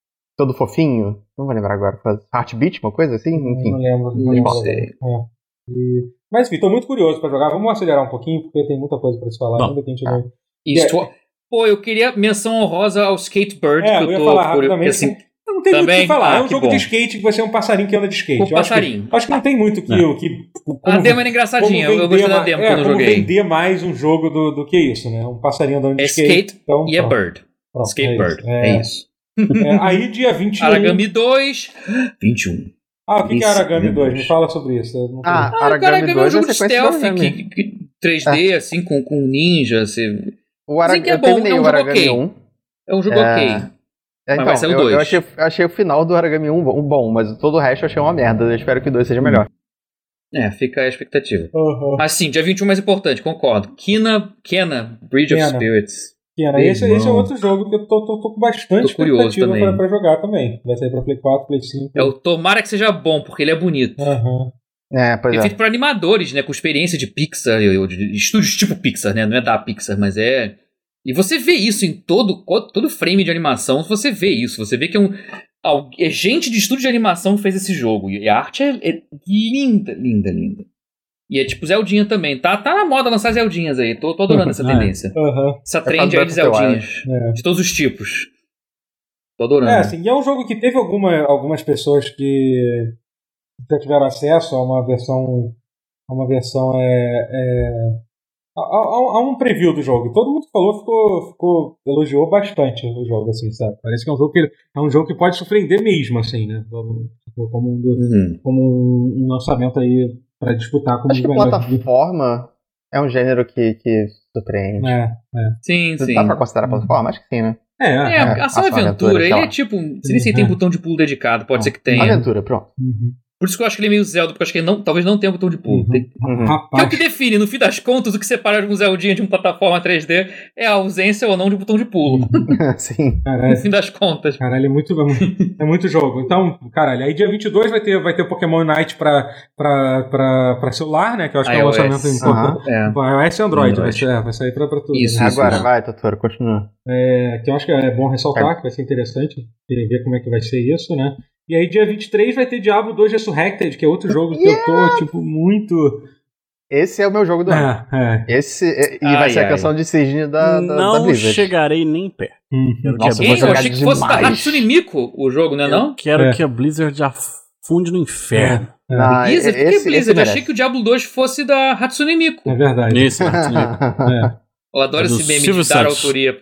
todo fofinho. Não vou lembrar agora. Heartbeat, uma coisa assim? Enfim. Não lembro. Não, não sei. É. E... Mas enfim, tô muito curioso pra jogar. Vamos acelerar um pouquinho, porque tem muita coisa pra se falar ainda que a gente não... Isso. É. Pô, eu queria menção honrosa ao Skatebird, é, que eu, eu tô... ia falar rapidamente, assim, não tem também, muito o que falar. ah, é um jogo bom. de skate que vai ser um passarinho que anda de skate. Um passarinho. Acho que, acho que não tem muito que... É. que como, a demo era engraçadinha, eu gostei da demo é, quando eu como joguei. vender mais um jogo do, do que isso, né? Um passarinho andando de é skate. skate Então, e é bird. Pronto, Skatebird, é, é isso. É, aí dia vinte e um... Aragami dois, vinte e um. Ah, o que, que é Isso, Aragami meu dois? Deus. Me fala sobre isso. eu não Ah, sei. Ah, Aragami Aragami é um dois jogo é de sequência do stealth, Aragami. que, que, três D, assim, com, com ninja, assim. O Arag... Dizem que é eu bom, terminei é um o jogo Aragami ok. um. É um jogo É. ok. É, então, vai ser o eu, dois. eu achei, eu achei o final do Aragami um bom, bom, mas todo o resto eu achei uma merda. Eu espero que o dois seja melhor. É, fica a expectativa. Uhum. Mas sim, dia vinte e um mais importante, concordo. Kena, Kena, Bridge Kena. of Spirits. Kena, esse, esse é outro jogo que eu tô, tô, tô com bastante Tô curioso expectativa também. pra, pra jogar também. Vai sair pra Play quatro, Play cinco. É o tomara que seja bom, porque ele é bonito. Uhum. É, pois É é. feito por animadores, né? Com experiência de Pixar, ou de estúdios tipo Pixar, né? Não é da Pixar, mas é... E você vê isso em todo, todo frame de animação, você vê isso. Você vê que é um... É gente de estúdio de animação que fez esse jogo. E a arte é, é linda, linda, linda. E é tipo Zeldinha também. Tá, tá na moda lançar Zeldinhas aí. Tô, tô adorando essa tendência. Uhum. Essa É trend aí de fácil pra Zeldinhas. É. De todos os tipos. Tô adorando. É, assim, e é um jogo que teve alguma, algumas pessoas que já tiveram acesso a uma versão... A uma versão... É, é, a, a, a um preview do jogo. E todo mundo falou, ficou, ficou, elogiou bastante o jogo, assim, sabe? Parece que é um jogo que, é um jogo que pode surpreender mesmo, assim, né? Como, como, um, do, Uhum. como um, um lançamento aí pra disputar com Acho os que melhores. plataforma é um gênero que, que surpreende. É, é. Sim, sim. Dá pra considerar plataforma? Acho que sim, né? É, É, é. ação ação, aventura. aventura, sei Ele lá. é tipo... Se nem sei, tem Uhum. botão de pulo dedicado. Pode Ah. ser que tenha. Aventura, pronto. Uhum. Por isso que eu acho que ele é meio Zelda, porque eu acho que ele não, talvez não tenha botão de pulo. Uhum. Tem- Uhum. Que é o Rapaz, que define, no fim das contas, o que separa um Zeldinha de uma plataforma três D é a ausência ou não de botão de pulo. Sim. No caralho, fim das contas. caralho, é muito, é muito- é muito jogo. Então, caralho, aí dia vinte e dois vai ter, vai ter Pokémon Unite pra, pra, pra, pra celular, né? Que eu acho que é um iOS. lançamento importante. É. Vai iOS e Android, vai, Android. ser, é, vai sair pra, pra tudo. Isso, né? isso. Agora, isso. vai, Totoro, continua. É, que eu acho que é bom ressaltar, que vai ser interessante ver como é que vai ser isso, né? E aí dia vinte e três vai ter Diablo dois Resurrected, que é outro jogo que eu tô, tipo, muito... Esse é o meu jogo do ano. É, é. Esse, é- e Ai, vai ser a ai. canção de Cisne da, da, da não Blizzard. chegarei nem perto. Uhum. Quero que Nossa, a eu vou Quem? Eu jogar achei que fosse da demais. Hatsune Miku o jogo, né? Eu Não? quero É. que a Blizzard afunde no inferno. É, Ah, Blizzard? Por que esse- Blizzard? esse Eu achei merece. que o Diablo dois fosse da Hatsune Miku. é verdade. Isso, Hatsune Miku. É. Eu adoro É do esse meme Silvio de dar Santos. autoria.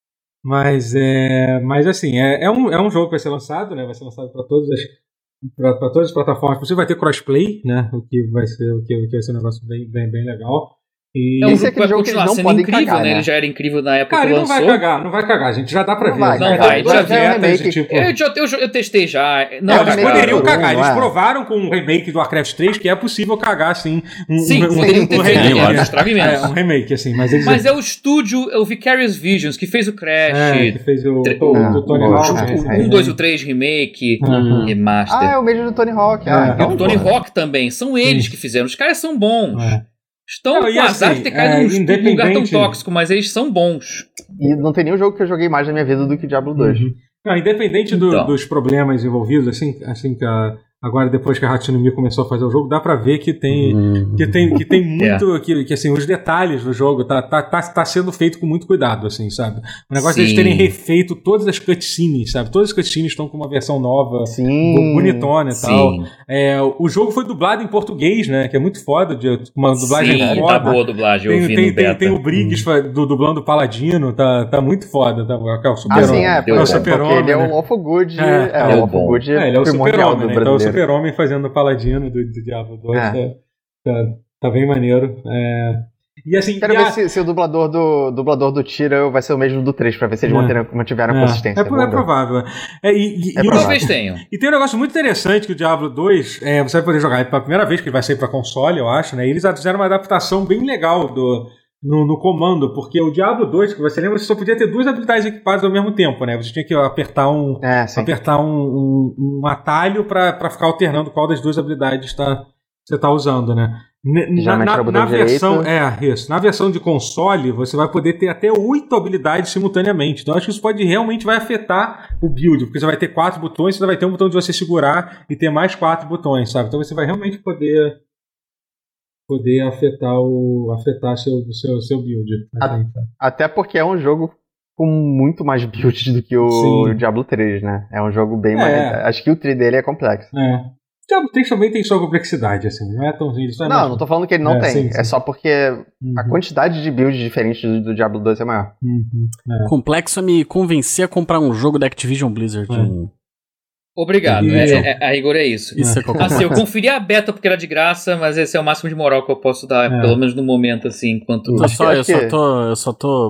Mas, é, mas assim, é, é, um, é um jogo que vai ser lançado, né? Vai ser lançado para todas as para todas as plataformas. Você vai ter crossplay, né? O que vai ser o que, o que vai ser um negócio bem, bem, bem legal. E É um Esse é jogo que vai aquele jogo que eles continuar não sendo podem incrível, cagar, né? né? Ele já era incrível na época cara, que ele não lançou. vai cagar, não vai cagar, gente. Já dá pra Não ver. vai, Não Já vai, tem já duas vi. betas remake. e, tipo, Eu, já- eu, eu testei já. Não, Não, vai eles cagar. poderiam por um, cagar. não Eles é? provaram com o remake do Warcraft três que é possível cagar, sim. Um, Sim, um, um, poderiam ter um feito remake. menos, né? estrague menos. É, um remake, assim. Mas, eles, Mas é o estúdio, é o Vicarious Visions, que fez o Crash, é, que fez o, tre- o, Ah, o Tony boa. Hawk. Ah, né? esse o aí. um, dois e o três remake, Uhum. remaster. Ah, é o mesmo do Tony Hawk. Ah, É. E então, o Tony pô. Hawk também, são eles Sim. que fizeram. Os caras são bons. É. Estão Não, e com azar assim, de ter caído é, num num lugar tão independente- tóxico, mas eles são bons. E não tem nenhum jogo que eu joguei mais na minha vida do que Diablo dois. Uhum. Não, independente do- Então. dos problemas envolvidos, assim, assim que a- agora depois que a Hatsune Miku começou a fazer o jogo, dá pra ver que tem, que tem, que tem muito, que, que assim, os detalhes do jogo tá, tá, tá, tá sendo feito com muito cuidado, assim, sabe? O negócio Sim. deles terem refeito todas as cutscenes, sabe? Todas as cutscenes estão com uma versão nova, Sim. bonitona e tal. Sim, É, o jogo foi dublado em português, né? Que é muito foda, de uma dublagem sim, foda. tá boa a dublagem, eu Tem, vi tem, no tem, beta. tem o Briggs fa- do, dublando o Paladino, tá, tá muito foda. Tá, é o super Ah, sim, é. Deu Porque, bom. porque ele é né? o Lawful Good. É, É, é o bom. Lawful Good É, ele é o primordial super-homem, do né? Então é o brasileiro. super-homem fazendo o Paladino do, do Diablo dois. É. Tá, tá, tá bem maneiro. É, e assim... Quero e ver a- se, se o dublador do, dublador do Tira vai ser o mesmo do três, pra ver se eles É. mantiveram, mantiveram a é, consistência. É, pro- é Vamos ver. provável. É, e, e- É e o- provável. Talvez tenham. E tem um negócio muito interessante que o Diablo dois, é, você vai poder jogar pela primeira vez que ele vai sair para console, eu acho, né? E eles fizeram uma adaptação bem legal do, no, no comando, porque o Diablo dois, que você lembra, você só podia ter duas habilidades equipadas ao mesmo tempo, né? Você tinha que apertar um, É, sim. apertar um, um, um atalho para ficar alternando qual das duas habilidades tá, você está usando, né? Na, na, na versão, é, isso. Na versão de console, você vai poder ter até oito habilidades simultaneamente. Então, acho que isso pode realmente vai afetar o build, porque você vai ter quatro botões, você vai ter um botão de você segurar e ter mais quatro botões, sabe? Então, você vai realmente poder poder afetar o afetar seu seu, seu build. A, até porque é um jogo com muito mais builds do que o Sim. Diablo três, né? É um jogo bem é. mais... Acho que o tree dele é complexo. É. O Diablo três também tem sua complexidade, assim, não é tão simples. Não, não, não tô falando que ele não é, tem, sim, sim. É só porque uhum. a quantidade de builds diferentes do, do Diablo dois é maior. Uhum. É. Complexo é me convencer a comprar um jogo da Activision Blizzard. É. Um... Obrigado, é, é, a rigor é isso. isso é. É assim, eu conferi a beta porque era de graça, mas esse é o máximo de moral que eu posso dar, é. pelo menos no momento, assim, enquanto... Eu só, eu só tô... Eu só tô...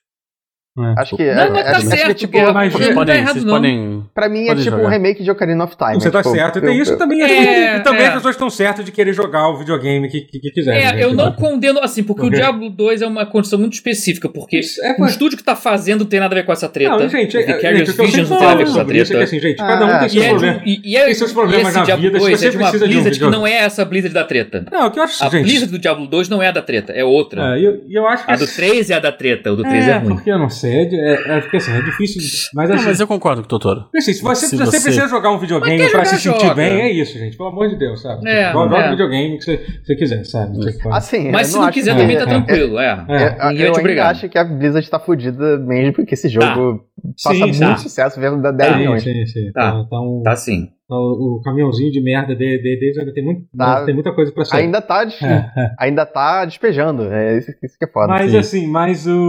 É. Acho que não, é, mas tá acho, certo, acho que, tipo, porque mas vocês não podem, tá errado, vocês não. podem, pra mim é tipo jogar. um remake de Ocarina of Time. Você é, tá tipo, certo, eu, tem isso eu, também. É, e também é. as pessoas estão certas de querer jogar o videogame que, que, que quiserem. É, né? eu não condeno, assim, porque okay. o Diablo dois é uma condição muito específica, porque é, o estúdio que tá fazendo não tem nada a ver com essa treta. Não, gente, o é, Vicarious gente, Visions não tem nada a ver com essa treta. Isso é que, assim, gente, cada um ah, tem seus problemas. E, e, é, tem seus problemas na Diablo vida, dois se você é de uma precisa Blizzard de um que não é essa Blizzard da treta. Não, o que eu acho, a gente... Blizzard do Diablo dois não é a da treta, é outra. É, eu, eu acho que a do três é a da treta, o do três é, é ruim. Porque eu não sei, é, é, porque assim, é difícil... Mas, assim, não, mas eu concordo com o Totoro. Assim, se você, se você, você precisa jogar um videogame pra jogar, se sentir joga. bem, é isso, gente. Pelo amor de Deus, sabe? É, tipo, joga é. o videogame que você, você quiser, sabe? Tipo, assim, mas se não, não quiser que... também tá é, tranquilo, é. é. é. Eu, eu ainda acho que a Blizzard tá fodida mesmo, porque esse jogo tá. passa sim, muito tá. sucesso, vendo da dez milhões. Sim, sim. Tá, tá, tá, um, tá sim. O, o caminhãozinho de merda deles de, de, de, tem, muito, tá, tem muita coisa pra sair. Ainda tá, de, é, é. ainda tá despejando. É isso, isso que é foda. Mas sim. assim, mas o.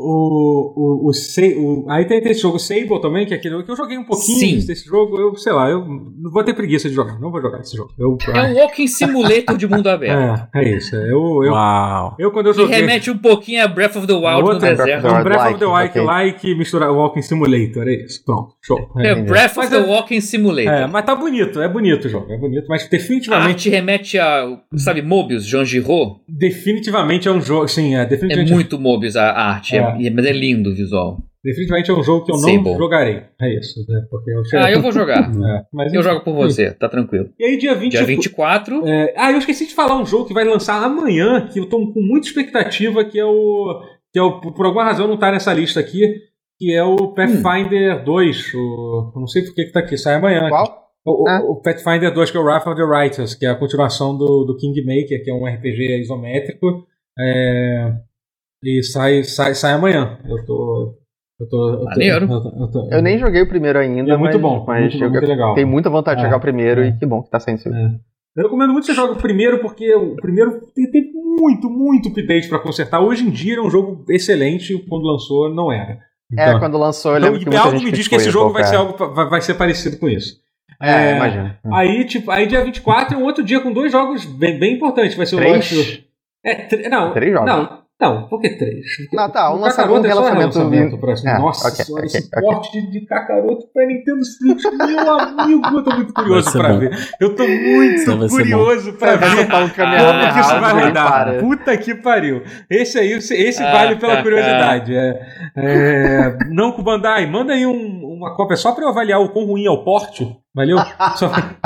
o, o, o, o aí tem, tem esse jogo Sable também, que é aquele que eu joguei um pouquinho sim. desse jogo. Eu, sei lá, eu não vou ter preguiça de jogar. Não vou jogar esse jogo. Eu, é um walking simulator de mundo aberto. É, é isso. Eu, eu, Uau. eu quando eu joguei. Que remete um pouquinho a Breath of the Wild no deserto. É um Breath of the Wild like, like misturar o Walking Simulator. É isso. Pronto, show. É, é Breath of the Walking Simulator. É, mas tá bonito, é bonito. O jogo, é bonito, mas definitivamente... A arte remete a, sabe, Mobius, Jean Giraud? Definitivamente é um jogo, sim, é definitivamente... É muito Mobius a arte, é. É, mas é lindo o visual. Definitivamente é um jogo que eu não Sable. jogarei, é isso. Né? Porque eu chego... Ah, eu vou jogar. é, mas, eu jogo por você, tá tranquilo. E aí dia vinte... Dia vinte e quatro... É... Ah, eu esqueci de falar um jogo que vai lançar amanhã, que eu tô com muita expectativa, que é o... Que é o por alguma razão não tá nessa lista aqui, que é o Pathfinder hum. dois. O... Eu não sei por que que tá aqui, sai amanhã. Qual? O, ah. o Pathfinder dois, que é o Wrath of the Righteous, que é a continuação do, do Kingmaker, que é um R P G isométrico, é, e sai, sai, sai amanhã. Eu tô... Eu, tô, eu, tô, eu, tô, eu, tô, eu nem joguei o primeiro ainda, é muito mas, bom, mas muito, muito legal. Tenho muita vontade de é, jogar o primeiro é. e que bom que tá saindo isso. É. Eu recomendo muito que você jogue o primeiro, porque o primeiro tem, tem muito, muito update pra consertar. Hoje em dia era um jogo excelente, quando lançou não era. Então, é, quando lançou eu lembro então, que muita algo gente me diz que esse jogo vai ser, algo, vai, vai ser parecido com isso. É, é imagina. Aí, tipo, aí dia vinte e quatro é um outro dia com dois jogos bem, bem importantes. Vai ser três? o Lost... É, tre... não, três jogos. Não, não, por que três? Porque não, tá, um o lançamento, Kakaroto é só relacionamento... pra... é, Nossa okay, senhora, okay, esse okay. porte de, de Kakaroto pra Nintendo Switch, meu amigo, eu tô muito curioso pra bom. ver. Eu tô muito curioso pra ver como que isso vai rodar. Puta que pariu. Esse aí, esse ah, vale pela curiosidade. É, é, não com o Bandai, manda aí um, uma cópia só pra eu avaliar o quão ruim é o porte. Valeu? Só...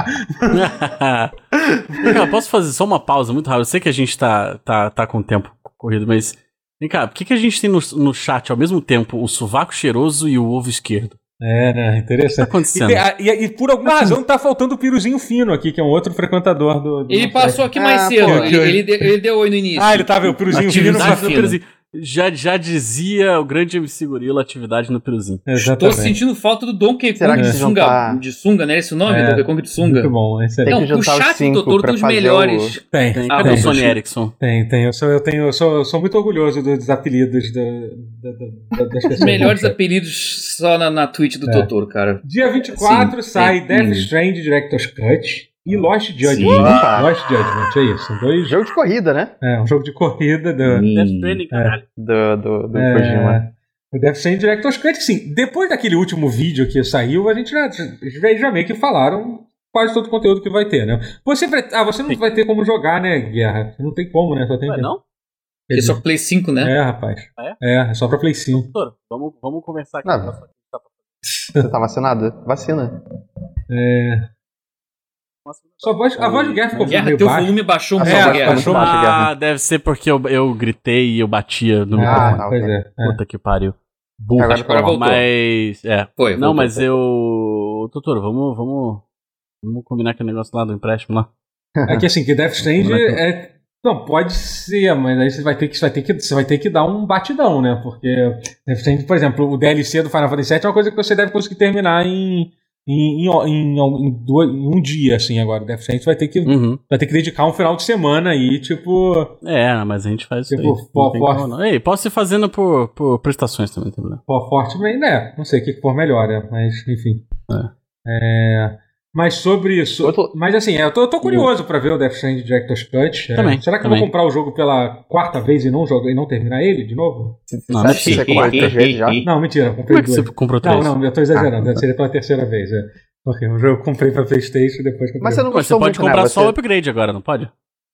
Cara, posso fazer só uma pausa muito rápida? Eu sei que a gente tá, tá, tá com o tempo corrido, mas... Vem cá, por que, que a gente tem no, no chat ao mesmo tempo o sovaco cheiroso e o ovo esquerdo? É, né? Interessante. O que tá acontecendo? E, e, e por alguma razão tá faltando o Piruzinho Fino aqui, que é um outro frequentador do... do ele passou aqui mais ah, cedo, pô, ele, ele, deu, ele deu oi no início. Ah, ele tava, o Piruzinho Fino. Fino. Já, já dizia o grande M C Gorila, atividade no Piruzinho. Estou sentindo falta do Donkey Kong de sunga, juntar... de sunga, né? Esse é o nome? É, Donkey Kong de sunga. Muito bom, excelente. Não, o chat do Totoro tem os melhores. O... Tem, tem. Cadê o Sony Ericsson? Tem, tem. Eu sou, eu tenho, eu sou, eu sou muito orgulhoso dos apelidos da, da, da, das pessoas. Os melhores apelidos só na, na Twitch do é. Totoro, cara. Dia vinte e quatro Sim, sai sim. Death Stranding Director's Cut. E Lost Judgment. Sim, Lost Judgment, é isso. São dois... Jogo de corrida, né? É, um jogo de corrida do... Death Stranding, caralho. É. Do, do, do é, Kojima. O Death Stranding Director's Cut, sim. Depois daquele último vídeo que saiu, a gente já, já, já meio que falaram quase todo o conteúdo que vai ter, né? Você, ah, você não sim. vai ter como jogar, né, Guerra? Não tem como, né? Só tem não é não? É só Play cinco, né? É, rapaz. Ah, é? É, é só pra Play cinco. Doutor, vamos, vamos conversar aqui. Não, você tá vacinado? Vacina. É... Sua voz, a voz do Guerra ficou Guerra, meio teu baixa. volume baixou muito, É, Guerra. baixou baixo, Ah, Guerra. deve ser porque eu, eu gritei e eu batia no Ah, microfone. tá, Pois ok. é. é. Puta que pariu. Burro. Agora Agora voltou. Mas, é. Foi, Não, voltou, mas voltou. eu... Doutor, vamos, vamos... Vamos combinar aquele negócio lá do empréstimo lá. É que assim, que Death Stranding é. Não, pode ser, mas aí você vai ter que, você vai ter que, você vai ter que dar um batidão, né? Porque Death Stranding, por exemplo, o D L C do Final Fantasy sete é uma coisa que você deve conseguir terminar em, em, em, em, em, dois, em um dia, assim, agora. Death Stranding vai ter que, Uhum. vai ter que dedicar um final de semana aí, tipo. É, mas a gente faz Tipo, isso aí. for- Não tem for- como não. Ei, posso ir fazendo por, por prestações também, tem problema. Pô, forte, né? Não sei o que for melhor, né? Mas, enfim. É, mas sobre isso. Outro- Mas assim, eu tô, eu tô curioso pra ver o Death Stranding Director's Cut. É, Também, será que eu também. vou comprar o jogo pela quarta vez e não, jogar, e não terminar ele de novo? Você Não, acha que você comprou três vezes já? Não, mentira, eu Como comprei é que duas. você comprou Não, três? não, eu tô exagerando. Ah, Deve ser pela terceira vez. É. Porque o jogo eu comprei pra PlayStation e depois comprei. Mas você não Mas você gostou pode muito, comprar né? só o Você- upgrade agora, não pode?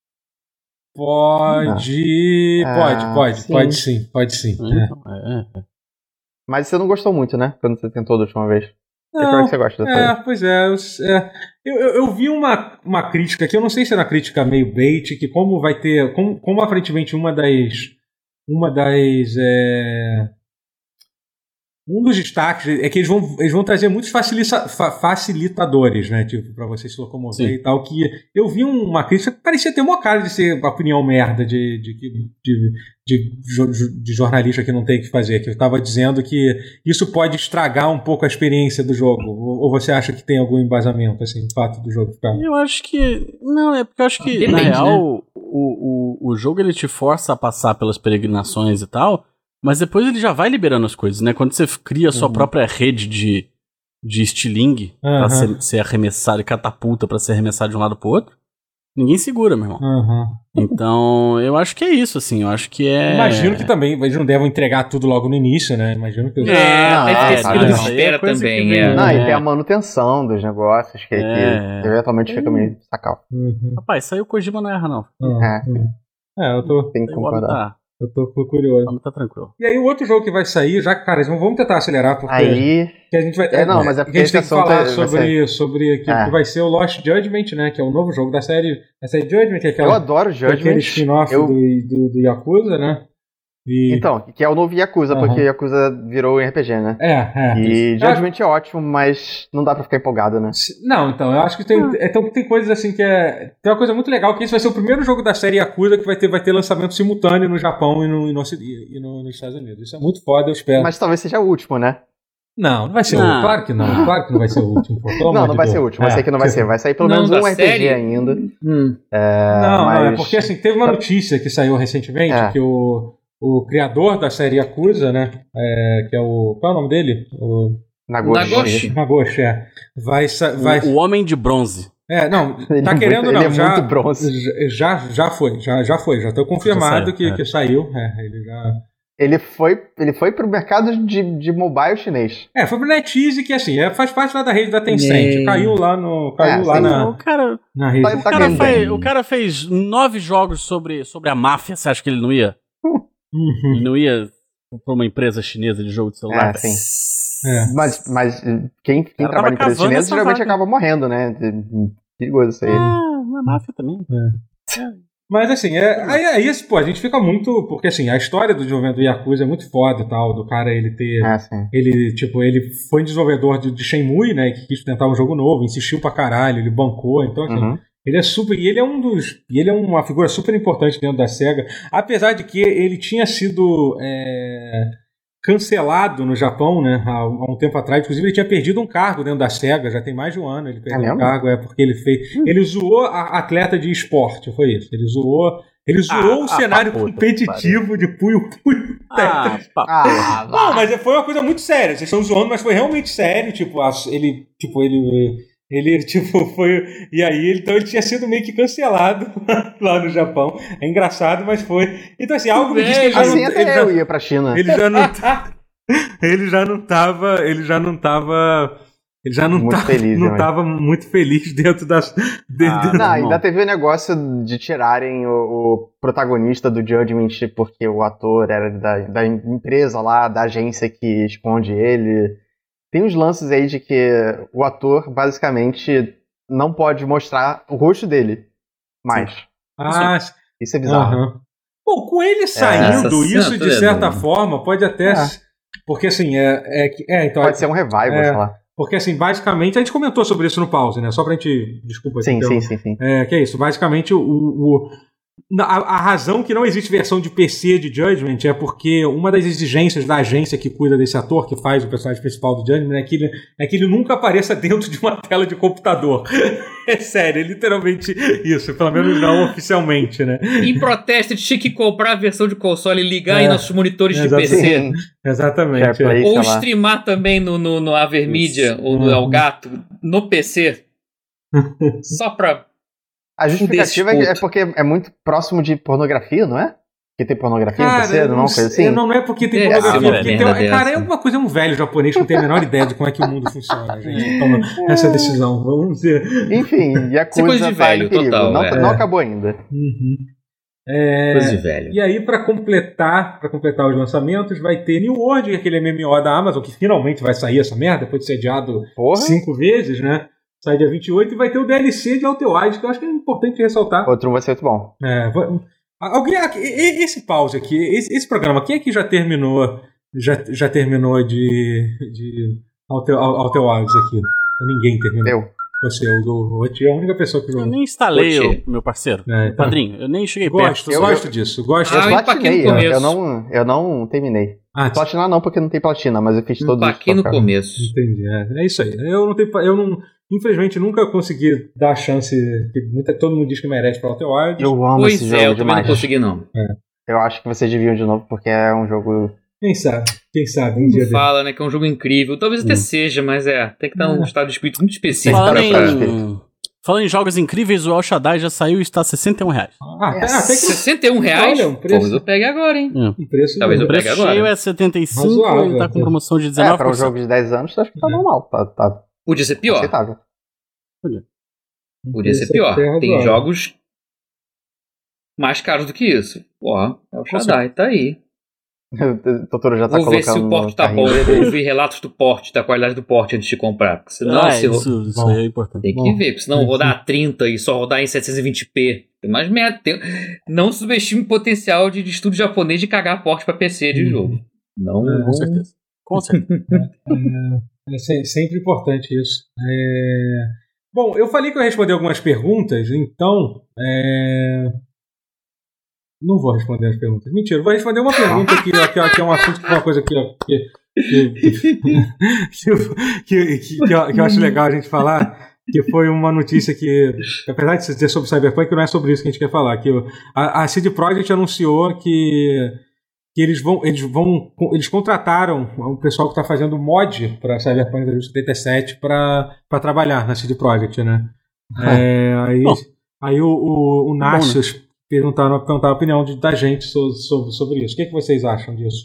Pode. Ah. Pode, Ah, pode, sim. pode sim, pode sim. É. Então, é, é. Mas você não gostou muito, né? Quando você tentou da última vez. Eu Não, espero que você goste dessa É, vez. pois é. Eu, é, eu, eu- eu vi uma, uma crítica que eu não sei se é uma crítica meio bait, que como vai ter. Como, como aparentemente uma das. Uma das. é, um dos destaques é que eles vão, eles vão trazer muitos facilita, fa- facilitadores, né? Tipo, pra você se locomover Sim. e tal. Que eu vi uma crítica que parecia ter uma cara de ser opinião merda de, de, de, de, de, jo- de jornalista que não tem o que fazer. Que eu tava dizendo que isso pode estragar um pouco a experiência do jogo. Ou, ou você acha que tem algum embasamento, assim, o fato do jogo ficar. Eu acho que. Não, é porque eu acho que, Depende, na real, né? o, o, o jogo ele te força a passar pelas peregrinações e tal, mas depois ele já vai liberando as coisas, né? Quando você cria a sua Uhum. própria rede de, de estilingue Aham. pra ser, ser arremessado e catapulta pra ser arremessado de um lado pro outro, ninguém segura, meu irmão. Aham. Então, eu acho que é isso, assim. Eu acho que é. Imagino que também eles não devem entregar tudo logo no início, né? Imagino que. É, Não, aí é, fica esse não, período de não. espera Coisa que também. vem- É. Não, É. e tem a manutenção dos negócios, que, É. que eventualmente fica meio sacal. Uhum. Rapaz, saiu o Kojima não erra, não. É. Uhum. É, eu tô, Tem que O homem concordar. tá, eu tô o curioso. homem tá tranquilo. E aí, o outro jogo que vai sair, já, cara, vamos tentar acelerar, porque Aí. que a gente vai. É, não, mas é porque a gente porque tem que esse assunto falar é- vai sobre, sobre aquilo É. que vai ser o Lost Judgment, né? Que é o novo jogo da série. A série Judgment, que é Eu aquela, adoro que é aquele Judgment. spin-off Eu- do, do, do Yakuza, né? E, Então, que é o novo Yakuza, Aham. porque Yakuza virou R P G, né? é, é. E isso. Judgment é ótimo, mas não dá pra ficar empolgado, né? Não, então, eu acho que tem, então, tem coisas assim que é. Tem uma coisa muito legal, que esse vai ser o primeiro jogo da série Yakuza que vai ter, vai ter lançamento simultâneo no Japão e, no, e, no, e no- nos Estados Unidos. Isso é muito foda, eu espero. Mas talvez seja o último, né? Não, não vai ser Não. o último. Claro que não. Claro que não vai ser o último. Pô, pelo Não, amor não de vai Deus. ser o último. Eu É. sei que não vai ser. Vai sair pelo Não, menos da um R P G série? ainda. Hum. Não, mas- não, é porque assim, teve uma notícia que saiu recentemente É. que o, o criador da série Yakuza, né? É, que é o. Qual é o nome dele? O Nagoshi. Nagoshi. Nagoshi, é. Vai. sa- vai O, o Homem de Bronze. é, não, Ele tá é querendo muito- não. ele é já, muito bronze. já, já foi, já, já foi, já tô confirmado saiu, que, é. que saiu. É, ele já. Ele foi, ele foi pro mercado de, de mobile chinês. É, foi pro NetEase, que assim, é, faz parte lá da rede da Tencent. É. Caiu lá no. Caiu É, lá sim. na, O cara, na rede. Tá- o, tá cara ganhando fez, bem. o cara fez nove jogos sobre, sobre a máfia. Você acha que ele não ia? Uhum. Ele não ia pra uma empresa chinesa de jogo de celular? É, sim. É. Mas, mas quem, quem Cara, trabalha em tava empresas cavando chinesas essa geralmente vaga. acaba morrendo, né? Perigoso isso aí. Ah, uma máfia também. Mas assim, é, aí, aí esse, pô, a gente fica muito. Porque assim, a história do desenvolvimento do Yakuza é muito foda e tal, do cara ele ter. É, sim. Ele, tipo, ele foi desenvolvedor de, de Shenmue, né? Que quis tentar um jogo novo, insistiu pra caralho, ele bancou, então assim. Uhum. Ele é super. E ele é um dos. E ele é uma figura super importante dentro da SEGA. Apesar de que ele tinha sido é, cancelado no Japão, né? Há, há um tempo atrás. Inclusive, ele tinha perdido um cargo dentro da SEGA, já tem mais de um ano. Ele perdeu É um mesmo? cargo, é porque ele fez. Ele zoou a atleta de esporte, foi isso. Ele zoou. Ele zoou Ah, o ah, cenário pra puta, competitivo de punho-punho. Ah, pa- Ah, Não, mas foi uma coisa muito séria. Vocês estão zoando, mas foi realmente sério. Tipo, as- ele. Tipo, ele. Ele, tipo, foi. E aí, então ele tinha sido meio que cancelado lá no Japão. É engraçado, mas foi. Então, assim, algo me diz que ele já assim não. até Ele já, eu ia pra China. ele já não. tá- Ele já não tava. Ele já não tava. Ele já não, Muito tava, feliz, não né? tava muito feliz dentro das. de- Ah, de- Não, Não, ainda teve o negócio de tirarem o, o protagonista do Judgment porque o ator era da, da empresa lá, da agência que esconde ele. Tem uns lances aí de que o ator basicamente não pode mostrar o rosto dele mais. Ah, isso é bizarro. Uhum. Bom, com ele saindo, é, isso de certa é forma pode até... É. Porque assim, é... é, é então, pode ser um revival, é, sei lá. Porque assim, basicamente, a gente comentou sobre isso no pause, né? Só pra gente... Desculpa. Sim, sim, sim, sim. É, que é isso, basicamente o... o A, a razão que não existe versão de P C de Judgment é porque uma das exigências da agência que cuida desse ator, que faz o personagem principal do Judgment, é que ele, é que ele nunca apareça dentro de uma tela de computador. É sério, é literalmente isso, pelo menos não oficialmente, né? Em protesto, ele tinha que comprar a versão de console e ligar é, aí nossos monitores de P C. Sim, exatamente. É. Ou streamar também no, no, no Avermedia, ou no Elgato, no P C. Só pra... A justificativa é porque é muito próximo de pornografia, não é? Que tem pornografia cara, no P C, não é uma coisa assim? Não, não é porque tem é, pornografia. é, porque é, tem, é, cara, é alguma coisa, é um velho japonês que não tem a menor ideia de como é que o mundo funciona. A gente toma essa decisão, vamos dizer. Enfim, e a coisa, coisa de tá velho, em perigo. total. Não, é. não acabou ainda. Uhum. É, coisa de velho. E aí, pra completar, pra completar os lançamentos, vai ter New World, aquele M M O da Amazon, que finalmente vai sair essa merda, depois de ser adiado Porra. cinco vezes, né? Sai dia vinte e oito e vai ter o D L C de Outer Wilds, que eu acho que é importante ressaltar. Outro vai ser muito bom. É, alguém, esse pause aqui, esse, esse programa, quem é que já terminou, já, já terminou de, de Outer, Outer Wilds aqui? Ninguém terminou. Eu. Você, o Oti é a única pessoa que jogou. Eu nem instalei, o meu parceiro. É, então, padrinho, eu nem cheguei gosto, perto. Eu gosto disso. Gosto ah, eu platinei, eu, eu, não, eu não terminei. Ah, platinar não, porque não tem platina, mas eu fiz todos os aqui no começo. Entendi, é, é isso aí. Eu não tenho... Eu não, infelizmente, nunca consegui dar a chance que muita, todo mundo diz que merece para Outer Wilds. Eu amo pois esse é, jogo eu demais. também não consegui, não. É. Eu acho que vocês deviam de novo, porque é um jogo... Quem sabe? Quem sabe? Um dia fala, né, que é um jogo incrível. Talvez até hum. seja, mas é, tem que estar num estado de espírito muito específico. Falando, pra, em... pra... Falando em jogos incríveis, o El Shaddai já saiu e está a sessenta e um reais. Ah, é. até que... sessenta e um reais? Olha, um preço... Talvez eu pegue agora, hein? É. Um preço Talvez eu pegue agora. O preço cheio é setenta e cinco e ele tá com promoção de dezenove por cento. É, para um jogo de dez anos, acho que tá é. normal. Tá, tá Podia ser pior. Aceitável. Podia. Podia ser pior. Tem jogos mais caros do que isso. Ó, é o Shaddai, tá aí. O Totoro já tá Vou ver se o porte tá bom. Eu vou ouvir relatos do porte, da qualidade do porte antes de comprar. Porque senão, ah, se isso, eu... isso aí é importante. Tem que bom. ver, porque senão eu vou dar trinta e só rodar em setecentos e vinte p. Tem mais merda. Tem... Não subestime o potencial de, de estudo japonês de cagar porte pra P C de jogo. Não, é, com certeza. Com certeza. é, é sempre importante isso. É... Bom, eu falei que eu ia responder algumas perguntas, então... É... Não vou responder as perguntas. Mentira, eu vou responder uma pergunta aqui, ó, que, ó, que é um assunto, uma coisa aqui, ó, que, que, que, que, que, que, eu, que eu acho legal a gente falar, que foi uma notícia que, apesar de ser sobre Cyberpunk, não é sobre isso que a gente quer falar. Que a, a C D Projekt anunciou que, que eles vão, eles vão, eles contrataram o pessoal que está fazendo mod para Cyberpunk dois mil e setenta e sete para trabalhar na C D Projekt, né? É, aí, aí o, o, o Naxos perguntaram, perguntaram a opinião de, da gente sobre, sobre, sobre isso. O que, é que vocês acham disso?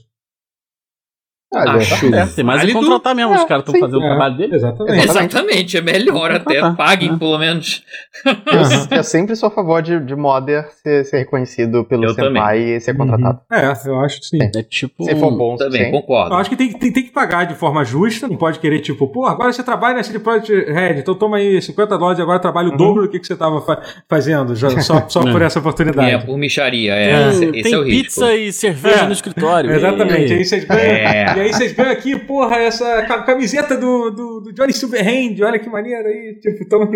Ah, acho é, tem mais que contratar mesmo, é, os caras estão fazendo é, o trabalho deles. Exatamente. Exatamente, é melhor até, paguem é. pelo menos. Eu, eu sempre sou a favor de, de modder ser, ser reconhecido pelo eu senpai também. E ser contratado. Uhum. É, eu acho que sim. É tipo... Se for bom, também sim. concordo. Eu acho que tem, tem, tem que pagar de forma justa, não pode querer tipo, pô, agora você trabalha na C D Projekt Red, então toma aí cinquenta dólares e agora trabalha o uhum. dobro do que, que você estava fa fazendo, já, só, só por essa oportunidade. É, por micharia, é. é. Esse, esse tem é o pizza risco. E cerveja é. no escritório. Exatamente, e aí vocês ganham, é. e aí vocês ganham aqui, porra, essa camiseta do, do, do Johnny Silverhand, olha que maneiro aí, tipo, toma...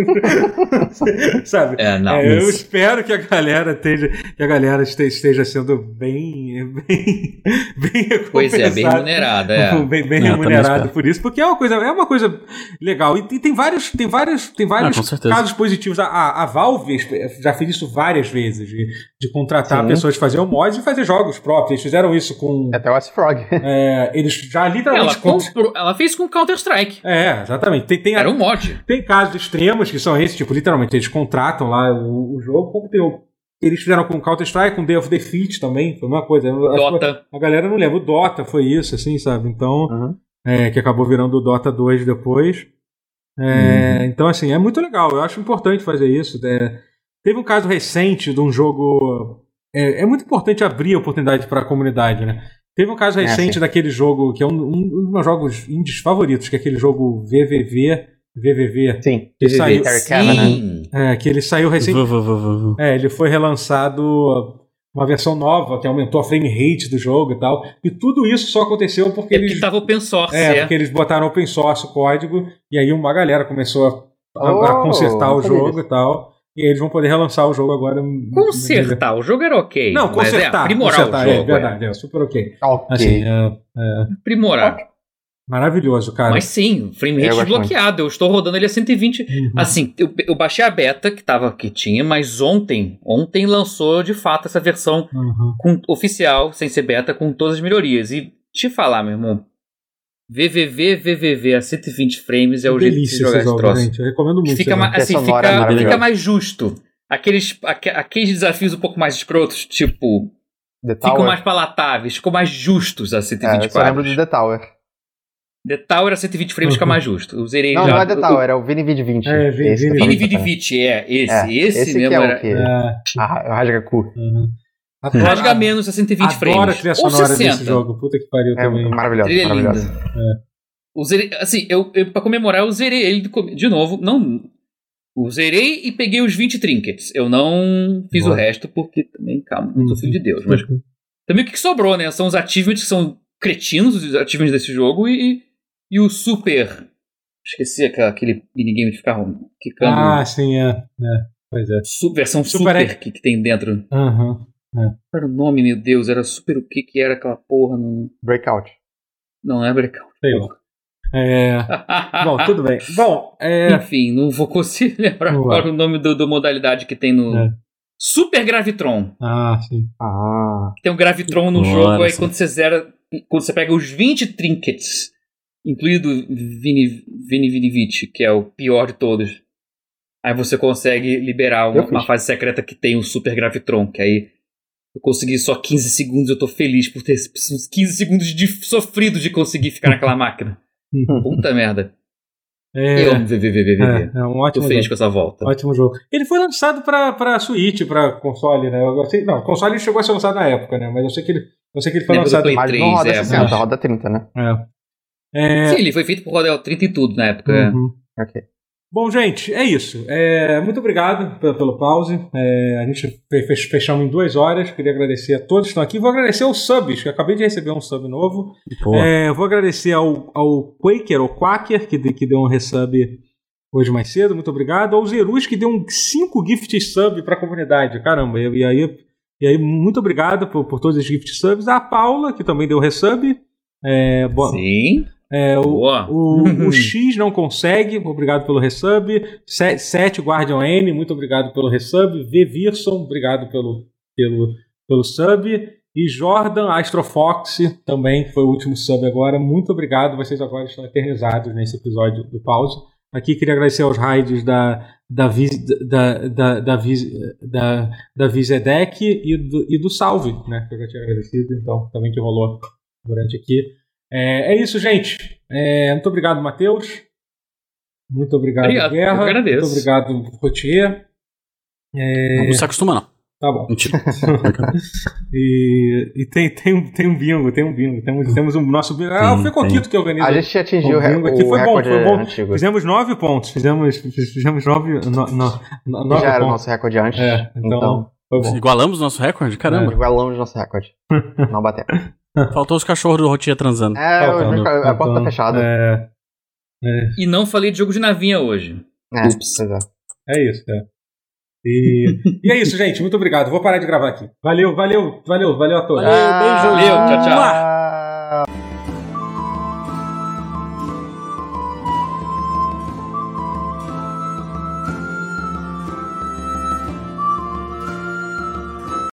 sabe? É, não, é, eu espero que a galera esteja, que a galera esteja sendo bem, bem, bem recompensada. Pois é, bem remunerada, é. Bem, bem é, remunerado por isso, porque é uma coisa, é uma coisa legal. E tem, tem vários, tem vários, tem vários ah, casos positivos. A, a, a Valve já fez isso várias vezes, de, de contratar Sim. pessoas de fazer o mod e fazer jogos próprios. Eles fizeram isso com... Até o Ice Frog. É, eles já literalmente... Ela, comprou, ela fez com Counter-Strike. É, exatamente. Tem, tem, Era um mod. Tem casos extremos que são esses, tipo, literalmente, eles contratam lá o, o jogo, como tem o... Eles fizeram com Counter-Strike, com Day of Defeat também, foi uma coisa. Dota. A galera não lembra. O Dota foi isso, assim, sabe? Então, uhum. é, que acabou virando o Dota dois depois. É, uhum. Então, assim, é muito legal. Eu acho importante fazer isso. É, teve um caso recente de um jogo... É, é muito importante abrir a oportunidade para a comunidade, né? Teve um caso recente é, daquele jogo, que é um, um dos meus jogos indies favoritos, que é aquele jogo V V V V V V. Sim, que V V V. saiu, Sim. é, que ele saiu recentemente. É, ele foi relançado uma versão nova que aumentou a frame rate do jogo e tal. E tudo isso só aconteceu porque É eles... porque tava open source, É, é. porque eles botaram open source o código e aí uma galera começou a, a, Oh, a consertar o não sabia jogo disso. e tal. E eles vão poder relançar o jogo agora. Consertar, o jogo era ok. Não, mas consertar. é aprimorar consertar, o jogo. É verdade, é, super ok. Ok. Assim, é, é Aprimorar. maravilhoso, cara. Mas sim, frame Eu rate gosto desbloqueado. Eu estou rodando ele a cento e vinte. Uhum. Assim, eu, eu baixei a beta que, tava, que tinha, mas ontem, ontem lançou de fato essa versão Uhum. com, oficial, sem ser beta, com todas as melhorias. E te falar, meu irmão, V V V, V V V a cento e vinte frames é o jeito de Delícia jogar esse esse jogo, troço. gente. Eu recomendo muito. Fica, esse ma- jogo. assim, A sonora é fica, maravilhosa. fica mais justo. Aqueles, aque- aqueles desafios um pouco mais escrotos, tipo, The ficam Tower. mais palatáveis, ficam mais justos a cento e É, vinte eu só lembro quadros. do The Tower. The Tower a cento e vinte frames fica mais justo. Eu zerei Não, já. não é The eu- Tower, é o Vini Vidi vinte. É, Vini- Esse que eu Vini Vini falei Vidi também. Vici, é, esse. É, esse, esse mesmo que é o era. que? É, Ah, rasga cu. uhum. Adoro, Rasga menos a cento e vinte adoro frames. a trilha Ou sonora sessenta. desse jogo. Puta que pariu É também. maravilhoso, Trilha maravilhoso. linda. Eu zerei, assim, eu, eu, pra comemorar, eu zerei ele do come- de novo. Não. Eu zerei e peguei os vinte trinkets. Eu não fiz Boa. o resto porque também, calma, não sou filho de Deus. Uhum. Mas também o que, que sobrou, né? São os achievements que são cretinos, os achievements desse jogo, e, e o super. Esqueci aquela- aquele minigame de ficar quicando. Ah, sim, é. é. Pois é. Su- versão Super super, é- que, que tem dentro. Uhum. Qual era o nome, meu Deus? Era super o que que era aquela porra? Não, Breakout. não é breakout. Sei lá. É. Bom, tudo bem. Bom, é. Enfim, não vou conseguir lembrar Ué. agora o nome do, do modalidade que tem no. É. Super Gravitron. Ah, sim. Ah. Tem um Gravitron no Bora, jogo, aí sim. quando você zera. Quando você pega os vinte trinkets, incluído Vini Vini Vidi Vici, que é o pior de todos, aí você consegue liberar uma, Eu fiz. uma fase secreta que tem o Super Gravitron, que aí eu consegui só quinze segundos, eu tô feliz por ter uns quinze segundos de sofrido de conseguir ficar naquela máquina. Puta merda. É, Eu amo V V V V V. é, é um Tô ótimo feliz jogo. com essa volta. Ótimo jogo. Ele foi lançado pra, pra Switch, pra console, né? Eu sei, não, console chegou a ser lançado na época, né? Mas eu sei que ele, eu sei que ele foi Lembra do lançado. Play Mas três, não roda é, sessenta, mas- roda trinta, né? É. É, Sim, ele foi feito por Rodel trinta e tudo na época. é. uhum. Ok. Bom, gente, é isso. É, muito obrigado pelo, pelo pause. É, a gente fe- fe- fechamos em duas horas. Queria agradecer a todos que estão aqui. Vou agradecer aos subs, que eu acabei de receber um sub novo. Pô, É, vou agradecer ao, ao Quaker, ou Quaker, que, de- que deu um resub hoje mais cedo. Muito obrigado. Ao Zerus, que deu um cinco gift sub para a comunidade. Caramba, e, e aí, e aí muito obrigado por, por todos os gift subs. A Paula, que também deu resub. É, bo- Sim. é, o, Boa. o, o X não consegue, obrigado pelo resub. Se- Sete Guardian N, muito obrigado pelo resub. V Virson, obrigado pelo, pelo, pelo sub. E Jordan Astrofox também, que foi o último sub agora. Muito obrigado, vocês agora estão eternizados nesse episódio do Pause. Aqui queria agradecer aos raids da, da, Viz, da, da, da, Viz, da, da Vizedec e do, e do Salve, né? Que eu já tinha agradecido, então também que rolou durante aqui. É, é isso, gente. É, muito obrigado, Matheus. Muito obrigado, Obrigado, Guerra. eu que agradeço. Muito obrigado, Rotier. É, não se acostuma, não. tá bom. Mentira. E, e tem, tem, um- tem um bingo, tem um bingo. Temos, temos um nosso bingo. Ah, Tem, foi Coquito que organizou. A gente atingiu o, re- bingo aqui. o Foi bom, recorde foi bom. antigo. Fizemos nove pontos. Fizemos, fizemos nove, no, no, no- nove Já era o pontos. nosso recorde antes. É, então, Então, foi bom. Igualamos o nosso recorde? Caramba. igualamos o nosso recorde. Não bateu. Faltou os cachorros do Rotinha transando. É, Faltando, a porta tá faltando. fechada. É, E não falei de jogo de navinha hoje. É, Ups. pois é. é isso, é. E, e é isso, gente. Muito obrigado. Vou parar de gravar aqui. Valeu, valeu, valeu, valeu a todos. Valeu, beijo. Valeu, tchau, tchau. Ah,